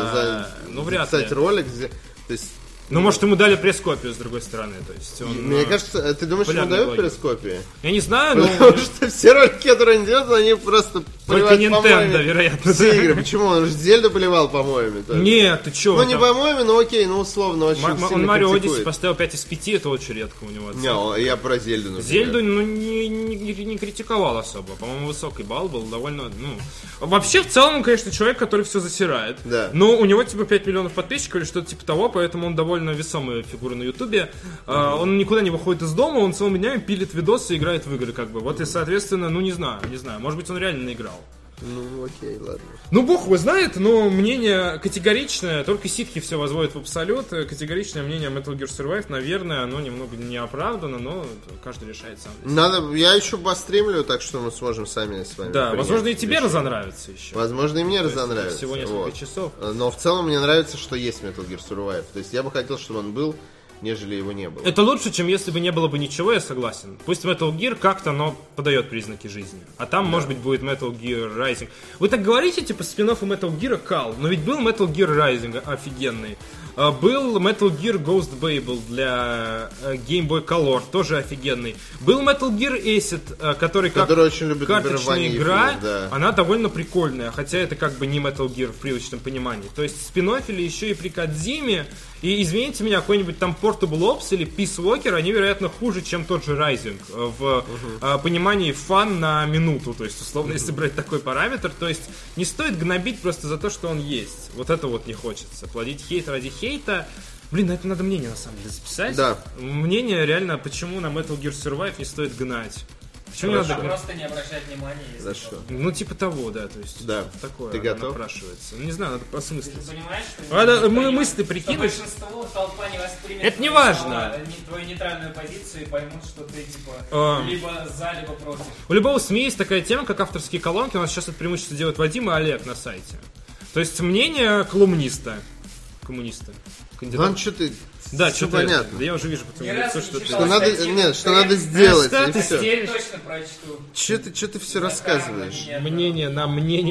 Speaker 1: Ну, вряд
Speaker 2: записать
Speaker 1: ли.
Speaker 2: ролик. То есть,
Speaker 1: Ну, может, ему дали пресс-копию, с другой стороны. То есть он,
Speaker 2: мне кажется, ты думаешь, ему
Speaker 1: популярный
Speaker 2: дают
Speaker 1: блогер.
Speaker 2: пресс-копии?
Speaker 1: Я не знаю, но
Speaker 2: Потому что все ролики, которые он делает, они просто
Speaker 1: только
Speaker 2: поливают
Speaker 1: Nintendo,
Speaker 2: помоями
Speaker 1: вероятно.
Speaker 2: все
Speaker 1: да.
Speaker 2: игры. Почему? Он же Зельду поливал помоями. тоже.
Speaker 1: Нет, ты чё?
Speaker 2: Ну, не
Speaker 1: там-
Speaker 2: помоями, но окей, ну, условно, очень
Speaker 1: Он
Speaker 2: сильно
Speaker 1: Марио Odyssey
Speaker 2: критикует.
Speaker 1: поставил 5 из 5, это очень редко у него. оценка.
Speaker 2: Не, я про Зельду, например.
Speaker 1: Зельду, ну, не критиковал особо. По-моему, высокий балл был довольно, ну... Вообще, в целом, он, конечно, человек, который все засирает.
Speaker 2: Да.
Speaker 1: Но у него, типа, 5 миллионов подписчиков или что-то типа того, поэтому он довольно весомая фигура на Ютубе. Он никуда не выходит из дома, он целыми днями пилит видосы и играет в игры, как бы. Вот и, соответственно, ну, не знаю. Может быть, он реально наиграл.
Speaker 2: Ну, окей, ладно.
Speaker 1: Ну, бог его знает, но мнение категоричное, только ситхи все возводят в абсолют. Категоричное мнение Metal Gear Survive, наверное, оно немного не оправдано, но каждый решает сам.
Speaker 2: Надо, я еще постримлю, так что мы сможем сами с вами
Speaker 1: Да,
Speaker 2: принять
Speaker 1: возможно, и тебе
Speaker 2: решение.
Speaker 1: разонравится еще.
Speaker 2: Возможно, и мне разонравится.
Speaker 1: Всего несколько
Speaker 2: вот.
Speaker 1: часов.
Speaker 2: Но в целом мне нравится, что есть Metal Gear Survive. То есть я бы хотел, чтобы он был, нежели его не было.
Speaker 1: Это лучше, чем если бы не было бы ничего, я согласен. Пусть Metal Gear как-то, но подает признаки жизни. А там, может быть, будет Metal Gear Rising. Вы так говорите, типа, спин-офф Metal Gear Кал, но ведь был Metal Gear Rising офигенный. Был Metal Gear Ghost Babel для Game Boy Color, тоже офигенный. Был Metal Gear Acid, который как
Speaker 2: очень любит
Speaker 1: карточная
Speaker 2: Ваня
Speaker 1: игра,
Speaker 2: Ефимов, да.
Speaker 1: она довольно прикольная, хотя это как бы не Metal Gear в привычном понимании. То есть спин-оффили еще и при Кодзиме, и извините меня, какой-нибудь там Portable Ops или Peace Walker, они, вероятно, хуже, чем тот же Rising в понимании фан на минуту. То есть, условно, если брать такой параметр, то есть не стоит гнобить просто за то, что он есть. Вот это вот не хочется. Плодить хейт ради хейта. Блин, на это надо мнение, на самом деле, записать.
Speaker 2: Да.
Speaker 1: Мнение реально, почему на Metal Gear Survive не стоит гнать. Почему не надо гнать?
Speaker 5: Просто не обращать внимания, если
Speaker 2: За
Speaker 5: что.
Speaker 2: что?
Speaker 1: Ну, типа того, да, то есть
Speaker 2: Да.
Speaker 1: такое
Speaker 2: Ты готов?
Speaker 1: напрашивается. Ну, не знаю, надо посмыслить.
Speaker 5: Ты понимаешь, что...
Speaker 1: Надо
Speaker 5: не
Speaker 1: мысли
Speaker 5: что
Speaker 1: прикинуть.
Speaker 5: большинство толпа не воспримет...
Speaker 1: Это не
Speaker 5: твои
Speaker 1: важно.
Speaker 5: слова, твою нейтральную позицию и поймут, что ты, либо за, либо против.
Speaker 1: У любого СМИ есть такая тема, как авторские колонки. У нас сейчас это преимущество делают Вадим и Олег на сайте. То есть мнение колумниста. Коммуниста. Кандидат.
Speaker 2: Ну, что ты...
Speaker 1: Да,
Speaker 2: всё
Speaker 1: что-то
Speaker 2: понятно.
Speaker 1: Да я уже вижу по твоему
Speaker 5: Ни разу
Speaker 1: лицу,
Speaker 5: не
Speaker 1: что
Speaker 5: читал
Speaker 1: ты...
Speaker 2: Что надо,
Speaker 5: статью.
Speaker 2: нет, что надо сделать,
Speaker 1: что
Speaker 2: и
Speaker 1: ты
Speaker 2: все.
Speaker 1: стелишь?
Speaker 5: Точно прочту.
Speaker 2: Что ты все рассказываешь?
Speaker 1: Мнение на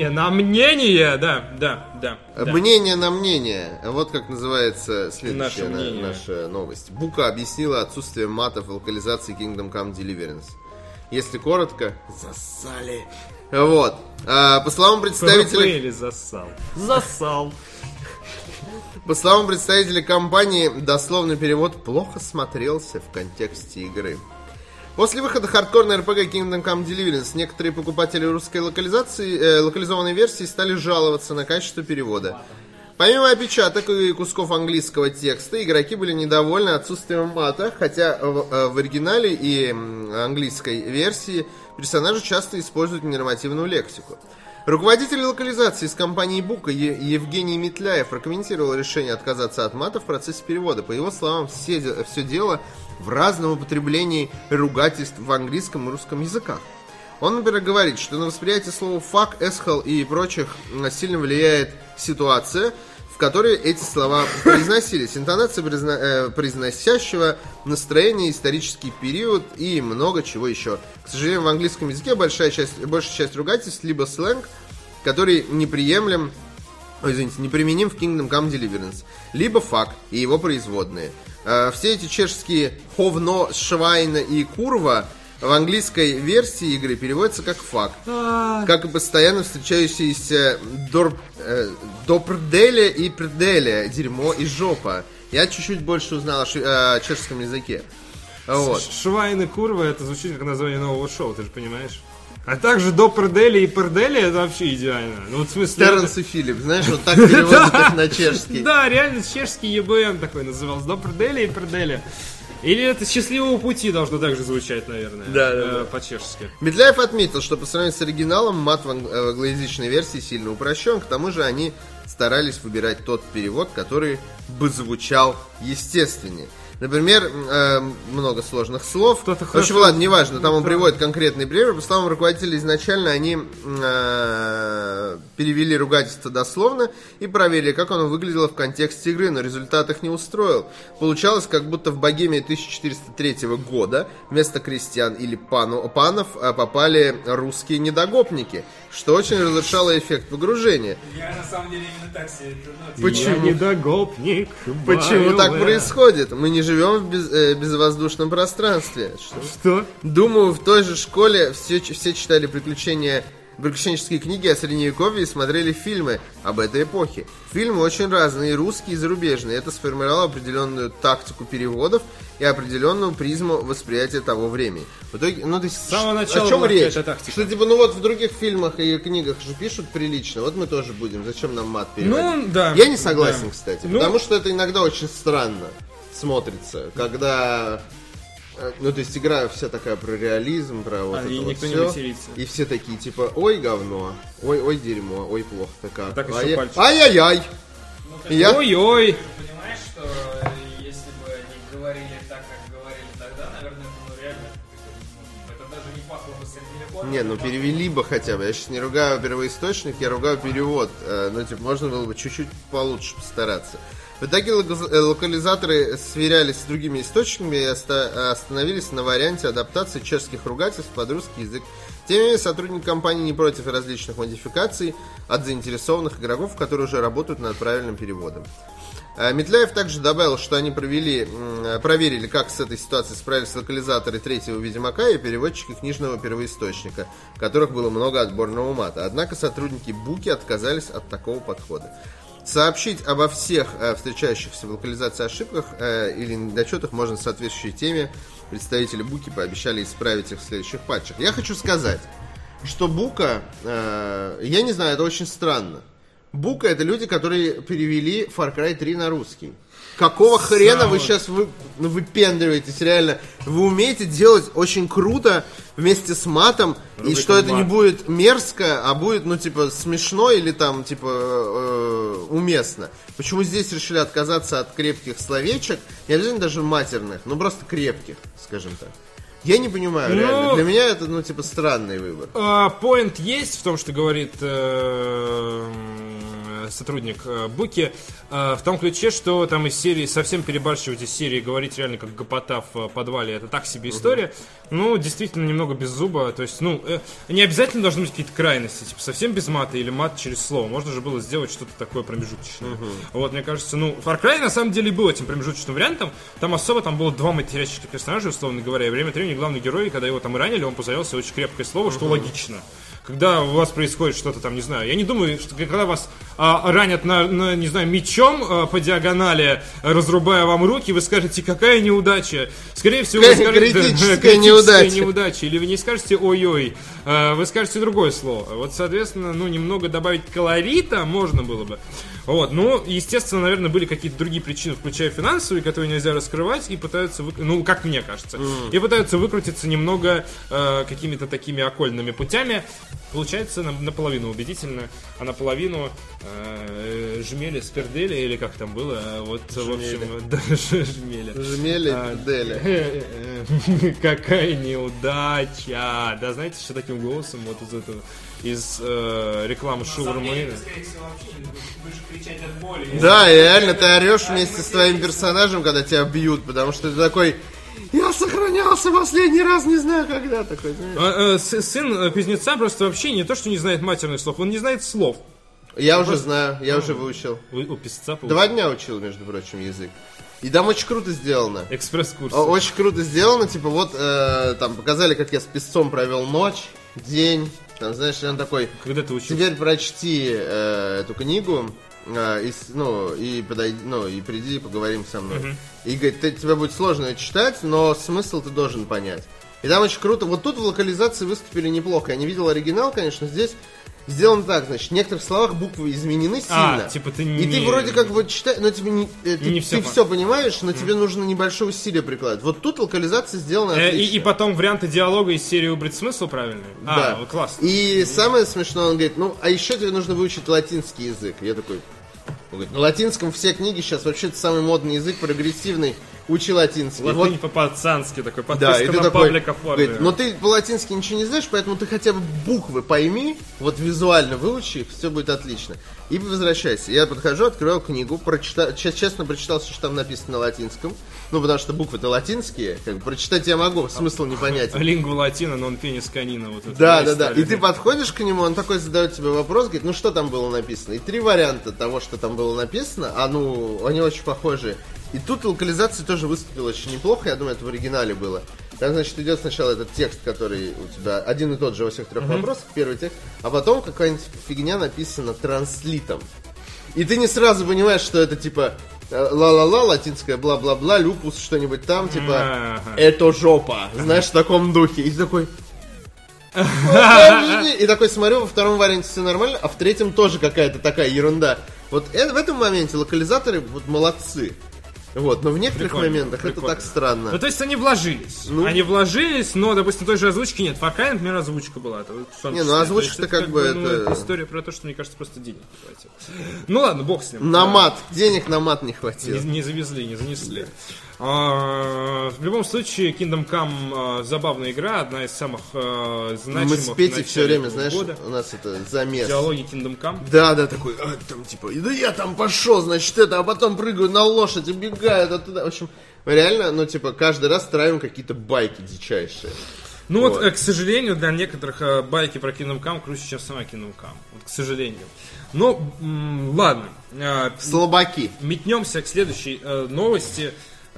Speaker 1: мнение, да.
Speaker 2: Мнение на мнение. Вот как называется следующая
Speaker 1: Наше мнение.
Speaker 2: наша новость. Бука объяснила отсутствие матов в локализации Kingdom Come Deliverance. Если коротко, засали. Вот. По словам представителей...
Speaker 1: Или засал. Засал.
Speaker 2: По словам представителей компании, дословный перевод плохо смотрелся в контексте игры. После выхода хардкорной RPG Kingdom Come Deliverance некоторые покупатели русской локализованной версии стали жаловаться на качество перевода. Помимо опечаток и кусков английского текста, игроки были недовольны отсутствием мата, хотя в оригинале и английской версии персонажи часто используют ненормативную лексику. Руководитель локализации из компании Бука Евгений Метляев прокомментировал решение отказаться от мата в процессе перевода. По его словам, все дело в разном употреблении ругательств в английском и русском языках. Он, например, говорит, что на восприятие слова «fuck», «asshole» и прочих сильно влияет ситуация, в которой эти слова произносились, интонация произносящего, настроение, исторический период и много чего еще. К сожалению, в английском языке большая часть ругательств либо сленг, который неприменим в Kingdom Come Deliverance, либо fuck и его производные. Все эти чешские «ховно», «швайна» и «курва» в английской версии игры переводится как «фак», как и постоянно встречающиеся «допрделя» и «прделя», «дерьмо» и «жопа». Я чуть-чуть больше узнал о чешском языке. Вот.
Speaker 1: Швайны Курва, это звучит как название нового шоу, ты же понимаешь? А также до Пердели и Пердели это вообще идеально. Ну, вот в смысле...
Speaker 2: Терренс и Филипп, знаешь, вот так переводят их на чешский.
Speaker 1: Да, реально чешский ЕБМ такой назывался. До Пердели и Пердели. Или это «Счастливого пути» должно также звучать, наверное.
Speaker 2: Да.
Speaker 1: По-чешски.
Speaker 2: Медляев отметил, что по сравнению с оригиналом мат в англоязычной версии сильно упрощен. К тому же они старались выбирать тот перевод, который бы звучал естественнее. Например, много сложных слов. В общем, ладно, неважно, там он приводит конкретный пример. По словам руководителя, изначально они перевели ругательство дословно и проверили, как оно выглядело в контексте игры, но результат их не устроил. Получалось, как будто в Богемии 1403 года вместо крестьян или панов попали русские недогопники, что очень разрушало эффект погружения.
Speaker 5: Я на самом деле именно так себе это...
Speaker 2: Почему?
Speaker 1: Я недогопник.
Speaker 2: Почему так происходит? Мы не живем в безвоздушном пространстве.
Speaker 1: Что?
Speaker 2: Думаю, в той же школе все читали приключенческие книги о Средневековье и смотрели фильмы об этой эпохе. Фильмы очень разные, и русские, и зарубежные. Это сформировало определенную тактику переводов и определенную призму восприятия того времени. В итоге, ну, то есть,
Speaker 1: с самого начала
Speaker 2: о чем речь?
Speaker 1: Тактика.
Speaker 2: Что, типа, ну вот в других фильмах и книгах же пишут прилично, вот мы тоже будем. Зачем нам мат переводить?
Speaker 1: Ну, да.
Speaker 2: Я не согласен,
Speaker 1: да.
Speaker 2: кстати,
Speaker 1: Ну,
Speaker 2: потому что это иногда очень странно смотрится, когда... Ну, то есть игра вся такая про реализм, про вот это
Speaker 1: и
Speaker 2: вот
Speaker 1: никто
Speaker 2: все.
Speaker 1: не веселится.
Speaker 2: И все такие, типа, ой, говно, ой, дерьмо, ой, плохо-то как.
Speaker 1: Так еще пальчик.
Speaker 2: Ай-яй-яй!
Speaker 5: Ну,
Speaker 2: И я...
Speaker 1: Ой-ой!
Speaker 5: Ты понимаешь, что если бы они говорили так, как говорили тогда, наверное, ну реально, это даже не пахло бы средневековьем.
Speaker 2: Не, ну перевели бы хотя бы. Я сейчас не ругаю первоисточник, я ругаю перевод. Ну, типа, можно было бы чуть-чуть получше постараться. В итоге локализаторы сверялись с другими источниками и остановились на варианте адаптации чешских ругательств под русский язык. Тем не менее, сотрудники компании не против различных модификаций от заинтересованных игроков, которые уже работают над правильным переводом. Медляев также добавил, что они проверили, как с этой ситуацией справились локализаторы третьего Ведьмака и переводчики книжного первоисточника, в которых было много отборного мата. Однако сотрудники Буки отказались от такого подхода. Сообщить обо всех встречающихся в локализации ошибках или недочетах можно в соответствующей теме. Представители Буки пообещали исправить их в следующих патчах. Я хочу сказать, что Бука, я не знаю, это очень странно. Бука — это люди, которые перевели Far Cry 3 на русский. Какого хрена вы сейчас выпендриваетесь, реально? Вы умеете делать очень круто вместе с матом, и что это не будет мерзко, а будет, ну, типа, смешно или там, типа, уместно. Почему здесь решили отказаться от крепких словечек, не обязательно даже матерных, но просто крепких, скажем так. Я не понимаю, реально. Для меня это, ну, типа, странный выбор.
Speaker 1: Поинт есть в том, что говорит сотрудник Буки, в том ключе, что там из серии совсем перебарщивать из серии, говорить реально как гопота в подвале, это так себе история. Ну, действительно, немного без зуба. То есть, ну, не обязательно должны быть какие-то крайности, типа совсем без мата или мат через слово. Можно же было сделать что-то такое промежуточное. Вот, мне кажется, ну, Far Cry на самом деле был этим промежуточным вариантом. Там особо там было два матерящих персонажа, условно говоря, и время от времени главный герой, когда его там ранили, он позавелся очень крепкое слово, что логично. Когда у вас происходит что-то там, не знаю, я не думаю, что когда вас ранят не знаю, мечом по диагонали, разрубая вам руки, вы скажете, какая неудача. Скорее всего, вы скажете
Speaker 2: критическая неудача.
Speaker 1: Или вы не скажете ой-ой, вы скажете другое слово. Вот, соответственно, ну, немного добавить колорита можно было бы. Вот, ну, естественно, наверное, были какие-то другие причины, включая финансовые, которые нельзя раскрывать, и пытаются, ну, как мне кажется, и пытаются выкрутиться немного какими-то такими окольными путями. Получается наполовину убедительно, а наполовину жмели с пердели, или как там было, вот,
Speaker 2: жмели.
Speaker 1: в общем, да, жмели.
Speaker 2: Жмели, пердели.
Speaker 1: Какая неудача! Да, знаете, что таким голосом вот из этого, из рекламы шаурмы.
Speaker 2: Да, и реально ты орешь вместе с твоим персонажем, когда тебя бьют, потому что ты такой... Я сохранялся последний раз, не знаю когда, такой,
Speaker 1: сын пиздеца просто вообще не то, что не знает матерных слов, он не знает слов.
Speaker 2: Я уже знаю, я уже выучил.
Speaker 1: У писца
Speaker 2: 2 дня учил, между прочим, язык. И там очень круто сделано.
Speaker 1: Экспресс-курс.
Speaker 2: Очень круто сделано, типа вот там показали, как я с писцом провел ночь, день. Там, знаешь, он такой,
Speaker 1: когда ты учил?
Speaker 2: Теперь прочти эту книгу, и приди, поговорим со мной. И говорит, тебе будет сложно ее читать, но смысл ты должен понять. И там очень круто. Вот тут в локализации выступили неплохо. Я не видел оригинал, конечно, здесь сделано так, значит, в некоторых словах буквы изменены сильно.
Speaker 1: Типа ты
Speaker 2: и ты вроде как вот читаешь, но тебе ты все понимаешь, но тебе нужно небольшое усилие прикладывать. Вот тут локализация сделана отлично.
Speaker 1: И потом варианты диалога из серии «Убрать смысл» правильные?
Speaker 2: Да.
Speaker 1: Вот классно.
Speaker 2: И самое смешное, он говорит, а еще тебе нужно выучить латинский язык. Я такой... Он говорит, на латинском все книги сейчас вообще-то самый модный язык, прогрессивный, учи латинский.
Speaker 1: Латынь по-пацански такой,
Speaker 2: да, и ты
Speaker 1: на
Speaker 2: такой,
Speaker 1: паблик оформлен.
Speaker 2: Но ты по-латински ничего не знаешь, поэтому ты хотя бы буквы пойми, вот визуально выучи их, все будет отлично. И возвращайся. Я подхожу, открываю книгу, честно прочитал все, что там написано на латинском. Потому что буквы-то латинские, как бы прочитать я могу, смысл непонятен.
Speaker 1: Лингва латина, нон пенис канина. Вот
Speaker 2: да. И ты подходишь к нему, он такой задает тебе вопрос, говорит, что там было написано? И 3 варианта того, что там было написано, они очень похожи. И тут локализация тоже выступила очень неплохо, я думаю, это в оригинале было. Там, значит, идет сначала этот текст, который у тебя один и тот же во всех 3 вопросах, первый текст, а потом какая-нибудь фигня написана транслитом. И ты не сразу понимаешь, что это типа ла-ла-ла, латинское бла-бла-бла, люпус, что-нибудь там, типа это жопа, знаешь, в таком духе. И ты такой... И такой смотрю, во втором варианте все нормально, а в третьем тоже какая-то такая ерунда. Вот в этом моменте локализаторы вот молодцы. Вот, но в некоторых моментах это так странно.
Speaker 1: То есть они вложились. Они вложились, но, допустим, той же озвучки нет. В Far Cry, например, озвучка была.
Speaker 2: Озвучка-то как бы это...
Speaker 1: История про то, что, мне кажется, просто денег не хватило. Ладно, бог с ним.
Speaker 2: На мат. Денег на мат не хватило.
Speaker 1: Не завезли, не занесли. В любом случае, Kingdom Come забавная игра, одна из самых значимых.
Speaker 2: Мы с Петей все время, знаешь, у нас это замес.
Speaker 1: Диалоги Kingdom Come.
Speaker 2: Да, такой, там типа, да я там пошел, значит, а потом прыгаю на лошадь, убегаю оттуда. В общем, реально, каждый раз травим какие-то байки дичайшие.
Speaker 1: К сожалению, для некоторых байки про Kingdom Come круче, чем сама Kingdom Come. К сожалению. Ладно.
Speaker 2: Слабаки.
Speaker 1: Метнемся к следующей новости.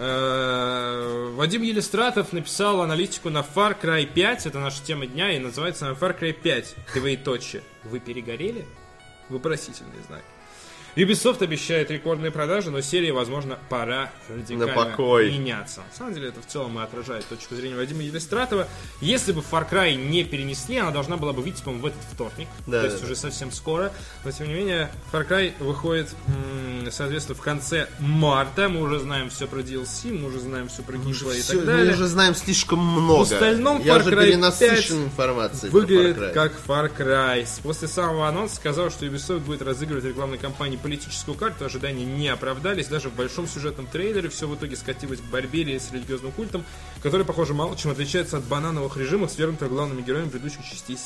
Speaker 1: Вадим Елистратов написал аналитику на Far Cry 5. Это наша тема дня, и называется она Far Cry 5. Двоеточие. Вы перегорели? Вопросительный знак. Ubisoft обещает рекордные продажи, но серии, возможно, пора радикально меняться. На самом деле, это в целом и отражает точку зрения Вадима Елистратова. Если бы Far Cry не перенесли, она должна была бы выйти, по-моему, в этот вторник. То есть уже совсем скоро. Но, тем не менее, Far Cry выходит, соответственно, в конце марта. Мы уже знаем все про DLC, мы уже знаем все про геймплей и так далее.
Speaker 2: Мы уже знаем слишком много.
Speaker 1: В остальном
Speaker 2: Я
Speaker 1: Far Cry 5
Speaker 2: информацией
Speaker 1: выглядит как Far Cry. После самого анонса сказал, что Ubisoft будет разыгрывать рекламные кампании политическую карту, ожидания не оправдались. Даже в большом сюжетном трейлере все в итоге скатилось к борьбе с религиозным культом, который, похоже, мало чем отличается от банановых режимов, свергнутых главными героями предыдущих частей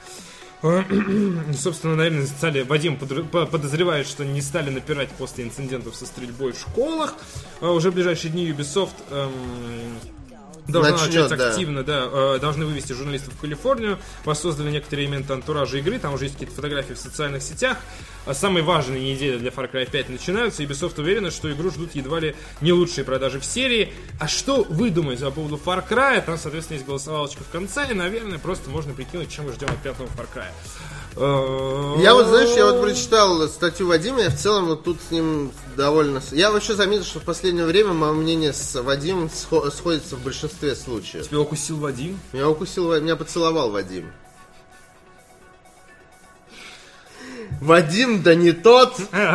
Speaker 1: серии. Собственно, наверное, Вадим подозревает, что не стали напирать после инцидентов со стрельбой в школах. Уже в ближайшие дни Ubisoft должна начать активно, должны вывести журналистов в Калифорнию, воссоздали некоторые элементы антуража игры, там уже есть какие-то фотографии в социальных сетях. Самые важные недели для Far Cry 5 начинаются, и Ubisoft уверена, что игру ждут едва ли не лучшие продажи в серии. А что вы думаете по поводу Far Cry? Там, соответственно, есть голосовалочка в конце, и, наверное, просто можно прикинуть, чем мы ждем от 5-го Far Cry.
Speaker 2: Я прочитал статью Вадима, я в целом тут с ним довольно... Я вообще заметил, что в последнее время мое мнение с Вадимом сходится в большинстве случаев.
Speaker 1: Тебя укусил Вадим?
Speaker 2: Меня поцеловал Вадим. Вадим, да не тот!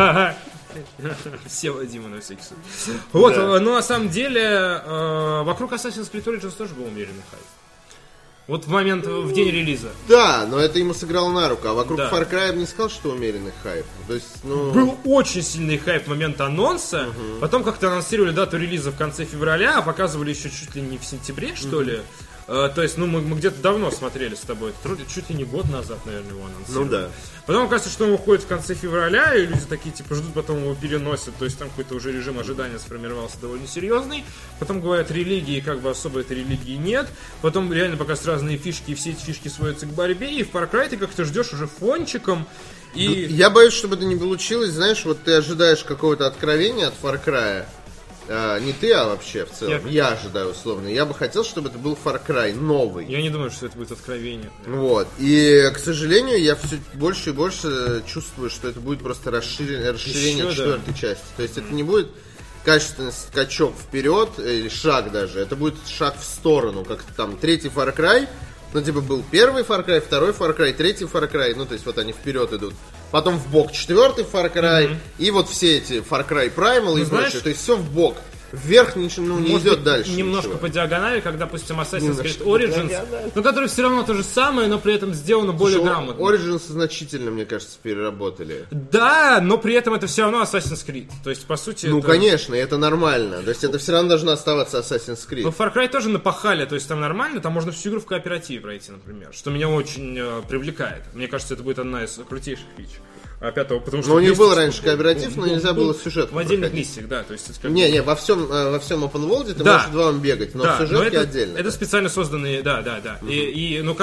Speaker 1: Все Вадимы на всякий случай. Вот, но на самом деле вокруг Assassin's Creed Origins тоже был умеренный хайп. Вот в день релиза.
Speaker 2: Да, но это ему сыграло на руку. А вокруг Far Cry я бы не сказал, что умеренный хайп. То есть,
Speaker 1: был очень сильный хайп в момент анонса. Потом как-то анонсировали дату релиза в конце февраля, а показывали еще чуть ли не в сентябре, что ли. То есть, мы где-то давно смотрели с тобой. Чуть ли не год назад, наверное, его анонсировали. Потом оказывается, что он выходит в конце февраля, и люди такие, ждут, потом его переносят. То есть, там какой-то уже режим ожидания сформировался довольно серьезный. Потом говорят, религии, особо этой религии нет. Потом реально показывают разные фишки, и все эти фишки сводятся к борьбе. И в Far Cry ты как-то ждешь уже фончиком.
Speaker 2: Я боюсь, чтобы это не получилось. Знаешь, вот ты ожидаешь какого-то откровения от Far Cry. Не ты, а вообще в целом. Я ожидаю условно. Я бы хотел, чтобы это был Far Cry новый.
Speaker 1: Я не думаю, что это будет откровение.
Speaker 2: Вот. И, к сожалению, я все больше и больше чувствую, что это будет просто расширение четвертой части. То есть это не будет качественный скачок вперед, или шаг даже, это будет шаг в сторону, как там третий Far Cry, ну типа был первый Far Cry, второй Far Cry, третий Far Cry, ну то есть вот они вперед идут. Потом в бок четвертый Far Cry, и вот все эти Far Cry Primal и прочее, то есть все в бок. Вверх ничего, не идет дальше.
Speaker 6: Немножко
Speaker 2: ничего.
Speaker 6: По диагонали, когда, допустим, Assassin's Creed Origins, но который все равно то же самое, но при этом сделано более грамотно.
Speaker 2: Origins значительно, мне кажется, переработали.
Speaker 6: Да, но при этом это все равно Assassin's Creed. То есть, по сути,
Speaker 2: ну,
Speaker 6: это...
Speaker 2: конечно, это нормально. То есть, это все равно должно оставаться Assassin's Creed.
Speaker 6: Но Far Cry тоже напахали, то есть, там нормально, там можно всю игру в кооперативе пройти, например, что меня очень привлекает. Мне кажется, это будет одна из крутейших фич. Потому что
Speaker 2: но у них был раньше кооператив, но нельзя было сюжет
Speaker 6: в отдельных миссиях, да. То есть, это как...
Speaker 2: Не, во всем open world ты можешь вдвоем бегать, но в сюжетке отдельно.
Speaker 6: Это специально созданные, да. И ну,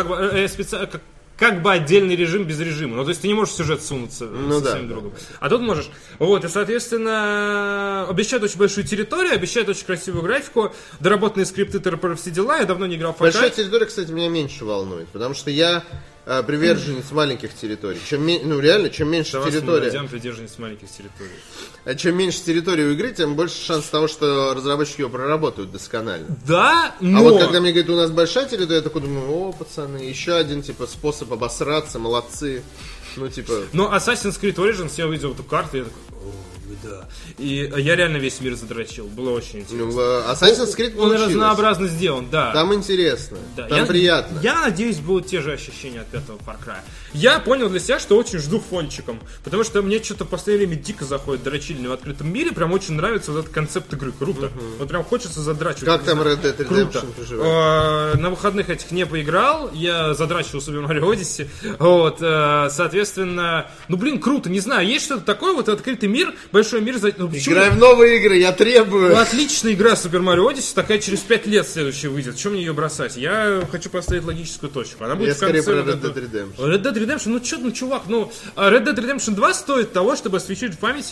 Speaker 6: как бы отдельный режим без режима. Ну, то есть ты не можешь в сюжет сунуться со своим другом. А тут можешь. Вот, и, соответственно, обещают очень большую территорию, обещают очень красивую графику, доработанные скрипты, все дела. Я давно не играл в Far Cry.
Speaker 2: Большая территория, кстати, меня меньше волнует, потому что я приверженец маленьких территорий. Чем меньше территория...
Speaker 6: приверженец маленьких территорий.
Speaker 2: Чем меньше территории у игры, тем больше шанс того, что разработчики ее проработают досконально.
Speaker 6: Да, но...
Speaker 2: А вот когда мне говорят, у нас большая территория, я такой думаю, пацаны, еще один, типа, способ обосраться, молодцы. Ну, типа...
Speaker 6: Но Assassin's Creed Origins, я увидел эту карту, и я такой, да. И я реально весь мир задрочил, было очень интересно.
Speaker 2: Ну, Assassin's Creed
Speaker 6: он разнообразно сделан, да.
Speaker 2: Там интересно, там приятно.
Speaker 6: Я надеюсь, будут те же ощущения от пятого Far Cry. Я понял для себя, что очень жду фончиком, потому что мне что-то в последнее время дико заходит дрочильня в открытом мире, прям очень нравится вот этот концепт игры, круто. Вот прям хочется задрачивать.
Speaker 2: Как там Red Dead Redemption поживает?
Speaker 6: На выходных этих не поиграл, я задрачивал Super Mario Odyssey, вот, соответственно, круто, не знаю, есть что-то такое, вот открытый мир, большой мир.
Speaker 2: Играй в новые игры, я требую.
Speaker 6: Отличная игра Super Mario Odyssey, такая через 5 лет следующая выйдет. Чем мне ее бросать? Я хочу поставить логическую точку. Она будет
Speaker 2: я
Speaker 6: в конце.
Speaker 2: Скорее про Red Dead Redemption.
Speaker 6: Red Dead Redemption, чувак, Red Dead Redemption 2 стоит того, чтобы освещить в памяти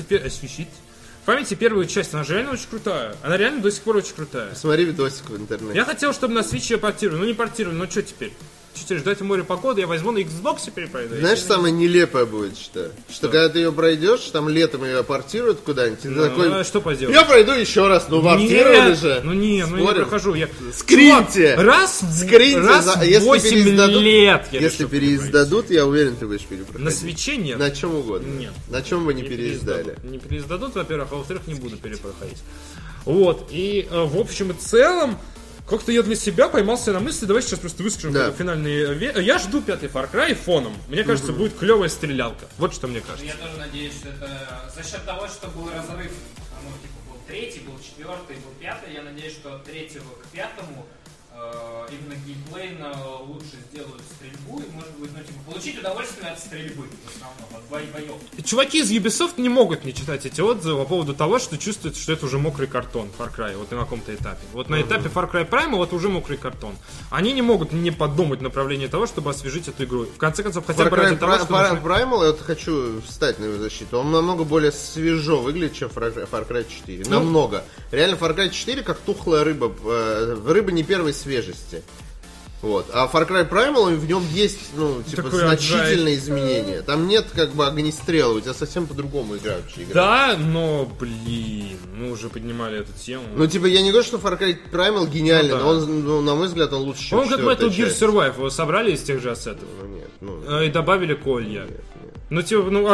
Speaker 6: первую часть. Она же реально очень крутая. Она реально до сих пор очень крутая.
Speaker 2: Смотри видосик в интернете.
Speaker 6: Я хотел, чтобы на Switch ее портировали. Не портировали, что теперь? Теперь ждать в море погоды, я возьму на Xbox перепройду.
Speaker 2: Знаешь, самое нелепое будет, что когда ты ее пройдешь, там летом ее портируют куда-нибудь, ты такой,
Speaker 6: что поделать?
Speaker 2: Я пройду еще раз, портировали же.
Speaker 6: Я прохожу.
Speaker 2: Скриньте!
Speaker 6: Раз в 8 лет.
Speaker 2: Если переиздадут, я уверен, ты будешь перепроходить.
Speaker 6: На Switch нет.
Speaker 2: На чем угодно.
Speaker 6: Нет.
Speaker 2: На чем бы не переиздали.
Speaker 6: Не переиздадут, во-первых, а во-вторых, не буду перепроходить. Вот, и в общем и целом, как-то я для себя поймался на мысли, давай сейчас просто выскажем финальные... Я жду пятый Far Cry фоном. Мне кажется, будет клевая стрелялка. Вот что мне кажется.
Speaker 5: Я тоже надеюсь, что это за счет того, что был разрыв. Был третий, был четвертый, был пятый. Я надеюсь, что от третьего к пятому именно геймплейно лучше сделают стрельбу и, может быть, получить удовольствие от стрельбы в основном, от боев.
Speaker 6: Чуваки из Ubisoft не могут не читать эти отзывы по поводу того, что чувствуют, что это уже мокрый картон Far Cry, вот на каком-то этапе. Вот на этапе Far Cry Primal это уже мокрый картон. Они не могут не подумать в направлении того, чтобы освежить эту игру. В конце концов, хотя бы ради того, что...
Speaker 2: Primal, я хочу встать на его защиту. Он намного более свежо выглядит, чем Far Cry 4. Намного. Реально, Far Cry 4 как тухлая рыба. Рыба не первой свежести. Вот. А Far Cry Primal, в нем есть, значительные изменения. Там нет огнестрела, у тебя совсем по-другому игра вообще играет.
Speaker 6: Да, но, мы уже поднимали эту тему.
Speaker 2: Я не говорю, что Far Cry Primal гениальный, но он, на мой взгляд, он лучше, чем
Speaker 6: он как Metal Gear Survive, его собрали из тех же ассетов. И добавили колья. Тот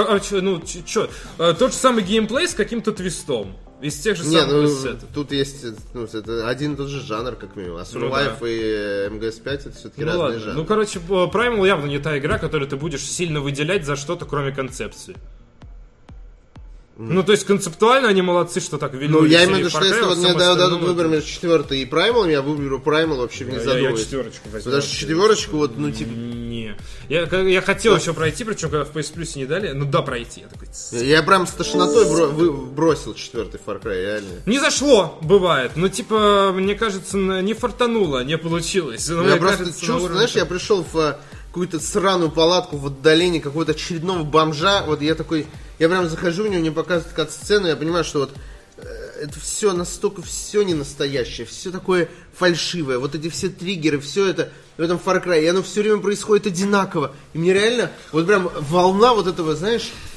Speaker 6: же самый геймплей с каким-то твистом. Из тех же самых ассетов.
Speaker 2: Тут есть, это один и тот же жанр, как минимум. А Survive и MGS5 это все-таки разные жанры.
Speaker 6: Primal явно не та игра, которую ты будешь сильно выделять за что-то, кроме концепции. То есть концептуально они молодцы, что так вели.
Speaker 2: Я имею в виду, что если мне дадут выбор между четвертой и Primal, я выберу Primal вообще не задумываясь.
Speaker 6: Я четверочку возьму.
Speaker 2: Потому что четверочку,
Speaker 6: Не. Я хотел еще пройти, причем когда в PS Plus не дали, пройти. Я такой...
Speaker 2: Я прям с тошнотой бросил четвертый Far Cry, реально.
Speaker 6: Не зашло, бывает. Мне кажется, не фартануло, не получилось.
Speaker 2: Я просто чувствую, знаешь, я пришел в какую-то сраную палатку в отдалении какого-то очередного бомжа. Я прям захожу, у него мне показывают кат-сцену, я понимаю, что это все настолько все не настоящее, все такое фальшивое. Вот эти все триггеры, все это в этом Far Cry, и оно все время происходит одинаково. И мне реально, прям волна этого, знаешь,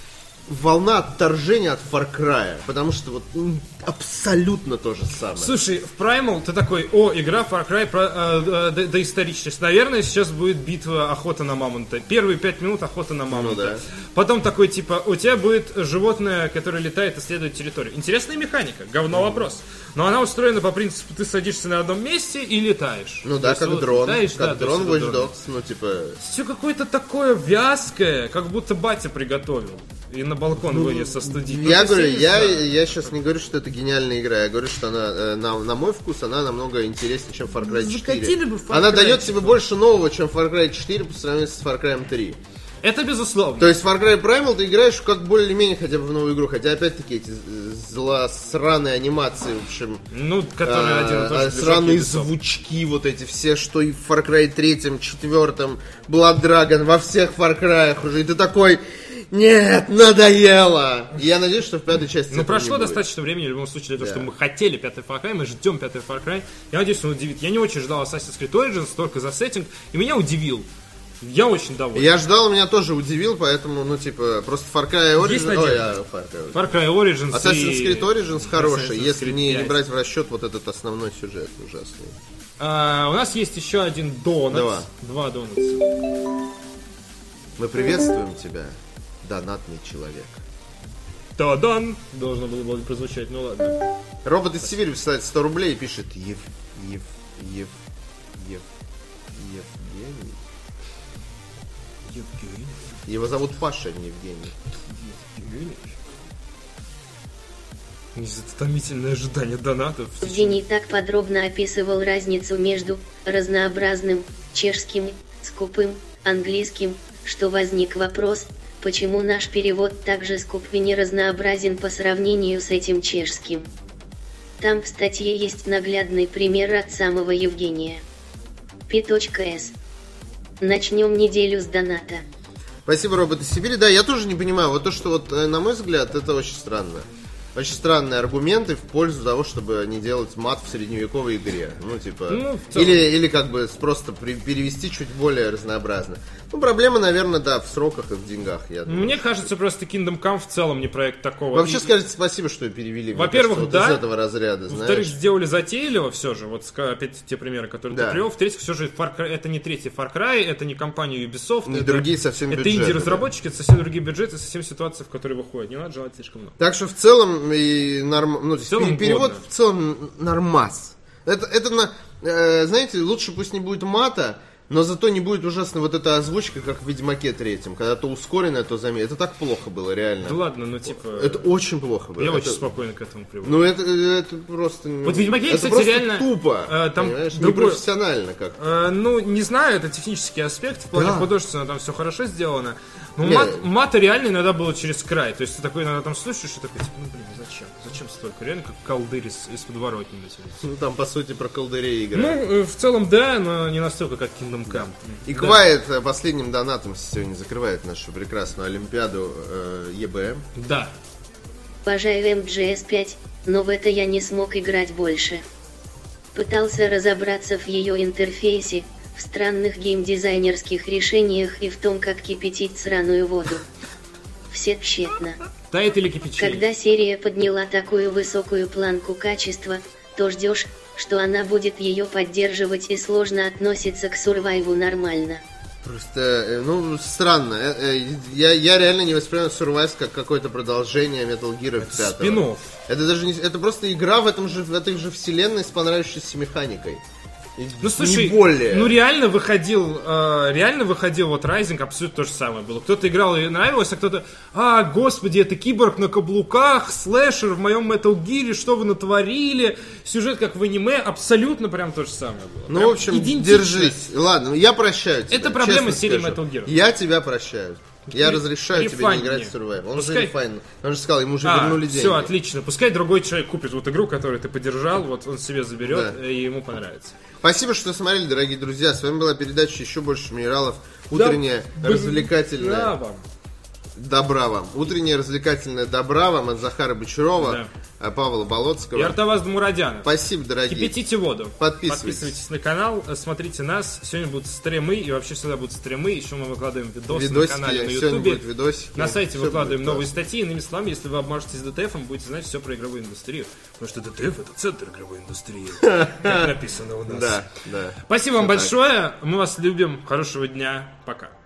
Speaker 2: волна отторжения от Far Cry, потому что вот абсолютно то же самое.
Speaker 6: Слушай, в Primal ты такой, игра Far Cry про доисторичность. Наверное, сейчас будет битва охота на мамонта. Первые 5 минут охота на мамонта.
Speaker 2: Ну, да.
Speaker 6: Потом такой, типа, у тебя будет животное, которое летает и исследует территорию. Интересная механика, говно вопрос. Но она устроена по принципу, ты садишься на одном месте и летаешь.
Speaker 2: Ну да, как дрон. Как дрон Watch Dogs, ну типа...
Speaker 6: Все какое-то такое вязкое, как будто батя приготовил. И на балкон вынес со студии.
Speaker 2: Я говорю, я сейчас не говорю, что это гениальная игра. Я говорю, что она, на мой вкус, она намного интереснее, чем Far Cry 4. Она дает тебе больше нового, чем Fар Cry 4 по сравнению с Far Cry 3.
Speaker 6: Это безусловно.
Speaker 2: То есть Far Cry Primal ты играешь как более-менее хотя бы в новую игру. Хотя опять-таки эти злосраные анимации, в общем...
Speaker 6: Ну, которые один и тот же
Speaker 2: сраные звучки вот эти все, что и в Far Cry 3, 4, Blood Dragon, во всех Far Cry'ах уже. И ты такой... Нет, надоело! И я надеюсь, что в пятой части...
Speaker 6: Ну, прошло достаточно времени, в любом случае, для того, чтобы мы хотели пятый Far Cry, мы ждем пятый Far Cry. Я надеюсь, он удивит. Я не очень ждал Assassin's Creed Origins, только за сеттинг, и меня удивил. Я очень доволен.
Speaker 2: Я ждал, меня тоже удивил, поэтому, ну, типа, просто Far Cry Origins...
Speaker 6: Far Cry Origins
Speaker 2: Assassin's Creed Origins хороший, если не брать в расчет вот этот основной сюжет ужасный.
Speaker 6: У нас есть еще один донат. Два донатса.
Speaker 2: Мы приветствуем тебя, донатный человек.
Speaker 6: Та-дан! Должно было прозвучать, ну ладно.
Speaker 2: Робот из Сибири вставит 100 рублей и пишет Евгений. Его зовут Паша, не Евгений.
Speaker 6: Томительное ожидание донатов.
Speaker 3: Евгений так подробно описывал разницу между разнообразным, чешским, скупым, английским, что возник вопрос, почему наш перевод также скуп и не разнообразен по сравнению с этим чешским. Там в статье есть наглядный пример от самого Евгения. P.S. Начнем неделю с доната.
Speaker 2: Спасибо, робот из Сибири. Да, я тоже не понимаю. Вот то, что вот, на мой взгляд, это очень странно. Очень странные аргументы в пользу того, чтобы не делать мат в средневековой игре. Ну, типа... или как бы просто перевести чуть более разнообразно. Ну, проблема, наверное, да, в сроках и в деньгах. Я думаю.
Speaker 6: Мне кажется, просто Kingdom Come в целом не проект такого.
Speaker 2: Вообще, скажите спасибо, что перевели.
Speaker 6: Во-первых,
Speaker 2: кажется,
Speaker 6: да.
Speaker 2: Вот из этого разряда, знаешь.
Speaker 6: Во-вторых, сделали затейливо все же. Вот опять те примеры, которые ты привел. В-третьих, все же это не третий Far Cry, это не компания Ubisoft.
Speaker 2: Не другие совсем бюджеты.
Speaker 6: Это инди-разработчики, это совсем другие бюджеты, совсем ситуация, в которой выходят. Не надо желать слишком много.
Speaker 2: Так что в целом и перевод в целом нормас. Это знаете, лучше пусть не будет мата, но зато не будет ужасно вот эта озвучка, как в Ведьмаке 3, когда то ускоренное, то замедленное. Это так плохо было, реально.
Speaker 6: Да ладно, ну типа...
Speaker 2: Это очень плохо было.
Speaker 6: Я очень спокойно к этому привык.
Speaker 2: Ну это просто...
Speaker 6: Вот в Ведьмаке,
Speaker 2: это
Speaker 6: кстати,
Speaker 2: просто
Speaker 6: реально...
Speaker 2: тупо,
Speaker 6: там
Speaker 2: непрофессионально как-то.
Speaker 6: Ну, не знаю, это технический аспект, в плане художественно там все хорошо сделано. Но мата реально иногда было через край. То есть ты такой иногда там слушаешь и такой, типа, ну блин, зачем? Зачем столько? Реально как колдырь из подворотни.
Speaker 2: Ну там по сути про колдырей играют.
Speaker 6: Ну, в целом да, но не настолько, как Kingdom Come.
Speaker 2: И Quiet последним донатом сегодня закрывает нашу прекрасную Олимпиаду ЕБМ.
Speaker 6: Да.
Speaker 3: Обожаю MGS5, но в это я не смог играть больше. Пытался разобраться в ее интерфейсе, в странных геймдизайнерских решениях и в том, как кипятить сраную воду. Все тщетно.
Speaker 6: Тает или кипячение?
Speaker 3: Когда серия подняла такую высокую планку качества, то ждешь, что она будет ее поддерживать и сложно относится к сурвайву нормально.
Speaker 2: Просто, ну, странно. Я реально не воспринимаю Survive как какое-то продолжение Metal Gear 5.
Speaker 6: Спин-офф.
Speaker 2: Это даже не... Это просто игра в этой же вселенной с понравившейся механикой.
Speaker 6: Ну слушай,
Speaker 2: не более.
Speaker 6: Ну реально выходил вот Rising, абсолютно то же самое было. Кто-то играл и нравилось, а кто-то, господи, это киборг на каблуках, слэшер в моем Metal Gear, что вы натворили, сюжет как в аниме, абсолютно прям то же самое было.
Speaker 2: Ну
Speaker 6: прям
Speaker 2: в общем, держись. Ладно, я прощаю тебя.
Speaker 6: Это проблема серии Metal Gear.
Speaker 2: Я тебя прощаю. Я разрешаю тебе не играть в Survive. Он же рефайн. Он же сказал, ему уже вернули деньги.
Speaker 6: Все, отлично. Пускай другой человек купит вот игру, которую ты поддержал, вот он себе заберет, и ему понравится.
Speaker 2: Спасибо, что смотрели, дорогие друзья. С вами была передача «Еще больше минералов». Утренняя, развлекательная. добра вам. Утренняя развлекательная добра вам от Захара Бочарова, Павла Болотского
Speaker 6: и Артавазда Мурадяна.
Speaker 2: Спасибо, дорогие.
Speaker 6: Кипятите воду.
Speaker 2: Подписывайтесь
Speaker 6: на канал, смотрите нас. Сегодня будут стримы, и вообще всегда будут стримы. Еще мы выкладываем видосы на канале на Ютубе. На сайте выкладываем новые статьи. Иными словами, если вы обмажетесь ДТФом, будете знать все про игровую индустрию. Потому что ДТФ — это центр игровой индустрии. Как написано у нас.
Speaker 2: Да.
Speaker 6: Спасибо вам большое. Мы вас любим. Хорошего дня. Пока.